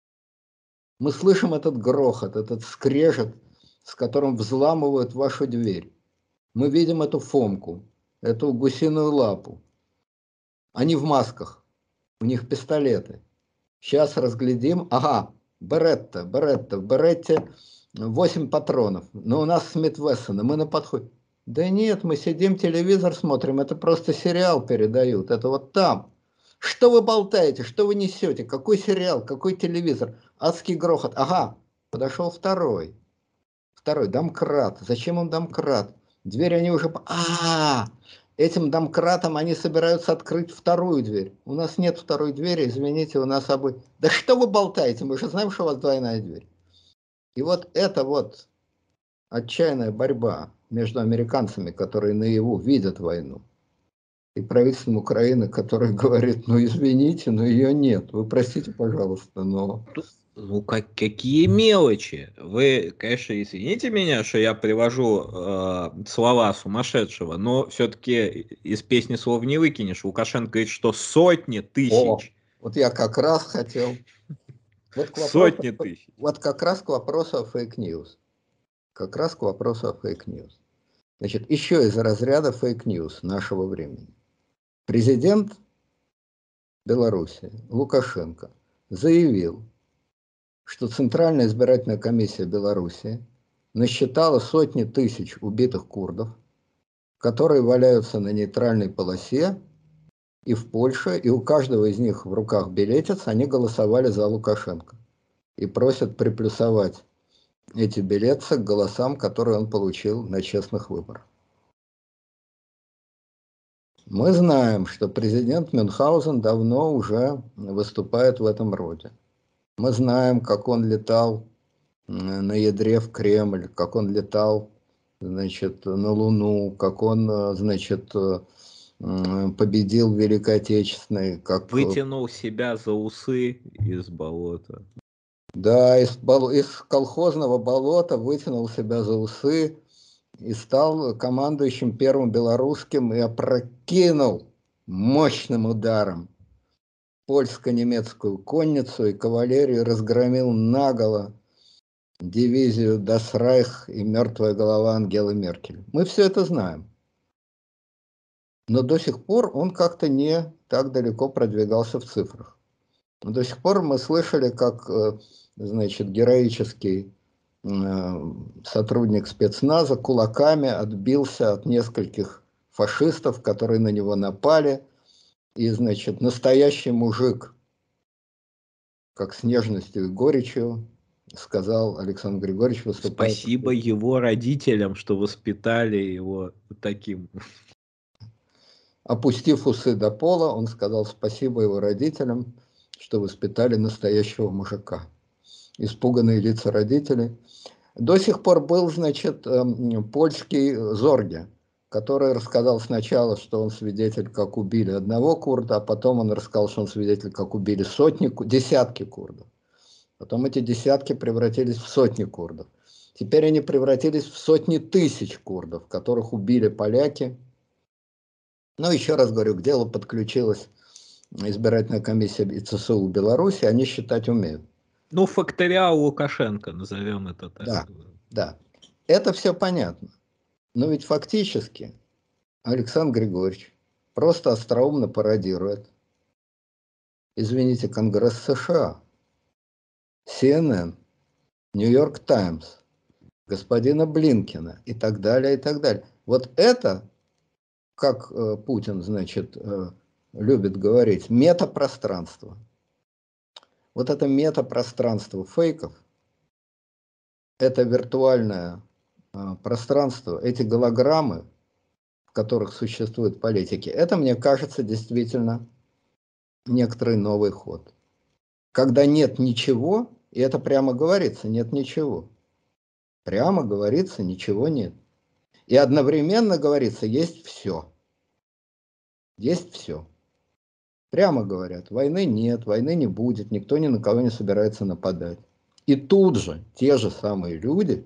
A: Мы слышим этот грохот, этот скрежет, с которым взламывают вашу дверь. Мы видим эту Фомку, эту гусиную лапу. Они в масках, у них пистолеты. Сейчас разглядим. Ага, Беретта, в Беретте 8 патронов. Но у нас Смит Вессона, мы на подходе. Да нет, мы сидим, телевизор смотрим, это просто сериал передают, это вот там. Что вы болтаете, что вы несете, какой сериал, какой телевизор, адский грохот. Ага, подошел второй, домкрат. Зачем им домкрат? Дверь они уже... Этим домкратом они собираются открыть вторую дверь. У нас нет второй двери, извините, у нас обои... Да что вы болтаете, мы же знаем, что у вас двойная дверь. И вот это вот отчаянная борьба между американцами, которые наяву видят войну, и правительством Украины, которое говорит: ну извините, но ее нет. Вы простите, пожалуйста, но...
B: Ну, какие мелочи. Вы, конечно, извините меня, что я привожу слова сумасшедшего, но все-таки из песни слов не выкинешь. Лукашенко говорит, что сотни тысяч.
A: Вот я как раз хотел... Вот к вопросу,
B: Сотни тысяч.
A: вот как раз к вопросу о фейк-ньюс. Как раз к вопросу о фейк-ньюс. Значит, еще из разряда фейк-ньюс нашего времени. Президент Беларуси Лукашенко заявил, что Центральная избирательная комиссия Беларуси насчитала сотни тысяч убитых курдов, которые валяются на нейтральной полосе и в Польше, и у каждого из них в руках билетец, они голосовали за Лукашенко и просят приплюсовать эти билеты к голосам, которые он получил на честных выборах. Мы знаем, что президент Мюнхгаузен давно уже выступает в этом роде. Мы знаем, как он летал на ядре в Кремль, как он летал, значит, на Луну, как он, значит, победил в Великой Отечественной, как...
B: Вытянул себя за усы из болота.
A: Да, из колхозного болота вытянул себя за усы и стал командующим первым белорусским и опрокинул мощным ударом польско-немецкую конницу и кавалерию, разгромил наголо дивизию Das Reich и мертвая голова Ангелы Меркель. Мы все это знаем. Но до сих пор он как-то не так далеко продвигался в цифрах. До сих пор мы слышали, как, значит, героический сотрудник спецназа кулаками отбился от нескольких фашистов, которые на него напали. И, значит, настоящий мужик, как с нежностью и горечью, сказал Александр Григорьевич, выступая...
B: Спасибо его родителям, что воспитали его таким.
A: Опустив усы до пола, он сказал спасибо его родителям, что воспитали настоящего мужика. Испуганные лица родителей. До сих пор был, значит, польский Зорге, который рассказал сначала, что он свидетель, как убили одного курда, а потом он рассказал, что он свидетель, как убили десятки курдов. Потом эти десятки превратились в сотни курдов. Теперь они превратились в сотни тысяч курдов, которых убили поляки. Но еще раз говорю, к делу подключилась избирательная комиссия и ЦСУ Беларуси, они считать умеют.
B: Ну, факториал Лукашенко, назовем это так.
A: Да, да. Это все понятно. Но ведь фактически Александр Григорьевич просто остроумно пародирует, извините, Конгресс США, CNN, Нью-Йорк Таймс, господина Блинкена и так далее, и так далее. Вот это, как Путин, значит, любит говорить, метапространство. Вот это метапространство фейков, это виртуальное пространство, эти голограммы, в которых существуют политики, это, мне кажется, действительно некоторый новый ход. Когда нет ничего, и это прямо говорится, нет ничего. Прямо говорится, ничего нет. И одновременно говорится, есть все. Есть все. Прямо говорят, войны нет, войны не будет, никто ни на кого не собирается нападать. И тут же те же самые люди,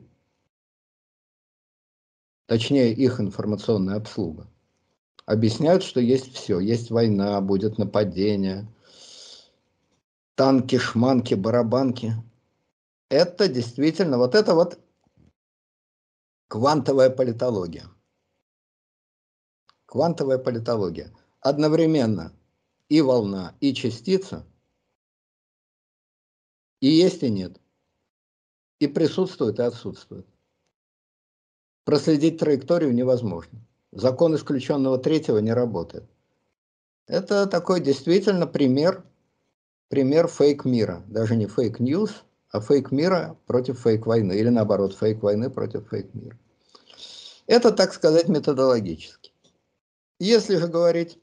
A: точнее их информационная обслуга, объясняют, что есть все. Есть война, будет нападение, танки, шманки, барабанки. Это действительно, вот это вот квантовая политология. Квантовая политология. Одновременно и волна, и частица, и есть, и нет. И присутствует, и отсутствует. Проследить траекторию невозможно. Закон исключенного третьего не работает. Это такой действительно пример фейк-мира. Даже не фейк-ньюс, а фейк-мира против фейк-войны. Или наоборот, фейк-войны против фейк-мира. Это, так сказать, методологически. Если же говорить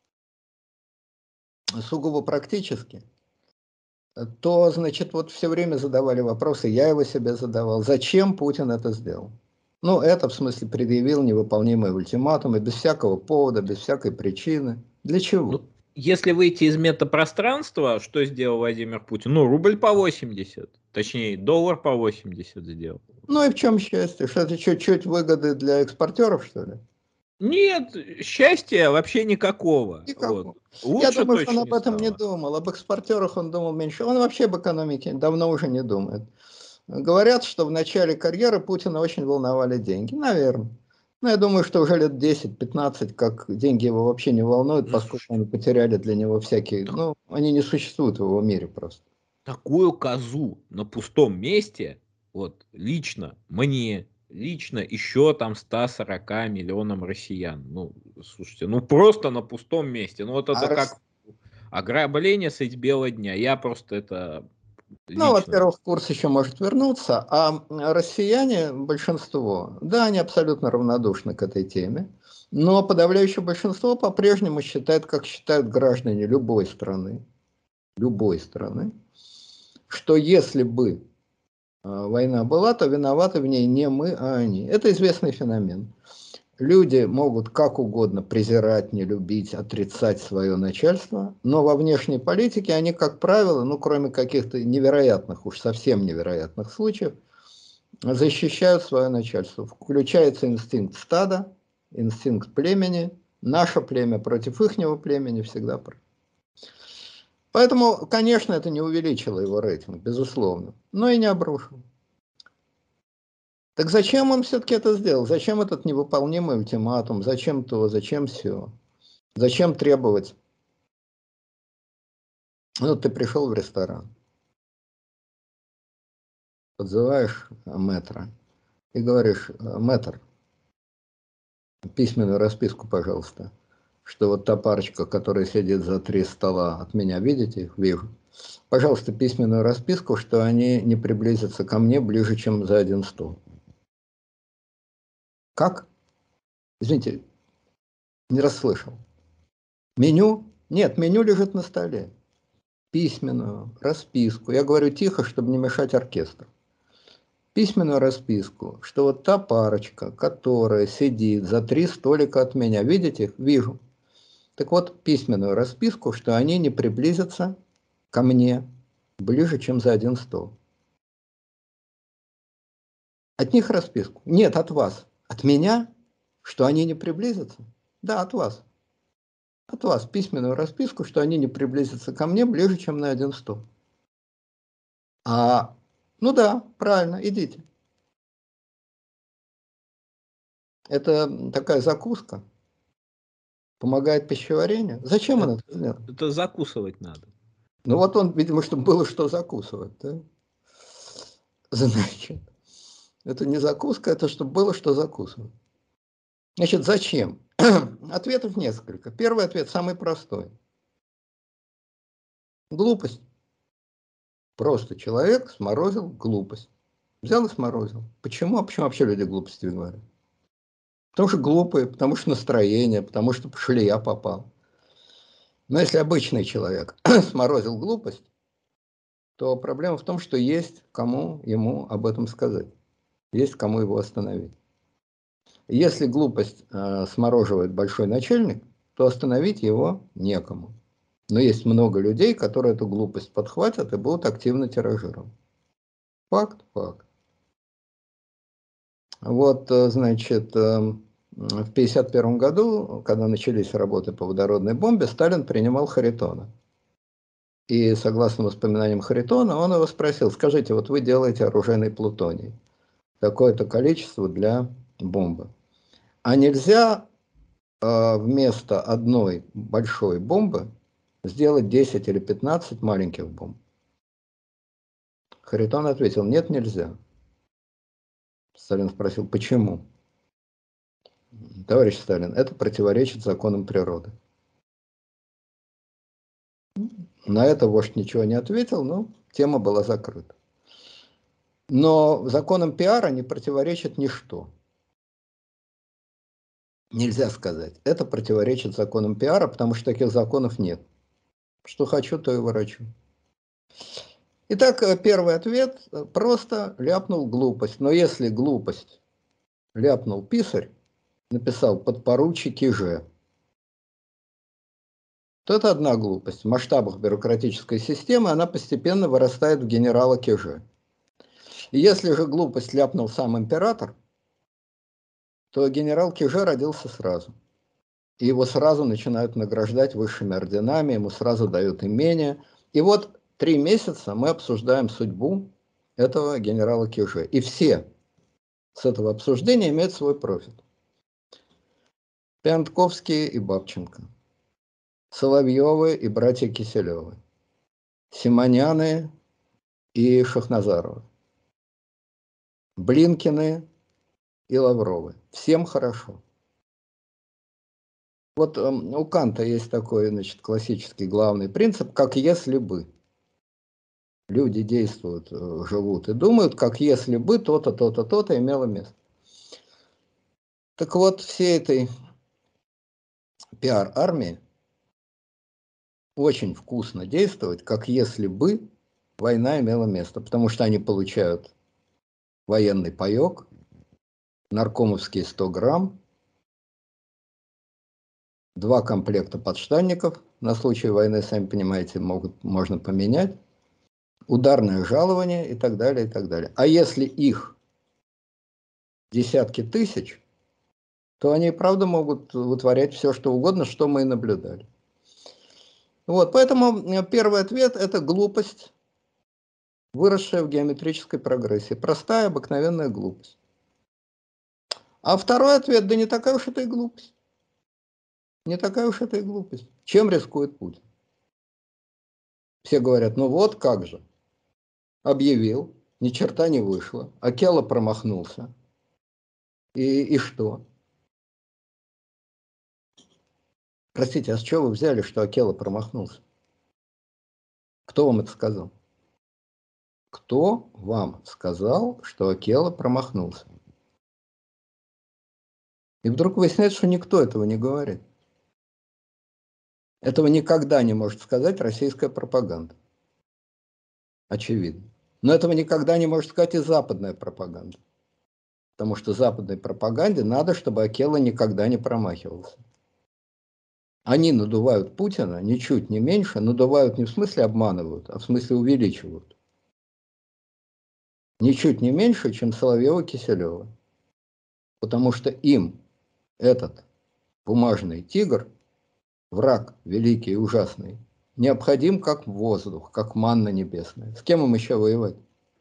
A: сугубо практически, то, значит, вот все время задавали вопросы, я его себе задавал, зачем Путин это сделал? Ну, это, в смысле, предъявил невыполнимые ультиматумы, без всякого повода, без всякой причины. Для чего?
B: Ну, если выйти из метапространства, что сделал Владимир Путин? Ну, рубль по 80, точнее, доллар по 80 сделал.
A: Ну и в чем счастье? Что это чуть-чуть выгоды для экспортеров, что ли?
B: Нет, счастья вообще никакого.
A: Никакого.
B: Вот.
A: Я
B: Лучше
A: думаю, что он
B: точно
A: об
B: не
A: этом не
B: стало.
A: думал. Об экспортерах он думал меньше. Он вообще об экономике давно уже не думает. Говорят, что в начале карьеры Путина очень волновали деньги. Наверное. Но я думаю, что уже лет 10-15, как деньги его вообще не волнуют, поскольку они потеряли для него всякие... Ну, они не существуют в его мире просто.
B: Такую козу на пустом месте, вот лично мне, лично еще там 140 миллионам россиян. Ну, слушайте, ну просто на пустом месте. Ну вот это
A: А
B: как ограбление средь бела дня. Я просто это
A: Ну,
B: лично.
A: во-первых, курс еще может вернуться, а россияне, большинство, да, они абсолютно равнодушны к этой теме, но подавляющее большинство по-прежнему считает, как считают граждане любой страны, что если бы война была, то виноваты в ней не мы, а они. Это известный феномен. Люди могут как угодно презирать, не любить, отрицать свое начальство, но во внешней политике они, как правило, ну, кроме каких-то невероятных, уж совсем невероятных случаев, защищают свое начальство. Включается инстинкт стада, инстинкт племени, наше племя против ихнего племени всегда. Поэтому, конечно, это не увеличило его рейтинг, безусловно, но и не обрушило. Так зачем он все-таки это сделал? Зачем этот невыполнимый ультиматум? Зачем то? Зачем все? Зачем требовать? Ну, ты пришел в ресторан, подзываешь мэтра и говоришь: мэтр, письменную расписку, пожалуйста, что вот та парочка, которая сидит за 3 стола от меня, видите их? Вижу. Пожалуйста, письменную расписку, что они не приблизятся ко мне ближе, чем за 1 стол. Как? Извините, не расслышал. Меню? Нет, меню лежит на столе. Письменную расписку. Я говорю тихо, чтобы не мешать оркестру. Письменную расписку, что вот та парочка, которая сидит за 3 столика от меня, видите их? Вижу. Так вот, письменную расписку, что они не приблизятся ко мне ближе, чем за 1 стол. От них расписку? Нет, от вас. От меня? Что они не приблизятся? Да, от вас. От вас письменную расписку, что они не приблизятся ко мне ближе, чем на 1 стол. Ну да, правильно, идите. Это такая закуска, помогает пищеварению. Зачем он
B: Это,
A: это сделал?
B: это закусывать надо.
A: Ну вот он, видимо, чтобы было что закусывать. Да? Значит, это не закуска, это чтобы было что закусывать. Значит, зачем? Ответов несколько. Первый ответ самый простой. Глупость. Просто человек сморозил глупость. Взял и сморозил. Почему? А почему вообще люди глупости говорят? Потому что глупые, потому что настроение, потому что шлея попал. Но если обычный человек сморозил глупость, то проблема в том, что есть кому ему об этом сказать. Есть кому его остановить. Если глупость смороживает большой начальник, то остановить его некому. Но есть много людей, которые эту глупость подхватят и будут активно тиражировать. Факт, факт. Вот, значит, в 1951 году, когда начались работы по водородной бомбе, Сталин принимал Харитона. И согласно воспоминаниям Харитона, он его спросил: скажите, вот вы делаете оружейный плутоний, такое-то количество для бомбы. А нельзя вместо одной большой бомбы сделать 10 или 15 маленьких бомб? Харитон ответил: нет, нельзя. Сталин спросил: почему? Товарищ Сталин, это противоречит законам природы. На это вождь ничего не ответил, но тема была закрыта. Но законам пиара не противоречит ничто. Нельзя сказать. Это противоречит законам пиара, потому что таких законов нет. Что хочу, то и ворочу. Итак, первый ответ. Просто ляпнул глупость. Но если глупость ляпнул писарь, написал подпоручики же, то это одна глупость. В масштабах бюрократической системы она постепенно вырастает в генерала Киже. И если же глупость ляпнул сам император, то генерал Киже родился сразу. И его сразу начинают награждать высшими орденами, ему сразу дают имение. И вот 3 месяца мы обсуждаем судьбу этого генерала Киже. И все с этого обсуждения имеют свой профит. Пятковский и Бабченко, Соловьевы и братья Киселевы, Симоняны и Шахназаровы, Блинкины и Лавровы. Всем хорошо. Вот у Канта есть такой, значит, классический главный принцип, как если бы. люди действуют, живут и думают, как если бы то-то, то-то, то-то имело место. Так вот, всей этой пиар-армии очень вкусно действовать, как если бы война имела место, потому что они получают военный паек, наркомовские 100 грамм, 2 комплекта подштанников, на случай войны, сами понимаете, можно поменять, ударное жалование и так далее, и так далее. А если их десятки тысяч, то они, правда, могут вытворять все, что угодно, что мы и наблюдали. Вот, поэтому первый ответ – это глупость, выросшая в геометрической прогрессии. Простая, обыкновенная глупость. А второй ответ – да не такая уж это и глупость. Не такая уж это и глупость. Чем рискует Путин? Все говорят, ну вот как же. Объявил, ни черта не вышло, Акела промахнулся. И что? Простите, а с чего вы взяли, что Акела промахнулся? Кто вам это сказал? Кто вам сказал, что Акела промахнулся? И вдруг выясняется, что никто этого не говорит. Этого никогда не может сказать российская пропаганда. Очевидно. Но этого никогда не может сказать и западная пропаганда. Потому что западной пропаганде надо, чтобы Акела никогда не промахивался. Они надувают Путина ничуть не меньше, надувают не в смысле обманывают, а в смысле увеличивают. Ничуть не меньше, чем Соловьева-Киселева. Потому что им этот бумажный тигр, враг великий и ужасный, необходим как воздух, как манна небесная. С кем им еще воевать?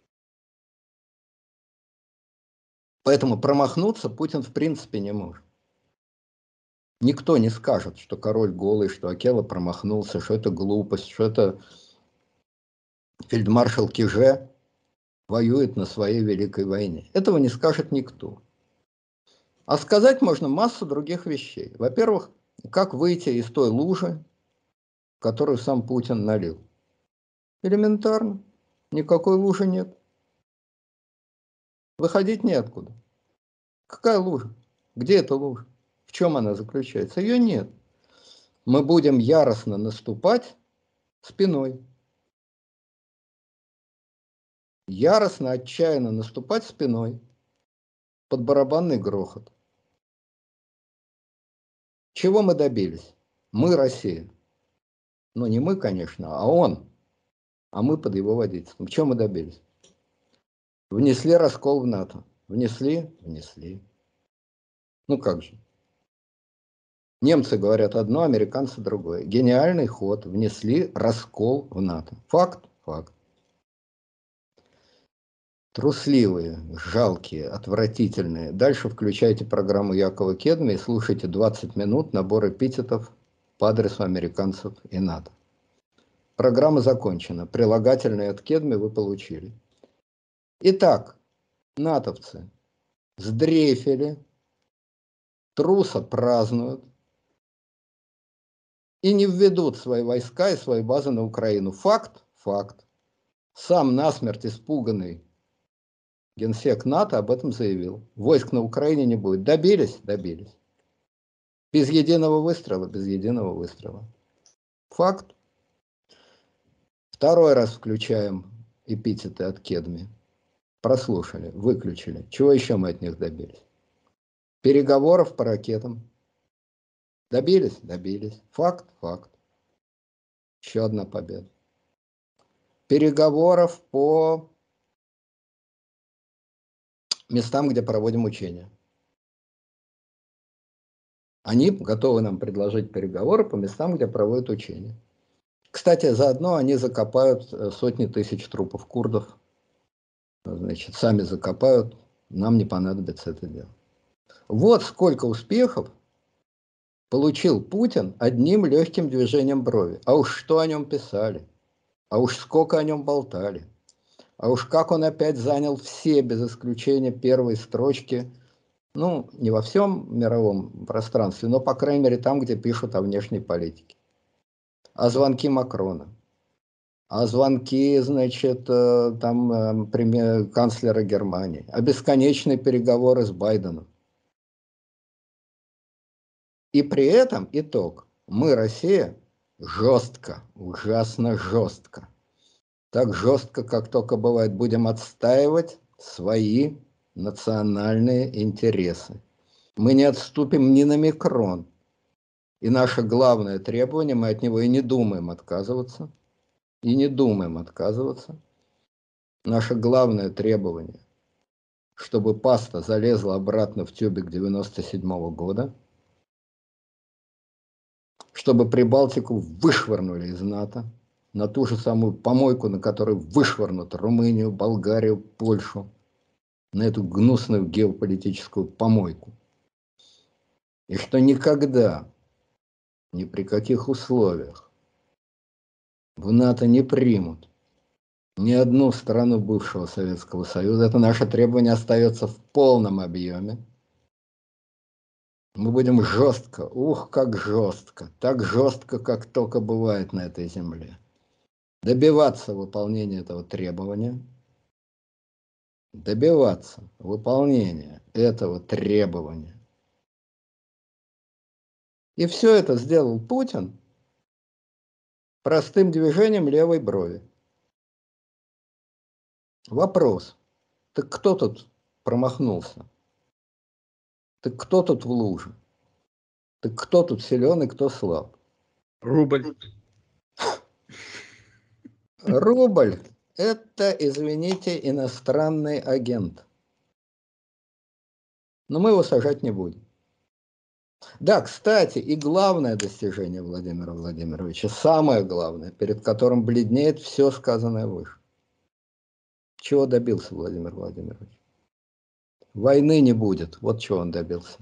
A: Поэтому промахнуться Путин в принципе не может. Никто не скажет, что король голый, что Акела промахнулся, что это глупость, что это фельдмаршал Киже воюет на своей великой войне. Этого не скажет никто. А сказать можно массу других вещей. Во-первых, как выйти из той лужи, в которую сам Путин налил. Элементарно. Никакой лужи нет. Выходить неоткуда. Какая лужа? Где эта лужа? В чем она заключается? Ее нет. Мы будем яростно наступать спиной. Яростно, отчаянно наступать спиной. Под барабанный грохот. Чего мы добились? Мы, Россия. Ну, не мы, конечно, а он. А мы под его водительством. Чего мы добились? Внесли раскол в НАТО. Внесли? Внесли. Ну как же? Немцы говорят одно, американцы другое. Гениальный ход. Внесли раскол в НАТО. Факт? Факт. Трусливые, жалкие, отвратительные. Дальше включайте программу Якова Кедми и слушайте 20 минут набор эпитетов по адресу американцев и НАТО. Программа закончена. Прилагательные от Кедми вы получили. Итак, натовцы сдрейфили, трусо празднуют и не введут свои войска и свои базы на Украину. Факт? Факт. Сам насмерть испуганный генсек НАТО об этом заявил. Войск на Украине не будет. Добились? Добились. Без единого выстрела? Без единого выстрела. Факт. Второй раз включаем эпитеты от Кедми. Прослушали, выключили. Чего еще мы от них добились? Переговоров по ракетам. Добились? Добились. Факт? Факт. Еще одна победа. Переговоров по местам, где проводим учения. Они готовы нам предложить переговоры по местам, где проводят учения. Кстати, заодно они закопают сотни тысяч трупов курдов. Значит, сами закопают, нам не понадобится это дело. Вот сколько успехов получил Путин одним легким движением брови. А уж что о нем писали, а уж сколько о нем болтали, а уж как он опять занял все, без исключения, первые строчки, ну, не во всем мировом пространстве, но, по крайней мере, там, где пишут о внешней политике. А звонки Макрона, а звонки, значит, там канцлера Германии, а бесконечные переговоры с Байденом. И при этом итог. Мы, Россия, жестко, ужасно жестко. Так жестко, как только бывает, будем отстаивать свои национальные интересы. Мы не отступим ни на микрон. И наше главное требование, мы от него и не думаем отказываться, и не думаем отказываться. Наше главное требование, чтобы паста залезла обратно в тюбик 97-го года, чтобы Прибалтику вышвырнули из НАТО, на ту же самую помойку, на которой вышвырнут Румынию, Болгарию, Польшу, на эту гнусную геополитическую помойку. И что никогда, ни при каких условиях в НАТО не примут ни одну страну бывшего Советского Союза. Это наше требование остается в полном объеме. Мы будем жестко, как жестко, так жестко, как только бывает на этой земле, добиваться выполнения этого требования, добиваться выполнения этого требования. И все это сделал Путин простым движением левой брови. Вопрос, так кто тут промахнулся? Так кто тут в луже? Так кто тут силен и кто слаб?
B: Рубль.
A: Рубль – это, извините, иностранный агент. Но мы его сажать не будем. Да, кстати, и главное достижение Владимира Владимировича, самое главное, перед которым бледнеет все сказанное выше. Чего добился Владимир Владимирович? Войны не будет. Вот чего он добился.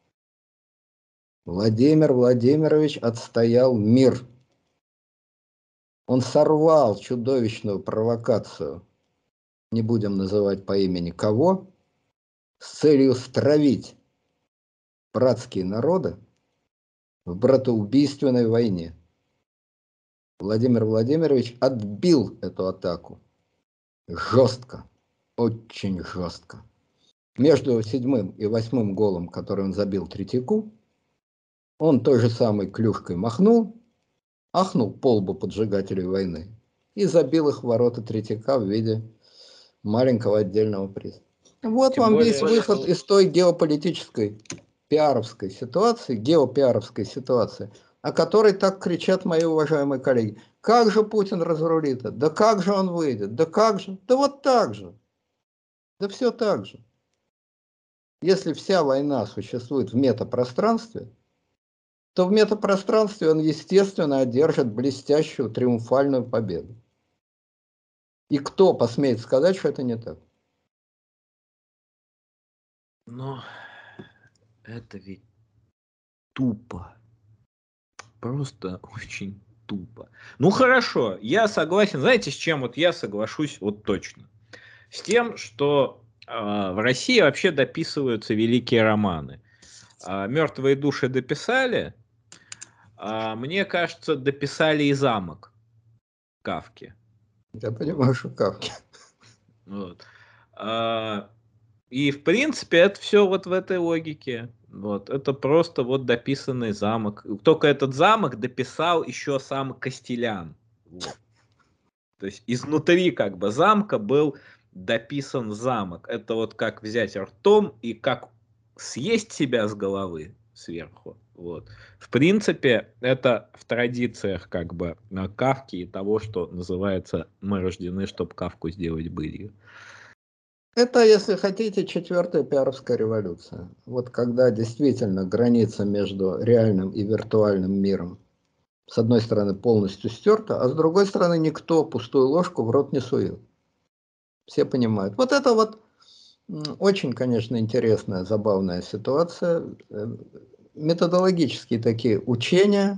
A: Владимир Владимирович отстоял мир. Он сорвал чудовищную провокацию, не будем называть по имени кого, с целью стравить братские народы в братоубийственной войне. Владимир Владимирович отбил эту атаку жестко, очень жестко. Между 7-м и 8-м голом, который он забил Третьяку, он той же самой клюшкой махнул, ахнул по лбу поджигателей войны и забил их в ворота Третьяка в виде маленького отдельного приза. Вот
B: Тем
A: вам
B: более,
A: весь выход из той геополитической пиаровской ситуации, геопиаровской ситуации, о которой так кричат мои уважаемые коллеги. Как же Путин разрулит это? Да как же он выйдет? Да как же? Да вот так же. Да все так же. Если вся война существует в метапространстве, то в метапространстве он, естественно, одержит блестящую триумфальную победу. И кто посмеет сказать, что это не так?
B: но это ведь тупо. Просто очень тупо. Ну хорошо, я согласен. Знаете, с чем вот я соглашусь вот точно? С тем, что в России вообще дописываются великие романы. «Мертвые души» дописали, мне кажется, дописали и «Замок» Кафки.
A: Я понимаю, что Кавки.
B: Вот. И в принципе это все вот в этой логике. Вот. Это просто вот дописанный замок. Только этот замок дописал еще сам Кастелян. Вот. То есть изнутри как бы замка был дописан замок. Это вот как взять ртом и как съесть себя с головы сверху. Вот. В принципе, это в традициях как бы Кафки и того, что называется «Мы рождены, чтобы Кафку сделать былью».
A: Это, если хотите, четвертая пиаровская революция. Вот когда действительно граница между реальным и виртуальным миром с одной стороны полностью стерта, а с другой стороны никто пустую ложку в рот не сует. Все понимают. Вот это вот очень, конечно, интересная, забавная ситуация. Методологические такие учения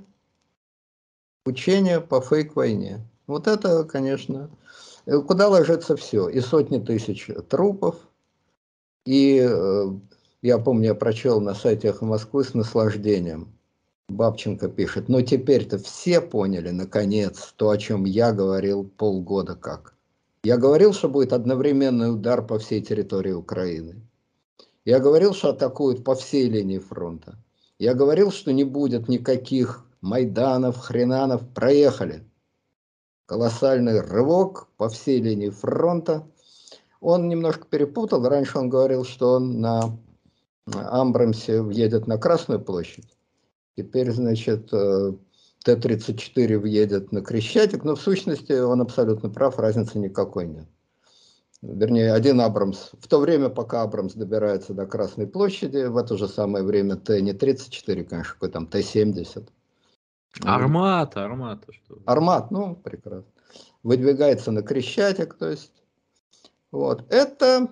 A: по фейк-войне. Вот это, конечно, куда ложится все. И сотни тысяч трупов, и я помню, я прочел на сайте «Эхо Москвы» с наслаждением Бабченко пишет, ну теперь-то все поняли, наконец, то, о чем я говорил полгода как. Я говорил, что будет одновременный удар по всей территории Украины. Я говорил, что атакуют по всей линии фронта. Я говорил, что не будет никаких Майданов, Хренанов. Проехали. Колоссальный рывок по всей линии фронта. Он немножко перепутал. Раньше он говорил, что он на Амбрамсе въедет на Красную площадь. Теперь, значит, Т-34 въедет на Крещатик. Но в сущности он абсолютно прав, разницы никакой нет. Вернее, один Абрамс. В то время, пока Абрамс добирается до Красной площади, в это же самое время Т не 34, конечно, какой там Т-70.
B: Армата, что?
A: Армат, ну, прекрасно. Выдвигается на Крещатик, то есть. Вот. Это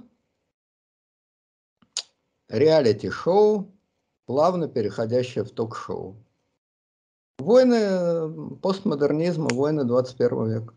A: реалити-шоу, плавно переходящее в ток-шоу. Войны постмодернизма, войны 21 века.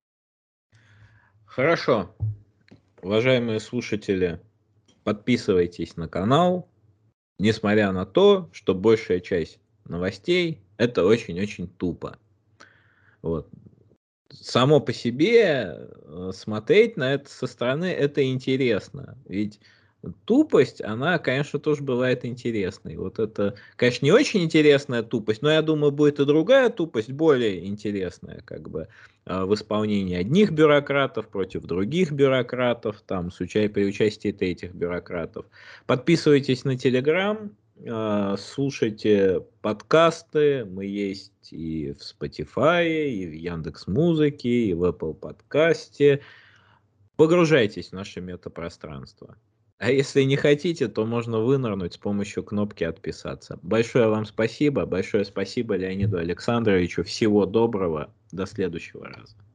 B: Хорошо. Уважаемые слушатели, подписывайтесь на канал, несмотря на то, что большая часть новостей это очень-очень тупо. Вот. Само по себе смотреть на это со стороны это интересно. Ведь тупость, она, конечно, тоже бывает интересной. Вот это, конечно, не очень интересная тупость, но я думаю, будет и другая тупость, более интересная, как бы в исполнении одних бюрократов против других бюрократов, там, при участии третьих бюрократов. Подписывайтесь на Telegram, слушайте подкасты, мы есть и в Spotify, и в Яндекс.Музыке, и в Apple подкасте. Погружайтесь в наше метапространство. А если не хотите, то можно вынырнуть с помощью кнопки «Отписаться». Большое вам спасибо. Большое спасибо Леониду Александровичу. Всего доброго. До следующего раза.